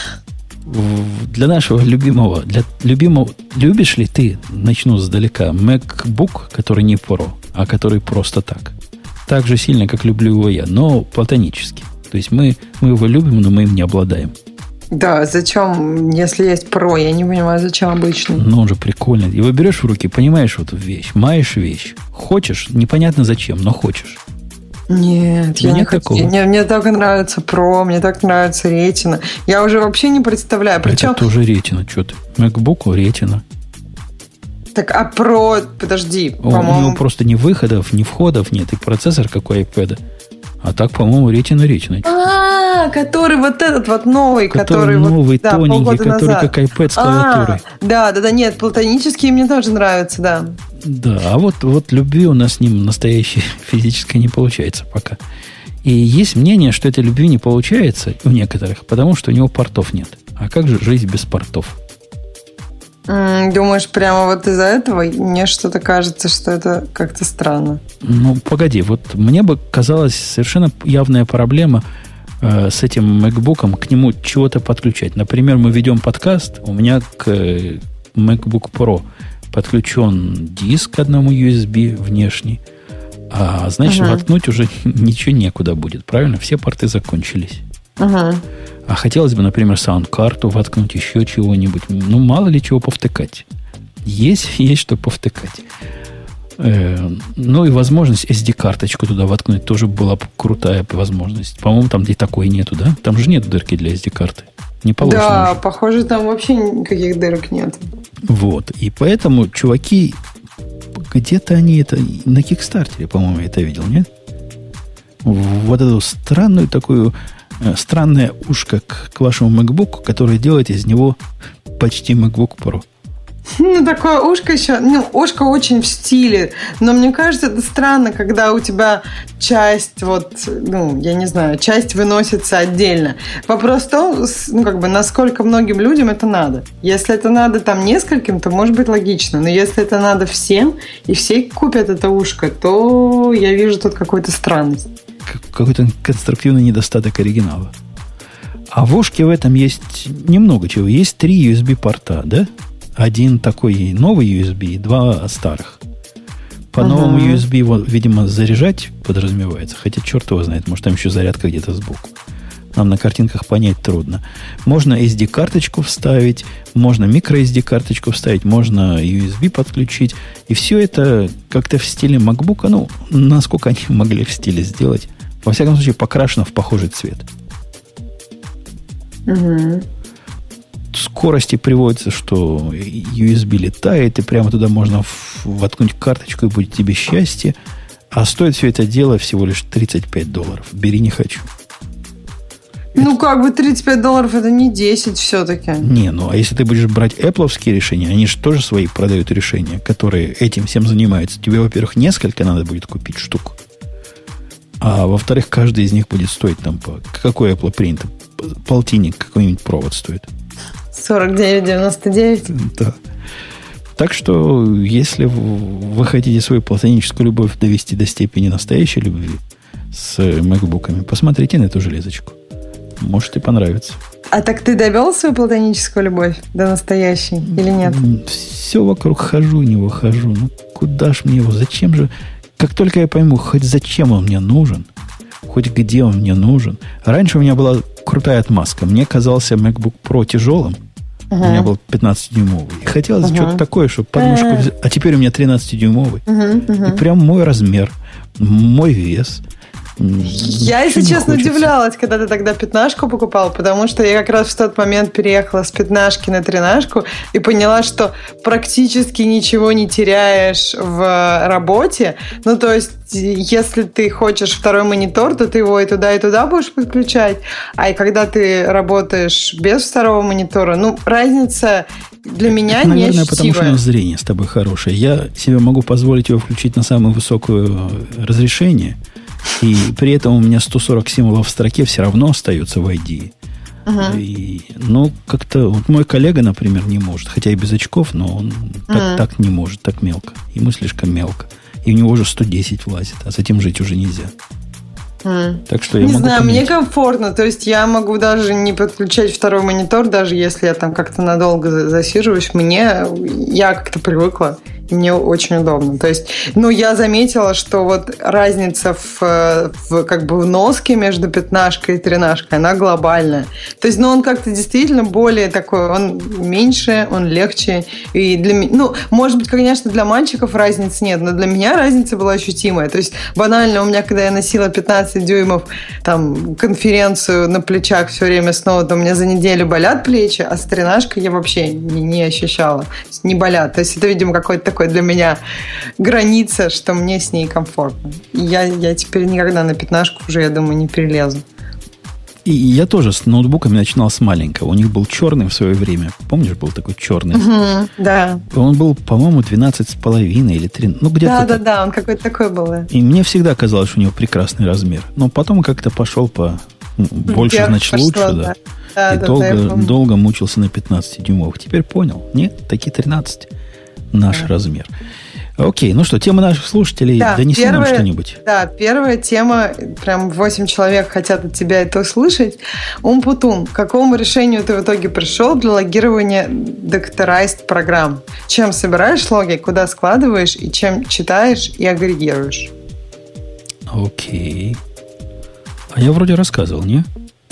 Для нашего любимого, любишь ли ты, начну сдалека, MacBook, который не Pro, а который просто так? Так же сильно, как люблю его я, но платонически. То есть мы его любим, но мы им не обладаем. Да, зачем, если есть Pro? Я не понимаю, зачем обычный. Он же прикольный. Его берешь в руки, понимаешь эту вещь, маешь вещь. Хочешь, непонятно зачем, но хочешь. Нет, я не хочу. Мне так нравится Pro, мне так нравится Retina. Я уже вообще не представляю. Причем... Это тоже Retina, что ты? MacBook Retina. Так, а Pro, подожди, по-моему... У него просто ни выходов, ни входов нет, и процессор как у iPad. А так, по-моему, Retina. Который вот этот вот новый, который новый, тоненький, который как iPad с клавиатурой. Да, нет, платонические мне тоже нравятся, да. Да, а вот любви у нас с ним настоящей физической не получается пока. И есть мнение, что этой любви не получается у некоторых, потому что у него портов нет. А как же жизнь без портов? Думаешь, прямо вот из-за этого? Мне что-то кажется, что это как-то странно. Погоди, вот мне бы казалась совершенно явная проблема с этим MacBook'ом к нему чего-то подключать. Например, мы ведем подкаст, у меня к MacBook Pro подключен диск к одному USB внешний, а значит, воткнуть уже ничего некуда будет, правильно? Все порты закончились. А хотелось бы, например, саунд-карту воткнуть, еще чего-нибудь. Ну, мало ли чего повтыкать. Есть что повтыкать. Ну, и возможность SD-карточку туда воткнуть тоже была бы крутая возможность. По-моему, там где такой нету, да? Там же нет дырки для SD-карты. Не положено. Да, уже. похоже, там вообще никаких дырок нет. Вот. И поэтому чуваки, где-то они это... На Кикстартере, по-моему, я это видел, нет? Вот эту странную такую... Странное ушко к вашему MacBook, которое делает из него почти MacBook Pro. Ну, такое ушко еще... Ну, ушко очень в стиле. Но мне кажется, это странно, когда у тебя часть, вот, ну, я не знаю, часть выносится отдельно. Вопрос в том, ну, как бы, насколько многим людям это надо. Если это надо там нескольким, то может быть логично. Но если это надо всем, и все купят это ушко, то я вижу тут какую-то странность. Какой-то конструктивный недостаток оригинала. А в ушке в этом есть немного чего. Есть 3 USB-порта, да? Один такой новый USB и 2 старых. По новому USB его, видимо, заряжать подразумевается. Хотя черт его знает, может там еще зарядка где-то сбоку. Нам на картинках понять трудно. Можно SD-карточку вставить, можно microSD-карточку вставить, можно USB подключить. И все это как-то в стиле MacBook. Ну, насколько они могли в стиле сделать. Во всяком случае, покрашено в похожий цвет. Скорости приводится, что USB летает, и прямо туда можно воткнуть карточку, и будет тебе счастье. А стоит все это дело всего лишь $35. Бери, не хочу. Ну, как бы $35 это не 10 все-таки. Не, ну, а если ты будешь брать Apple-овские решения, они же тоже свои продают решения, которые этим всем занимаются. Тебе, во-первых, несколько надо будет купить штук. А во-вторых, каждый из них будет стоить там по... Какой Apple принт? Полтинник какой-нибудь провод стоит. 49,99. Да. Так что, если вы хотите свою платоническую любовь довести до степени настоящей любви с MacBook'ами, посмотрите на эту железочку. Может и понравится. А так ты довел свою платоническую любовь до настоящей или нет? Все вокруг хожу, не выхожу. Ну, куда ж мне его? Зачем же? Как только я пойму, хоть зачем он мне нужен, хоть где он мне нужен. Раньше у меня была крутая отмазка. Мне казался MacBook Pro тяжелым. У меня был 15-дюймовый. И хотелось что-то такое, чтобы подмышку взять. А теперь у меня 13-дюймовый. И прям мой размер, мой вес. Я, если честно, удивлялась, когда ты тогда 15-ку покупал, потому что я как раз в тот момент переехала с 15-ки на 13-ку и поняла, что практически ничего не теряешь в работе. Ну, то есть, если ты хочешь второй монитор, то ты его и туда будешь подключать. А и когда ты работаешь без второго монитора, ну, разница для меня это, не наверное, ощутимая. потому что зрение с тобой хорошее. Я себе могу позволить его включить на самое высокое разрешение, и при этом у меня 140 символов в строке все равно остаются в ID. И, ну, как-то... Вот мой коллега, например, не может. Хотя и без очков, но он так не может, так мелко. Ему слишком мелко. И у него уже 110 влазит. А с этим жить уже нельзя. Так что я не могу знаю, понять. мне комфортно. То есть я могу даже не подключать второй монитор, даже если я там как-то надолго засиживаюсь. Я как-то привыкла. И мне очень удобно. То есть, ну, я заметила, что вот разница в как бы в носке между 15-кой и 13-кой, она глобальная. То есть, ну, он как-то действительно более такой, он меньше, он легче. И для меня, ну, может быть, конечно, для мальчиков разницы нет, но для меня разница была ощутимая. То есть, банально, у меня, когда я носила 15 дюймов, там, конференцию на плечах все время с ноутом, у меня за неделю болят плечи, а с 13-кой я вообще не ощущала. Не болят. То есть, это, видимо, какой-то такой для меня граница, что мне с ней комфортно. И я теперь никогда на 15-ку уже, я думаю, не перелезу. И я тоже с ноутбуками начинал с маленького. У них был черный в свое время. Помнишь, был такой черный? Да. Он был, по-моему, 12,5 или 3. Ну, где-то Да, он какой-то такой был. И мне всегда казалось, что у него прекрасный размер. Но потом как-то пошел больше, вверх значит, пошло, лучше, да. И долго мучился на 15 дюймовых. Теперь понял. Нет, такие 13. Наш размер. Окей, ну что, тема наших слушателей. Да, донеси нам что-нибудь. Да, первая тема, прям 8 человек хотят от тебя это услышать. Умпутун, к какому решению ты в итоге пришел для логирования Doctorized программ? Чем собираешь логи, куда складываешь и чем читаешь и агрегируешь? Окей. А я вроде рассказывал, не?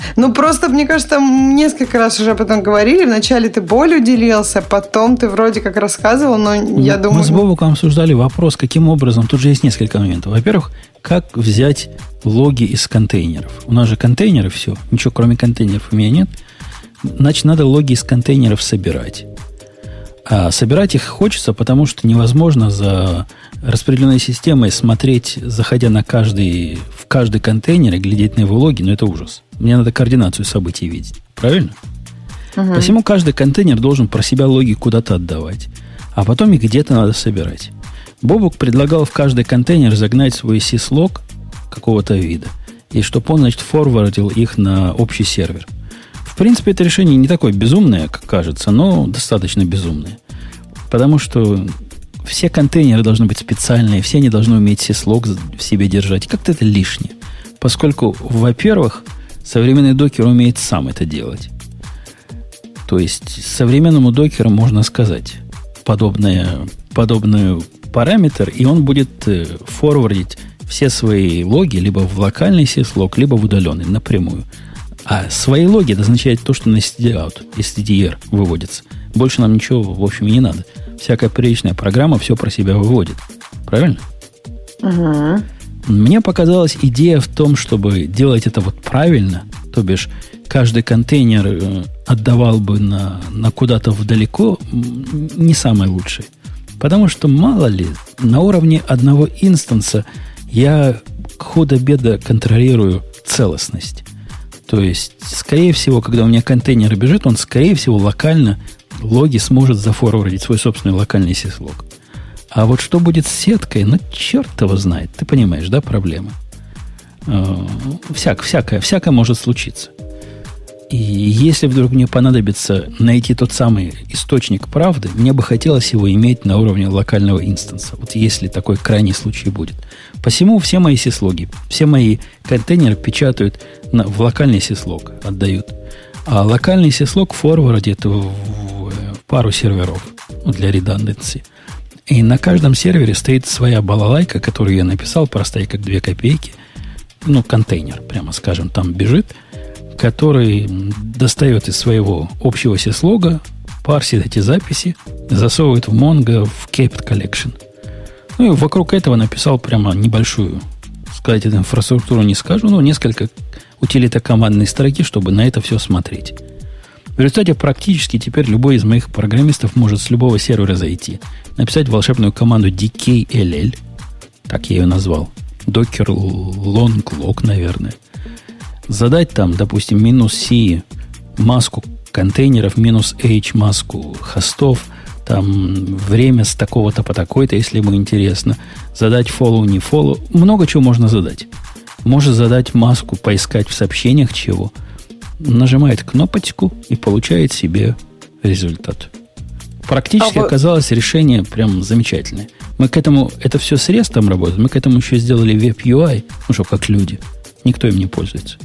Ну, просто, мне кажется, там несколько раз уже об этом говорили. Вначале ты болью делился, потом ты вроде как рассказывал, но я думаю... Мы с Бобуком обсуждали вопрос, каким образом... Тут же есть несколько моментов. Во-первых, как взять логи из контейнеров? У нас же контейнеры все. Ничего кроме контейнеров у меня нет. Значит, надо логи из контейнеров собирать. А собирать их хочется, потому что невозможно за распределенной системой смотреть, заходя в каждый контейнер и глядеть на его логи, но это ужас. Мне надо координацию событий видеть. Правильно? Посему каждый контейнер должен про себя логи куда-то отдавать. А потом их где-то надо собирать. Бобук предлагал в каждый контейнер загнать свой syslog какого-то вида. И чтобы он, значит, форвардил их на общий сервер. В принципе, это решение не такое безумное, как кажется, но достаточно безумное. Потому что все контейнеры должны быть специальные, все они должны уметь syslog в себе держать. Как-то это лишнее. Поскольку, во-первых, современный докер умеет сам это делать. То есть, современному докеру можно сказать подобный параметр, и он будет форвардить все свои логи либо в локальный syslog, либо в удаленный, напрямую. А свои логи это означает то, что на std-out и std-r выводится. Больше нам ничего, в общем, и не надо. Всякая приличная программа все про себя выводит. Правильно? Угу. Мне показалась идея в том, чтобы делать это вот правильно, то бишь каждый контейнер отдавал бы на куда-то вдалеко, не самое лучшее. Потому что, мало ли, на уровне одного инстанса я худо-бедо контролирую целостность. То есть, скорее всего, когда у меня контейнер бежит, он, скорее всего, локально логи сможет зафорвардить свой собственный локальный syslog. А вот что будет с сеткой, ну, черт его знает. Ты понимаешь, да, проблемы? Всякое может случиться. И если вдруг мне понадобится найти тот самый источник правды, мне бы хотелось его иметь на уровне локального инстанса. Вот если такой крайний случай будет. Посему все мои syslog, все мои контейнеры печатают в локальный syslog, отдают. А локальный syslog форвардит в пару серверов для redundancy. И на каждом сервере стоит своя балалайка, которую я написал, простая как 2 копейки. Ну, контейнер, прямо скажем, там бежит, который достает из своего общего syslog, парсит эти записи, засовывает в Mongo в Kept Collection. Ну и вокруг этого написал прямо небольшую, сказать, эту инфраструктуру не скажу, но несколько утилитокомандной строки, чтобы на это все смотреть. В результате практически теперь любой из моих программистов может с любого сервера зайти, написать волшебную команду dkll, так я ее назвал, docker long log, наверное, задать там, допустим, -c маску контейнеров, -h маску хостов, там время с такого-то по такой-то, если ему интересно, задать follow, не follow, много чего можно задать. Может задать маску, поискать в сообщениях чего. Нажимает кнопочку и получает себе результат. Практически оказалось решение прям замечательное. Мы к этому, это все с REST работает, мы к этому еще сделали веб-UI, ну что, как люди. Никто им не пользуется.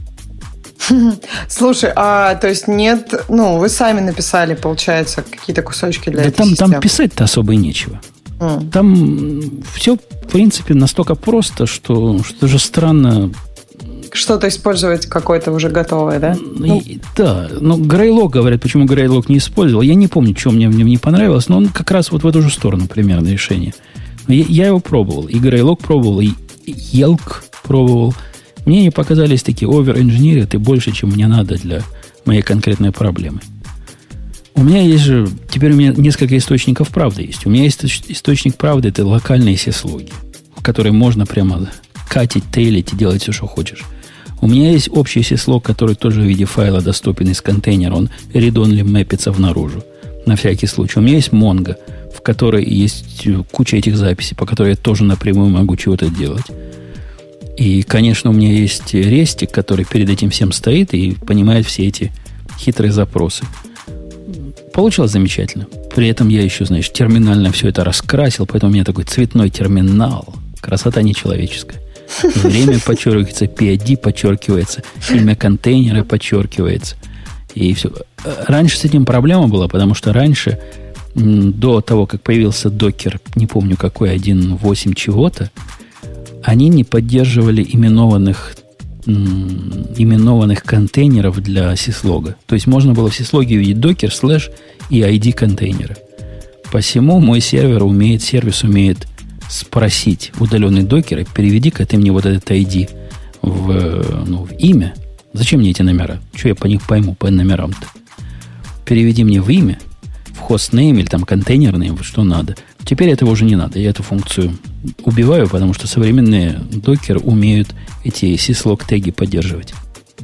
Слушай, то есть нет, ну, вы сами написали, получается, какие-то кусочки для этой системы. Там писать-то особо и нечего. Там все, в принципе, настолько просто, что же странно. Что-то использовать какое-то уже готовое, да? Да, но Greylog, говорят, почему Greylog не использовал. Я не помню, что мне в нем не понравилось, но он как раз вот в эту же сторону примерно решение. Я его пробовал, и Greylog пробовал, и Elk пробовал. Мне они показались такие over-engineered и больше, чем мне надо для моей конкретной проблемы. У меня есть же... Теперь у меня несколько источников правды есть. У меня есть источник правды, это локальные syslog, в которые можно прямо катить, тейлить и делать все, что хочешь. У меня есть общий syslog, который тоже в виде файла доступен из контейнера. Он read-only мэпится внаружи. На всякий случай. У меня есть Mongo, в которой есть куча этих записей, по которой я тоже напрямую могу чего-то делать. И, конечно, у меня есть рестик, который перед этим всем стоит и понимает все эти хитрые запросы. Получилось замечательно. При этом я еще, значит, терминально все это раскрасил, поэтому у меня такой цветной терминал. Красота нечеловеческая. Время подчеркивается, PID подчеркивается, имя контейнера подчеркивается. И все. Раньше с этим проблема была, потому что раньше, до того, как появился докер, не помню какой, 1.8 чего-то, они не поддерживали именованных именованных контейнеров для syslog. То есть можно было в syslog увидеть докер, слэш и ID контейнера. Посему мой сервис умеет спросить удаленный докер, и переведи-ка ты мне вот этот ID в имя. Зачем мне эти номера? Что я по них пойму, по номерам-то? Переведи мне в имя, в хостнейм или там контейнернейм, что надо. Теперь этого уже не надо. Я эту функцию убиваю, потому что современные докеры умеют эти syslog теги поддерживать.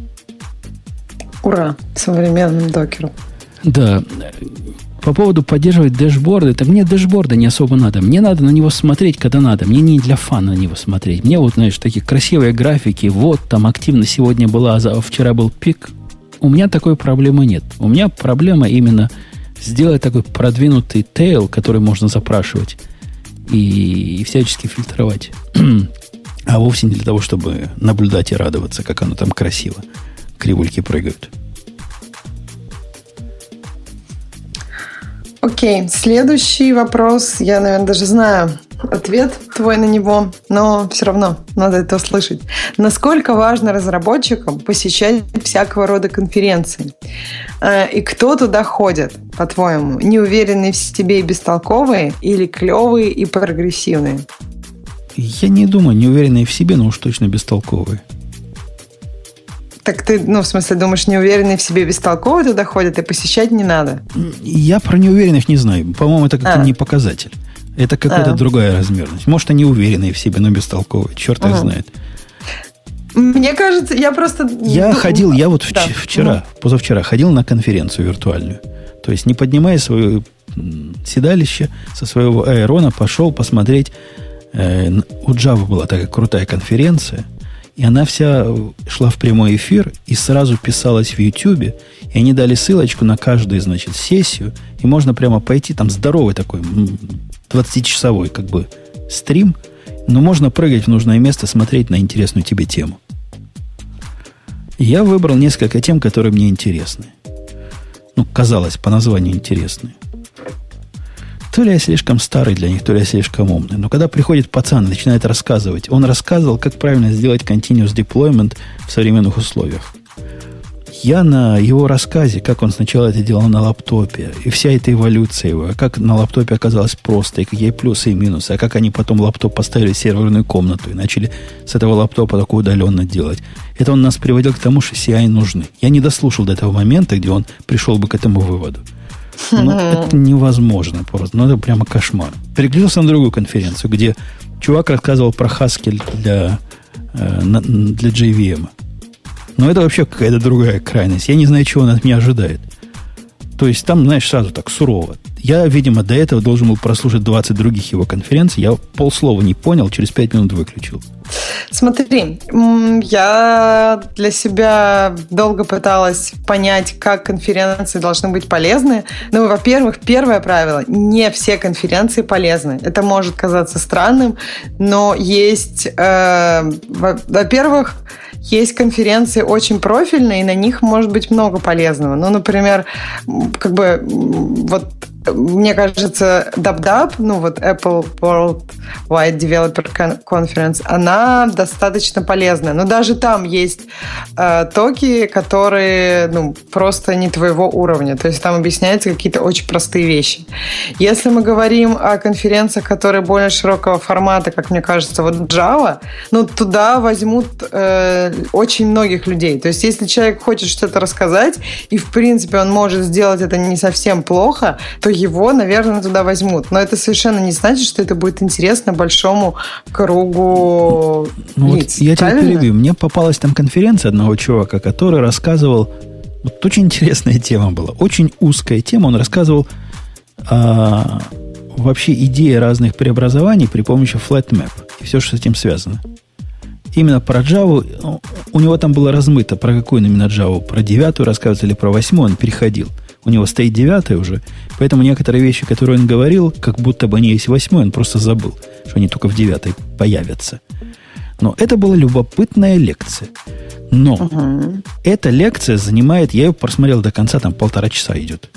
Ура! Современным докеру. Да. По поводу поддерживать дэшборды, так мне дэшборда не особо надо. Мне надо на него смотреть, когда надо. Мне не для фана на него смотреть. Мне вот, знаешь, такие красивые графики. Вот, там активность сегодня была, а вчера был пик. У меня такой проблемы нет. У меня проблема именно сделать такой продвинутый тейл, который можно запрашивать и всячески фильтровать. А вовсе не для того, чтобы наблюдать и радоваться, как оно там красиво. Кривульки прыгают. Окей, следующий вопрос. Я, наверное, даже знаю ответ твой на него, но все равно надо это услышать. Насколько важно разработчикам посещать всякого рода конференции? И кто туда ходит, по-твоему? Неуверенные в себе и бестолковые или клевые и прогрессивные? Я не думаю, неуверенные в себе, но уж точно бестолковые. Так ты, в смысле, думаешь, неуверенные в себе бестолковые туда ходят и посещать не надо? Я про неуверенных не знаю. По-моему, это как-то не показатель. Это какая-то другая размерность. Может, они уверенные в себе, но бестолковые. Черт их знает. Мне кажется, я просто... Я вот позавчера ходил на конференцию виртуальную. То есть, не поднимая свое седалище со своего аэрона, пошел посмотреть. У Java была такая крутая конференция, и она вся шла в прямой эфир и сразу писалась в YouTube. И они дали ссылочку на каждую, сессию. И можно прямо пойти, там здоровый такой 20-часовой стрим. Но можно прыгать в нужное место, смотреть на интересную тебе тему. И я выбрал несколько тем, которые мне интересны. Казалось, по названию интересны. То ли я слишком старый для них, то ли я слишком умный. Но когда приходит пацан и начинает рассказывать, он рассказывал, как правильно сделать continuous deployment в современных условиях. Я на его рассказе, как он сначала это делал на лаптопе, и вся эта эволюция его, как на лаптопе оказалось просто, и какие плюсы и минусы, а как они потом лаптоп поставили в серверную комнату и начали с этого лаптопа такое удаленно делать. Это он нас приводил к тому, что CI нужны. Я не дослушал до этого момента, где он пришел бы к этому выводу. Это невозможно просто. Это прямо кошмар. Переключился на другую конференцию, где чувак рассказывал про Haskell для JVM. Но это вообще какая-то другая крайность. Я не знаю, чего он от меня ожидает. То есть там, сразу так сурово. Я, видимо, до этого должен был прослушать 20 других его конференций. Я полслова не понял, через 5 минут выключил. Смотри, я для себя долго пыталась понять, как конференции должны быть полезны. Во-первых, первое правило – не все конференции полезны. Это может казаться странным, но есть, во-первых, есть конференции очень профильные, и на них может быть много полезного. Например, мне кажется, DAP, Apple Worldwide Developer Conference, она достаточно полезная. Но даже там есть токи, которые просто не твоего уровня. То есть там объясняются какие-то очень простые вещи. Если мы говорим о конференциях, которые более широкого формата, как мне кажется, Java, туда возьмут очень многих людей. То есть если человек хочет что-то рассказать, и в принципе он может сделать это не совсем плохо, то его, наверное, туда возьмут. Но это совершенно не значит, что это будет интересно большому кругу лиц. Я тебя перебью. Мне попалась там конференция одного чувака, который рассказывал... очень интересная тема была. Очень узкая тема. Он рассказывал вообще идеи разных преобразований при помощи FlatMap. И все, что с этим связано. Именно про Java. У него там было размыто, про какую именно Java. Про 9 рассказывать или про 8 он переходил. У него стоит 9 уже, поэтому некоторые вещи, которые он говорил, как будто бы они есть в 8, он просто забыл, что они только в 9 появятся. Но это была любопытная лекция. Но эта лекция занимает, я ее просмотрел до конца, там 1,5 часа идет.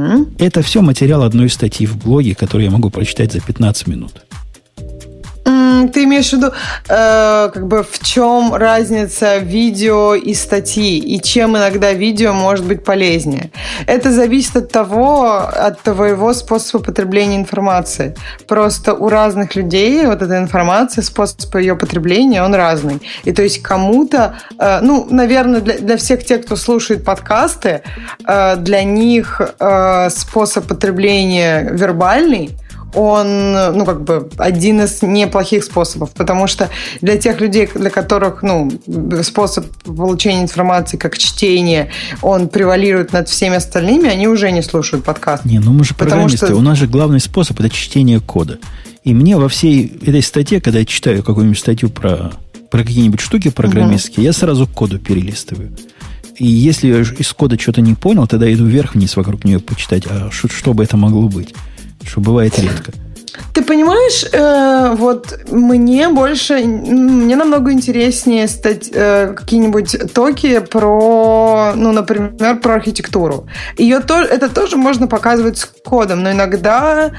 Это все материал одной статьи в блоге, которую я могу прочитать за 15 минут. Ты имеешь в виду, как бы в чем разница видео и статьи, и чем иногда видео может быть полезнее? Это зависит от твоего способа потребления информации. Просто у разных людей вот эта информация, способ ее потребления, он разный. И то есть кому-то, наверное, для всех тех, кто слушает подкасты, для них способ потребления вербальный, он, один из неплохих способов, потому что для тех людей, для которых, способ получения информации как чтение, он превалирует над всеми остальными, они уже не слушают подкаст. Мы же программисты, у нас же главный способ – это чтение кода. И мне во всей этой статье, когда я читаю какую-нибудь статью про какие-нибудь штуки программистские, я сразу к коду перелистываю. И если я из кода что-то не понял, тогда иду вверх-вниз вокруг нее почитать, что бы это могло быть. Что бывает редко. Ты понимаешь, мне намного интереснее какие-нибудь токи про, например, про архитектуру. Это тоже можно показывать с кодом, но иногда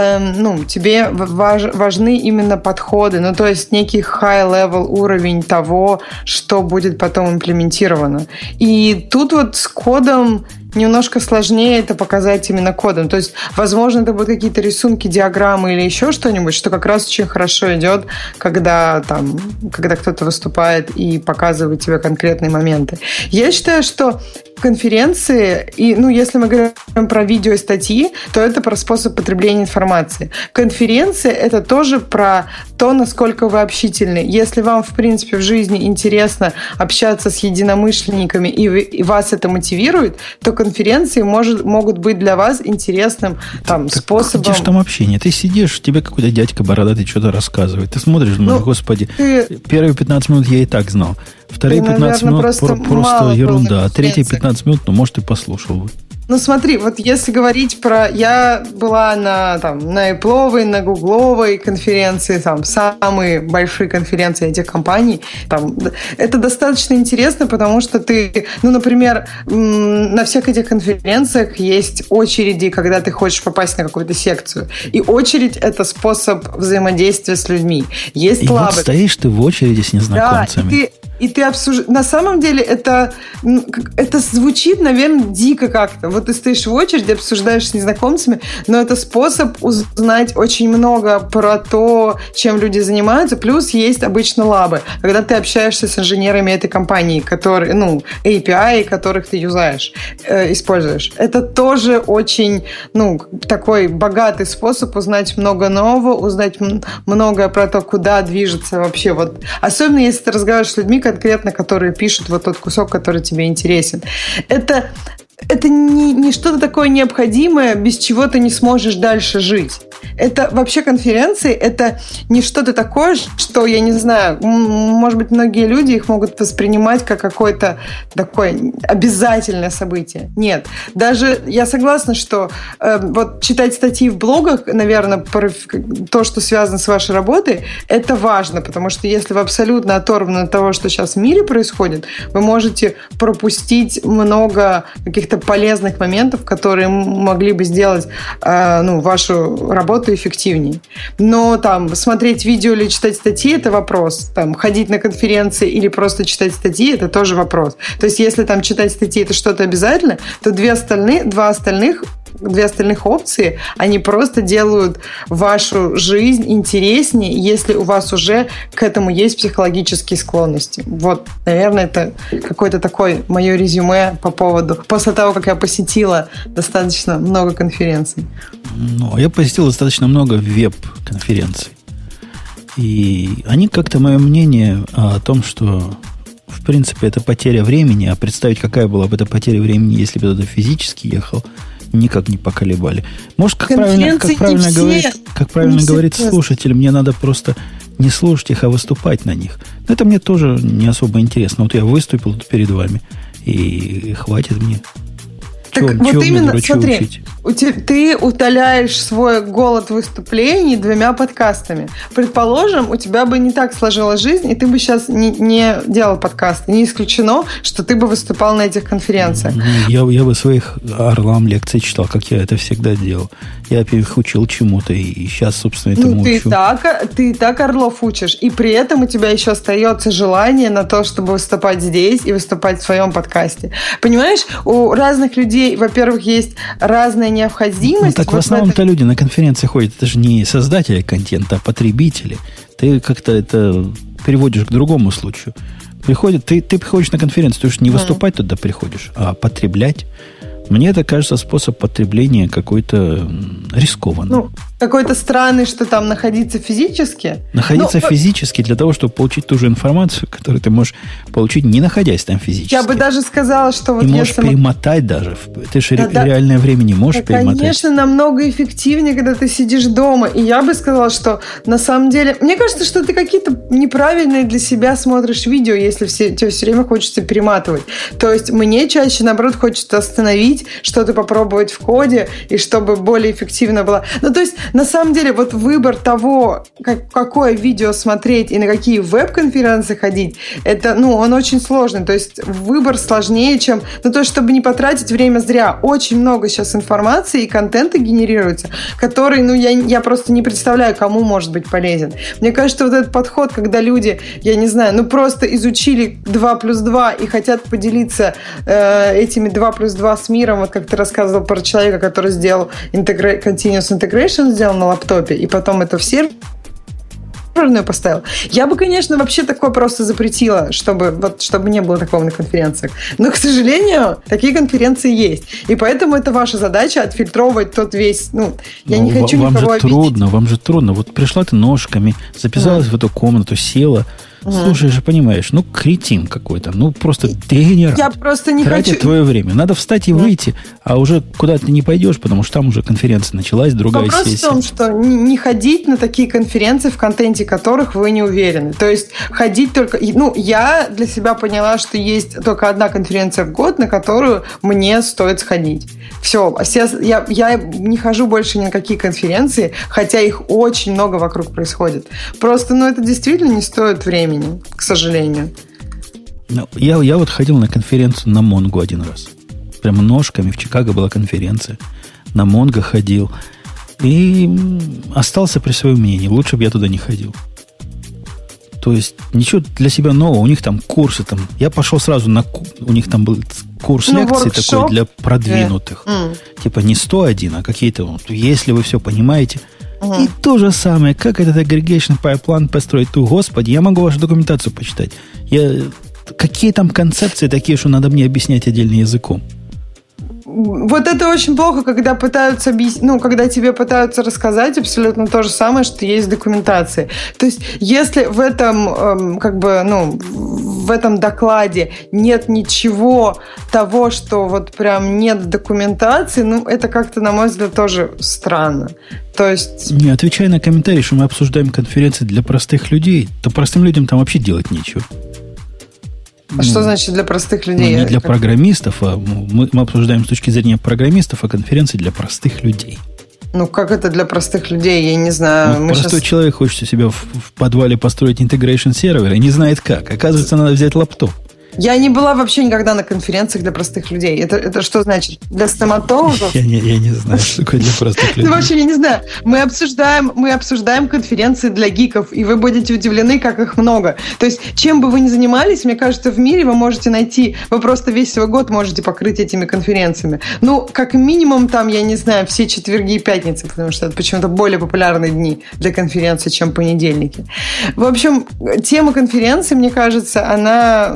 тебе важны именно подходы, то есть некий high-level уровень того, что будет потом имплементировано. И тут вот с кодом немножко сложнее это показать именно кодом. То есть, возможно, это будут какие-то рисунки, диаграммы или еще что-нибудь, что как раз очень хорошо идет, когда кто-то выступает и показывает тебе конкретные моменты. Я считаю, что конференции, и, если мы говорим про видео и статьи, то это про способ потребления информации. Конференции – это тоже про то, насколько вы общительны. Если вам, в принципе, в жизни интересно общаться с единомышленниками, и вас это мотивирует, то конференции могут быть для вас интересным способом. Где же там общение? Ты сидишь, тебе какой-то дядька бородатый что-то рассказывает. Ты смотришь, думаешь, господи, первые 15 минут я и так знал. Вторые 15 минут просто ерунда. А третьи 15 минут, может, и послушал бы. Смотри, вот если говорить про... Я была на Apple, на Гугловой конференции, самые большие конференции этих компаний. Это достаточно интересно, потому что ты... например, на всех этих конференциях есть очереди, когда ты хочешь попасть на какую-то секцию. И очередь – это способ взаимодействия с людьми. Есть лабы. Вот стоишь ты в очереди с незнакомцами. Да, и ты обсуждаешь... На самом деле это звучит, наверное, дико как-то. Вот ты стоишь в очереди, обсуждаешь с незнакомцами, но это способ узнать очень много про то, чем люди занимаются. Плюс есть обычно лабы, когда ты общаешься с инженерами этой компании, которые, API, которых ты используешь. Это тоже очень, такой богатый способ узнать много нового, узнать многое про то, куда движется вообще. Особенно если ты разговариваешь с людьми, конкретно, которые пишут тот кусок, который тебе интересен. Это не что-то такое необходимое, без чего ты не сможешь дальше жить. Это вообще конференции, это не что-то такое, что, я не знаю, может быть, многие люди их могут воспринимать как какое-то такое обязательное событие. Нет. Даже я согласна, что читать статьи в блогах, наверное, про то, что связано с вашей работой, это важно, потому что если вы абсолютно оторваны от того, что сейчас в мире происходит, вы можете пропустить много каких-то полезных моментов, которые могли бы сделать вашу работу эффективнее. Но смотреть видео или читать статьи – это вопрос. Ходить на конференции или просто читать статьи – это тоже вопрос. То есть, если читать статьи – это что-то обязательно, то две остальных опции, они просто делают вашу жизнь интереснее, если у вас уже к этому есть психологические склонности. Наверное, это какое-то такое мое резюме по поводу, после того, как я посетила достаточно много конференций. Я посетил достаточно много веб-конференций. И они как-то, мое мнение о том, что в принципе это потеря времени, а представить, какая была бы эта потеря времени, если бы туда физически ехал, никак не поколебали. Может, как правильно говорит слушатель, мне надо просто не слушать их, а выступать на них. Но это мне тоже не особо интересно. Я выступил тут перед вами, и хватит мне. Так чего именно, смотри, Ты утоляешь свой голод выступлений 2 подкастами. Предположим, у тебя бы не так сложилась жизнь, и ты бы сейчас не делал подкасты. Не исключено, что ты бы выступал на этих конференциях. Я бы своих орлам лекции читал, как я это всегда делал. Я их учил чему-то, и сейчас, собственно, этому учу. Ты и так орлов учишь, и при этом у тебя еще остается желание на то, чтобы выступать здесь и выступать в своем подкасте. Понимаешь, у разных людей, во-первых, есть разная необходимость. Ну, так в основном-то люди на конференции ходят. Это же не создатели контента, а потребители. Ты как-то это переводишь к другому случаю. Ты приходишь на конференцию, ты же не выступать туда приходишь, а потреблять. Мне это кажется способ потребления какой-то рискованный. Ну, какой-то странный, что там находиться физически. Находиться физически для того, чтобы получить ту же информацию, которую ты можешь получить, не находясь там физически. Я бы даже сказала, что вот и можешь перемотать даже. Ты же реальное время не можешь перемотать. Конечно, намного эффективнее, когда ты сидишь дома. И я бы сказала, что на самом деле... Мне кажется, что ты какие-то неправильные для себя смотришь видео, если тебе все время хочется перематывать. То есть мне чаще, наоборот, хочется остановить, что-то попробовать в коде, и чтобы более эффективно было. Ну, то есть, на самом деле, вот выбор того, какое видео смотреть и на какие веб-конференции ходить, это, он очень сложный. То есть, выбор сложнее, чем... то есть, чтобы не потратить время зря. Очень много сейчас информации и контента генерируется, который, я просто не представляю, кому может быть полезен. Мне кажется, вот этот подход, когда люди, я не знаю, просто изучили 2+2 и хотят поделиться этими 2+2 с миром, вот как ты рассказывал про человека, который сделал Continuous Integration, сделал на лаптопе, и потом это в серверную поставил. Я бы, конечно, вообще такое просто запретила, чтобы не было такого на конференциях. Но, к сожалению, такие конференции есть. И поэтому это ваша задача отфильтровывать тот весь... я не хочу никого обидеть. Вам же трудно. Вот пришла ты ножками, записалась в эту комнату, села... Слушай, же понимаешь, кретин какой-то, просто дегенерат. Я просто не тратит хочу... твое время. Надо встать и выйти, а уже куда ты не пойдешь, потому что там уже конференция началась, другая сессия. Вопрос в том, что не ходить на такие конференции, в контенте которых вы не уверены. То есть ходить только... я для себя поняла, что есть только одна конференция в год, на которую мне стоит сходить. Все. Я не хожу больше ни на какие конференции, хотя их очень много вокруг происходит. Просто, это действительно не стоит времени. К сожалению. Я вот ходил на конференцию на Mongo один раз. Прямо ножками. В Чикаго была конференция. На Mongo ходил. И остался при своем мнении. Лучше бы я туда не ходил. То есть, ничего для себя нового. У них там курсы. Я пошел сразу у них там был курс лекций такой для продвинутых. Типа не 101, а какие-то... Если вы все понимаете... И то же самое, как этот aggregation pipeline построить. Господи, я могу вашу документацию почитать. Какие там концепции такие, что надо мне объяснять отдельным языком? Вот это очень плохо, когда пытаются когда тебе пытаются рассказать абсолютно то же самое, что есть в документации. То есть, если в этом, в этом докладе нет ничего того, что вот прям нет документации, это как-то, на мой взгляд, тоже странно. То есть... Не, отвечая на комментарий, что мы обсуждаем конференции для простых людей, то простым людям там вообще делать нечего. Что значит для простых людей? Не для программистов, а мы обсуждаем с точки зрения программистов, а конференции для простых людей. Как это для простых людей? Я не знаю. Простой человек хочет у себя в подвале построить integration сервер и не знает как. Оказывается, надо взять лаптоп. Я не была вообще никогда на конференциях для простых людей. Это что значит? Для стоматологов? Я не знаю, что такое для простых людей. Вообще, я не знаю. Мы обсуждаем конференции для гиков, и вы будете удивлены, как их много. То есть, чем бы вы ни занимались, мне кажется, в мире вы можете найти... Вы просто весь свой год можете покрыть этими конференциями. Как минимум, там, я не знаю, все четверги и пятницы, потому что это почему-то более популярные дни для конференций, чем понедельники. В общем, тема конференции, мне кажется, она,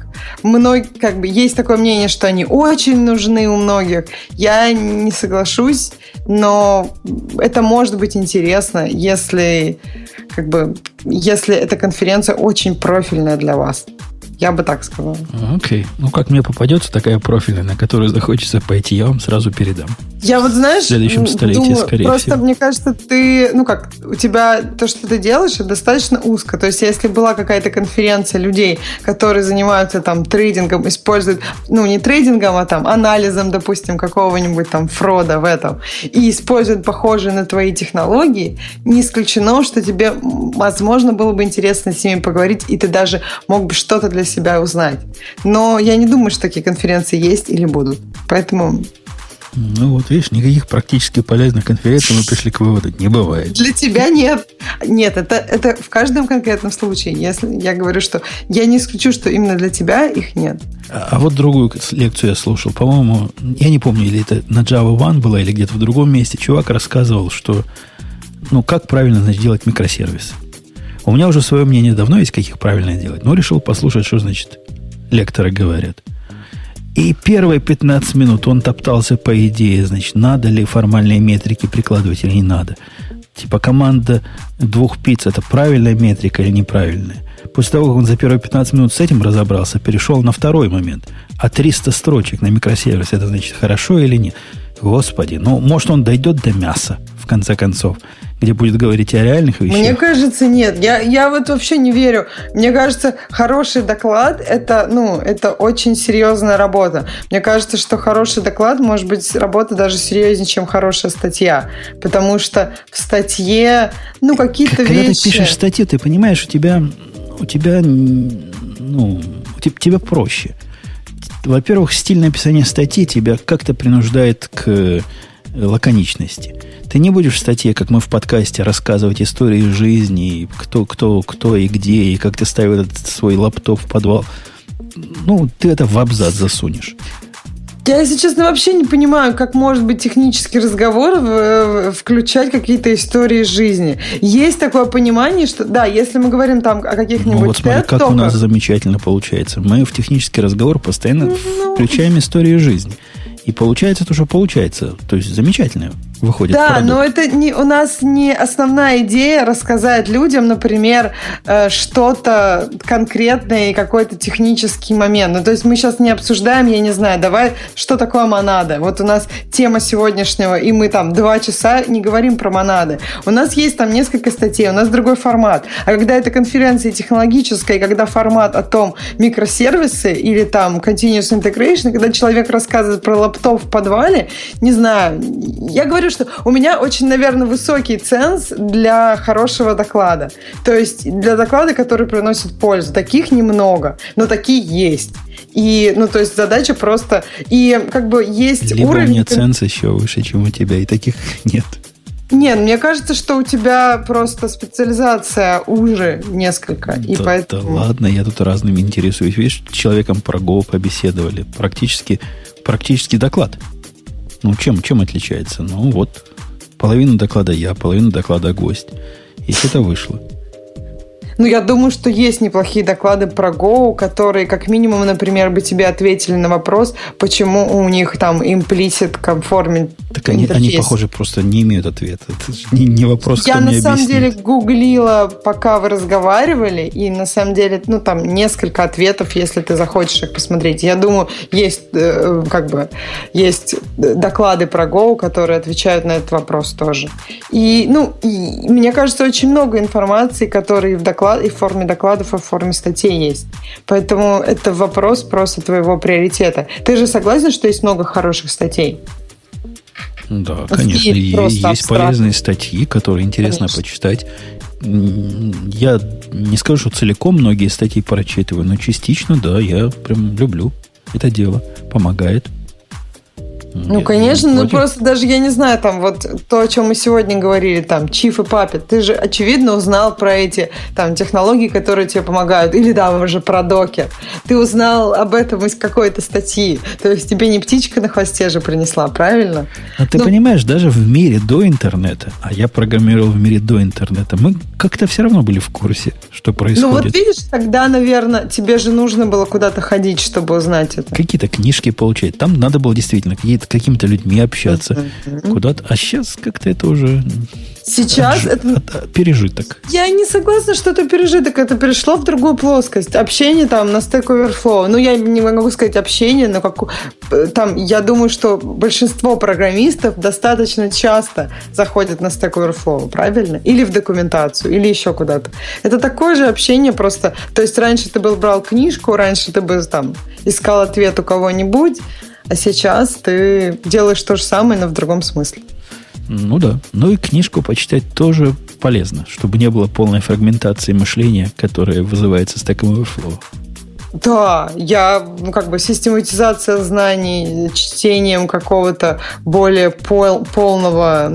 есть такое мнение, что они очень нужны у многих. Я не соглашусь, но это может быть интересно, если эта конференция очень профильная для вас. Я бы так сказала. Окей. Ну, как мне попадется такая профильная, на которую захочется пойти, я вам сразу передам. Я вот, знаешь, в следующем столетии, думаю, скорее просто всего. мне кажется, у тебя то, что ты делаешь, это достаточно узко. То есть, если была какая-то конференция людей, которые занимаются там трейдингом, используют, не трейдингом, а там анализом, допустим, какого-нибудь там фрода в этом, и используют похожие на твои технологии, не исключено, что тебе, возможно, было бы интересно с ними поговорить, и ты даже мог бы что-то для себя узнать. Но я не думаю, что такие конференции есть или будут. Поэтому... Ну вот, видишь, никаких практически полезных конференций мы пришли к выводу. Не бывает. Для тебя нет. Нет, это в каждом конкретном случае. Если я говорю, что я не исключу, что именно для тебя их нет. А вот другую лекцию я слушал. По-моему, я не помню, или это на Java One было, или где-то в другом месте. Чувак рассказывал, что как правильно, значит, делать микросервисы. У меня уже свое мнение давно есть, каких правильно делать. Но решил послушать, что, значит, лекторы говорят. И первые 15 минут он топтался по идее, значит, надо ли формальные метрики прикладывать или не надо. Типа команда 2 пиц – это правильная метрика или неправильная. После того, как он за первые 15 минут с этим разобрался, перешел на второй момент. А 300 строчек на микросервис – это, значит, хорошо или нет? Господи, может, он дойдет до мяса, в конце концов, где будет говорить о реальных вещах? Мне кажется, нет. Я вот вообще не верю. Мне кажется, хороший доклад это очень серьезная работа. Мне кажется, что хороший доклад может быть работа даже серьезнее, чем хорошая статья. Потому что в статье, какие-то вещи... Когда ты пишешь статью, ты понимаешь, у тебя проще. Во-первых, стиль написания статьи тебя как-то принуждает к лаконичности. Ты не будешь в статье, как мы в подкасте, рассказывать истории жизни, кто и где, и как ты ставил этот свой лаптоп в подвал. Ты это в абзац засунешь. Я, если честно, вообще не понимаю, как может быть технический разговор включать какие-то истории жизни. Есть такое понимание, что, да, если мы говорим там о каких-нибудь вот смотри, как у нас замечательно получается. Мы в технический разговор постоянно включаем историю жизни. И получается то, что получается. То есть замечательно выходит Да, продукт. но это у нас не основная идея рассказать людям, например, что-то конкретное и какой-то технический момент. То есть мы сейчас не обсуждаем, я не знаю, давай, что такое монада. Вот у нас тема сегодняшнего, и мы там 2 часа не говорим про монады. У нас есть там несколько статей, у нас другой формат. А когда это конференция технологическая, и когда формат о том микросервисы или там continuous integration, когда человек рассказывает про лаптоп в подвале, не знаю, я говорю, что у меня очень, наверное, высокий ценз для хорошего доклада. То есть для доклада, который приносит пользу. Таких немного, но такие есть. И, то есть задача просто... И есть либо уровень... у меня ценз еще выше, чем у тебя, и таких нет. Нет, мне кажется, что у тебя просто специализация уже несколько. И поэтому... Да ладно, я тут разными интересуюсь. Видишь, с человеком про Go побеседовали. Практически доклад. Чем отличается? Половину доклада я, половину доклада гость. И это вышло. Я думаю, что есть неплохие доклады про Go, которые, как минимум, например, бы тебе ответили на вопрос, почему у них там implicit conforming. Так они, похоже, просто не имеют ответа. Это не вопрос, кто мне объяснит. Я, на самом деле, гуглила, пока вы разговаривали, и, на самом деле, там несколько ответов, если ты захочешь их посмотреть. Я думаю, есть доклады про Go, которые отвечают на этот вопрос тоже. И мне кажется, очень много информации, которые и в форме докладов, и в форме статей есть. Поэтому это вопрос просто твоего приоритета. Ты же согласен, что есть много хороших статей? Да, конечно. Есть полезные статьи, которые интересно почитать. Я не скажу, что целиком многие статьи прочитываю, но частично, да, я прям люблю это дело. Помогает. Конечно, просто даже, я не знаю, там вот то, о чем мы сегодня говорили, там, Chief и Puppet, ты же, очевидно, узнал про эти там технологии, которые тебе помогают, или, да, уже про докер. Ты узнал об этом из какой-то статьи, то есть тебе не птичка на хвосте же принесла, правильно? А ты понимаешь, даже в мире до интернета, а я программировал в мире до интернета, мы как-то все равно были в курсе, что происходит. Вот видишь, тогда, наверное, тебе же нужно было куда-то ходить, чтобы узнать это. Какие-то книжки получать. Там надо было действительно какие-то с какими-то людьми общаться куда-то. А сейчас как-то это уже... Сейчас это пережиток. Я не согласна, что это пережиток. Это перешло в другую плоскость. Общение там на Stack Overflow. Ну, я не могу сказать общение, но там, я думаю, что большинство программистов достаточно часто заходят на Stack Overflow, правильно? Или в документацию, или еще куда-то. Это такое же общение просто. То есть раньше ты брал книжку, раньше ты бы там искал ответ у кого-нибудь, а сейчас ты делаешь то же самое, но в другом смысле. Ну да. Ну и книжку почитать тоже полезно, чтобы не было полной фрагментации мышления, которая вызывается Stack Overflow. Да, систематизация знаний чтением какого-то более полного,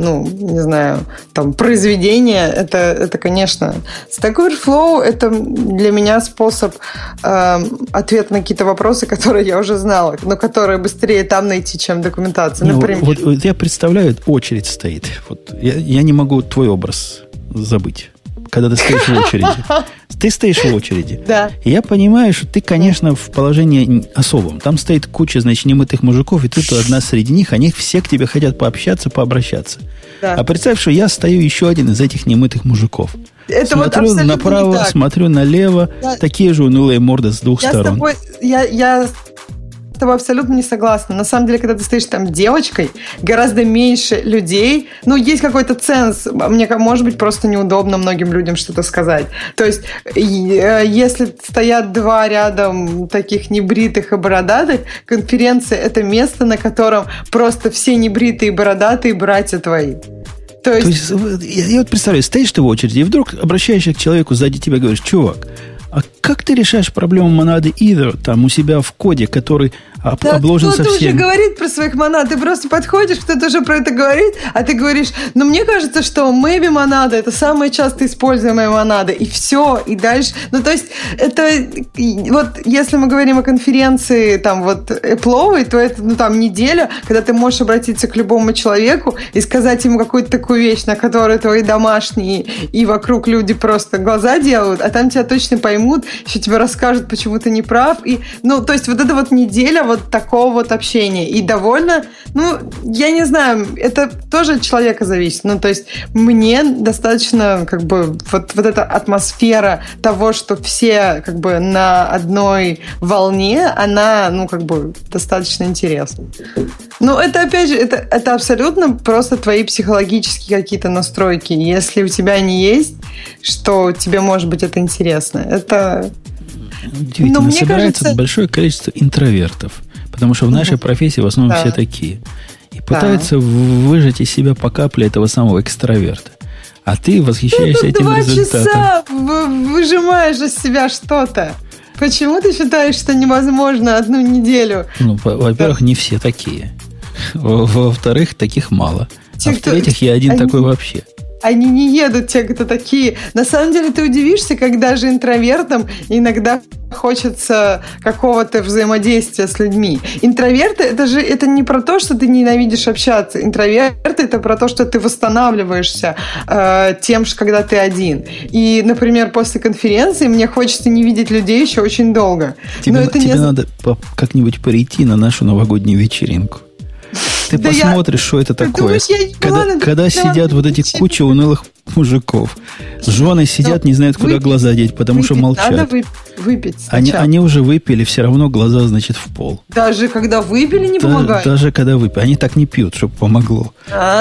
произведения, это, конечно, Stack Overflow — это для меня способ ответа на какие-то вопросы, которые я уже знала, но которые быстрее там найти, чем документация. Например. Вот я представляю, очередь стоит. Вот я не могу твой образ забыть. Когда ты стоишь в очереди. Ты стоишь в очереди. Да. И я понимаю, что ты, конечно, в положении особом. Там стоит куча, немытых мужиков, и ты одна среди них. Они все к тебе хотят пообщаться, пообращаться. Да. А представь, что я стою еще один из этих немытых мужиков. Это смотрю направо, смотрю налево. Такие же унылые морды с двух сторон. Я с тобой абсолютно не согласна. На самом деле, когда ты стоишь там девочкой, гораздо меньше людей. Есть какой-то ценз. Мне, может быть, просто неудобно многим людям что-то сказать. То есть, если стоят два рядом таких небритых и бородатых, конференция — это место, на котором просто все небритые и бородатые братья твои. То есть я вот представляю, стоишь ты в очереди, и вдруг обращаешься к человеку сзади тебя и говоришь: чувак, а как ты решаешь проблему монады either там у себя в коде, который обложен совсем? Кто-то уже говорит про своих монад. Ты просто подходишь, кто-то уже про это говорит, а ты говоришь: мне кажется, что maybe монада — это самая часто используемая монада. И все, и дальше. То есть, это вот если мы говорим о конференции Apple, то это неделя, когда ты можешь обратиться к любому человеку и сказать ему какую-то такую вещь, на которую твои домашние и вокруг люди просто глаза делают, а там тебя точно поймут, еще тебе расскажут, почему ты не прав. И, то есть, вот эта неделя такого общения. И довольно, я не знаю, это тоже от человека зависит. То есть, мне достаточно, вот эта атмосфера того, что все, на одной волне, она, достаточно интересна. Это, опять же, это абсолютно просто твои психологические какие-то настройки. Если у тебя они есть, что тебе, может быть, это интересно. Это... Удивительно, собирается большое количество интровертов, потому что в нашей профессии в основном все такие. И пытаются выжать из себя по капле этого самого экстраверта. А ты восхищаешься этим результатом. 2 часа выжимаешь из себя что-то. Почему ты считаешь, что невозможно одну неделю? Во-первых, не все такие. Во-вторых, таких мало. А в-третьих, я один такой вообще. Они не едут, те, кто такие. На самом деле, ты удивишься, когда же интровертам иногда хочется какого-то взаимодействия с людьми. Интроверты — это не про то, что ты ненавидишь общаться. Интроверты — это про то, что ты восстанавливаешься тем, что когда ты один. И, например, после конференции мне хочется не видеть людей еще очень долго. Тебе надо как-нибудь прийти на нашу новогоднюю вечеринку. Ты посмотришь, что это такое. Когда сидят вот эти куча унылых мужиков. Жены сидят, не знают, куда глаза деть, потому что молчат. Надо выпить сначала. Они уже выпили, все равно глаза, в пол. Даже когда выпили, не помогает? Даже когда выпили. Они так не пьют, чтобы помогло.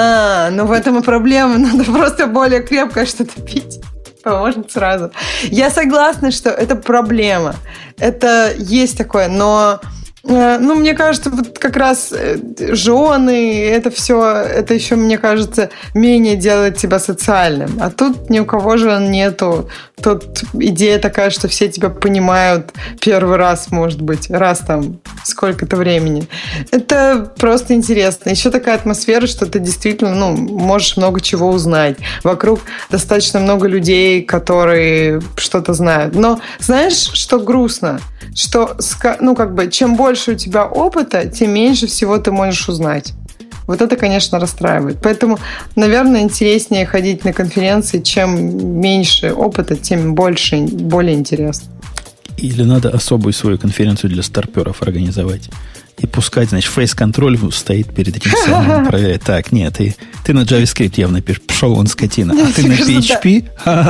В этом и проблема. Надо просто более крепкое что-то пить. Поможет сразу. Я согласна, что это проблема. Это есть такое, но... мне кажется, вот как раз жены, это все, это еще, мне кажется, менее делает тебя социальным. А тут ни у кого же нету. Тут идея такая, что все тебя понимают первый раз, может быть, раз там сколько-то времени. Это просто интересно. Еще такая атмосфера, что ты действительно, можешь много чего узнать. Вокруг достаточно много людей, которые что-то знают. Но знаешь, что грустно? Что, чем больше у тебя опыта, тем меньше всего ты можешь узнать. Вот это, конечно, расстраивает. Поэтому, наверное, интереснее ходить на конференции. Чем меньше опыта, тем более интересно. Или надо особую свою конференцию для старперов организовать. И пускать, значит, фейс-контроль стоит перед этим самым, проверяет. Так, нет, ты на JavaScript явно пишешь. Пошел он, скотина. А ты на PHP?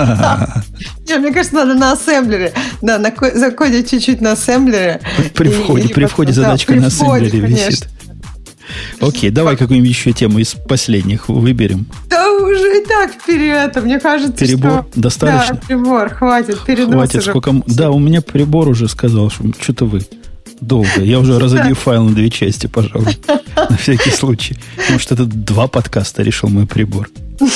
Мне кажется, надо на ассемблере. Да, закодить чуть-чуть на ассемблере. При входе задачка на ассемблере висит. Окей, давай какую-нибудь еще тему из последних выберем. Да уже и так вперед, мне кажется, перебор что... достаточно? Да, перебор, хватит, перенос хватит, уже. Сколько... Да, у меня прибор уже сказал, что что-то вы долго. Я уже разобью файл на 2 части, пожалуй, на всякий случай. Потому что это 2 подкаста решил мой прибор.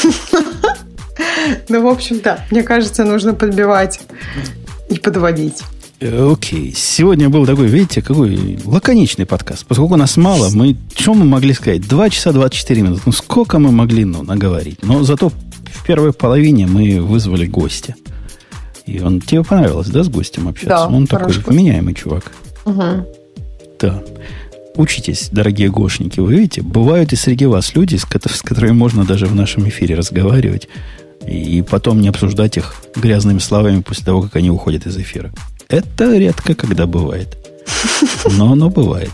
Ну, в общем, да, мне кажется, нужно подбивать и подводить. Окей. Сегодня был такой, видите, какой лаконичный подкаст. Поскольку нас мало, что мы могли сказать? 2 часа 24 минуты. Ну, сколько мы могли наговорить? Но зато в первой половине мы вызвали гостя. И тебе понравилось, да, с гостем общаться? Да, он такой вменяемый чувак. Угу. Да. Учитесь, дорогие гошники. Вы видите, бывают и среди вас люди, с которыми можно даже в нашем эфире разговаривать и потом не обсуждать их грязными словами после того, как они уходят из эфира. Это редко когда бывает. Но оно бывает.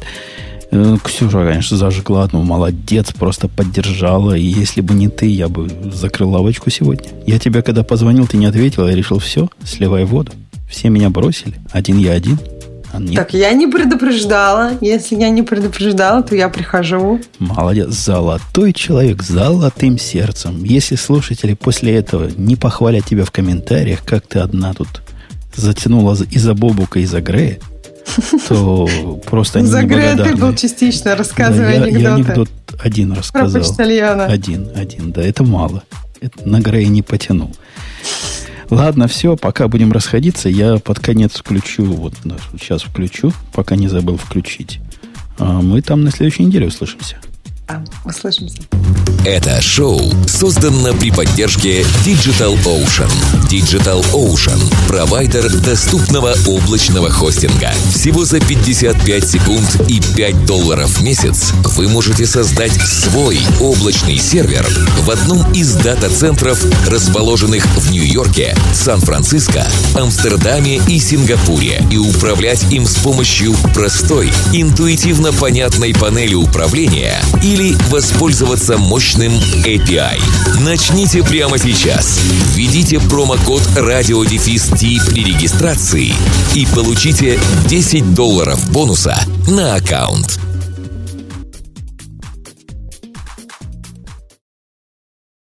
Ксюша, конечно, зажгла. Ну, молодец, просто поддержала. И если бы не ты, я бы закрыл лавочку сегодня. Я тебе, когда позвонил, ты не ответил. Я решил, все, сливай воду. Все меня бросили. Один я один. А нет. Так, я не предупреждала. Если я не предупреждала, то я прихожу. Молодец. Золотой человек, с золотым сердцем. Если слушатели после этого не похвалят тебя в комментариях, как ты одна тут затянула из-за Бобука, из-за Грея, то просто они неблагодарны. За Грея ты был частично, рассказывай анекдоты. Я анекдот один рассказал. Про почтальона. Один, да, это мало. Это на Грея не потянул. Ладно, все, пока будем расходиться, я под конец включу, вот сейчас включу, пока не забыл включить. А мы там на следующей неделе услышимся. Услышимся. Это шоу создано при поддержке Digital Ocean. Digital Ocean – провайдер доступного облачного хостинга. Всего за 55 секунд и $5 в месяц вы можете создать свой облачный сервер в одном из дата-центров, расположенных в Нью-Йорке, Сан-Франциско, Амстердаме и Сингапуре, и управлять им с помощью простой, интуитивно понятной панели управления или воспользоваться мощным API. Начните прямо сейчас. Введите промокод RadioDefist при регистрации и получите $10 бонуса на аккаунт.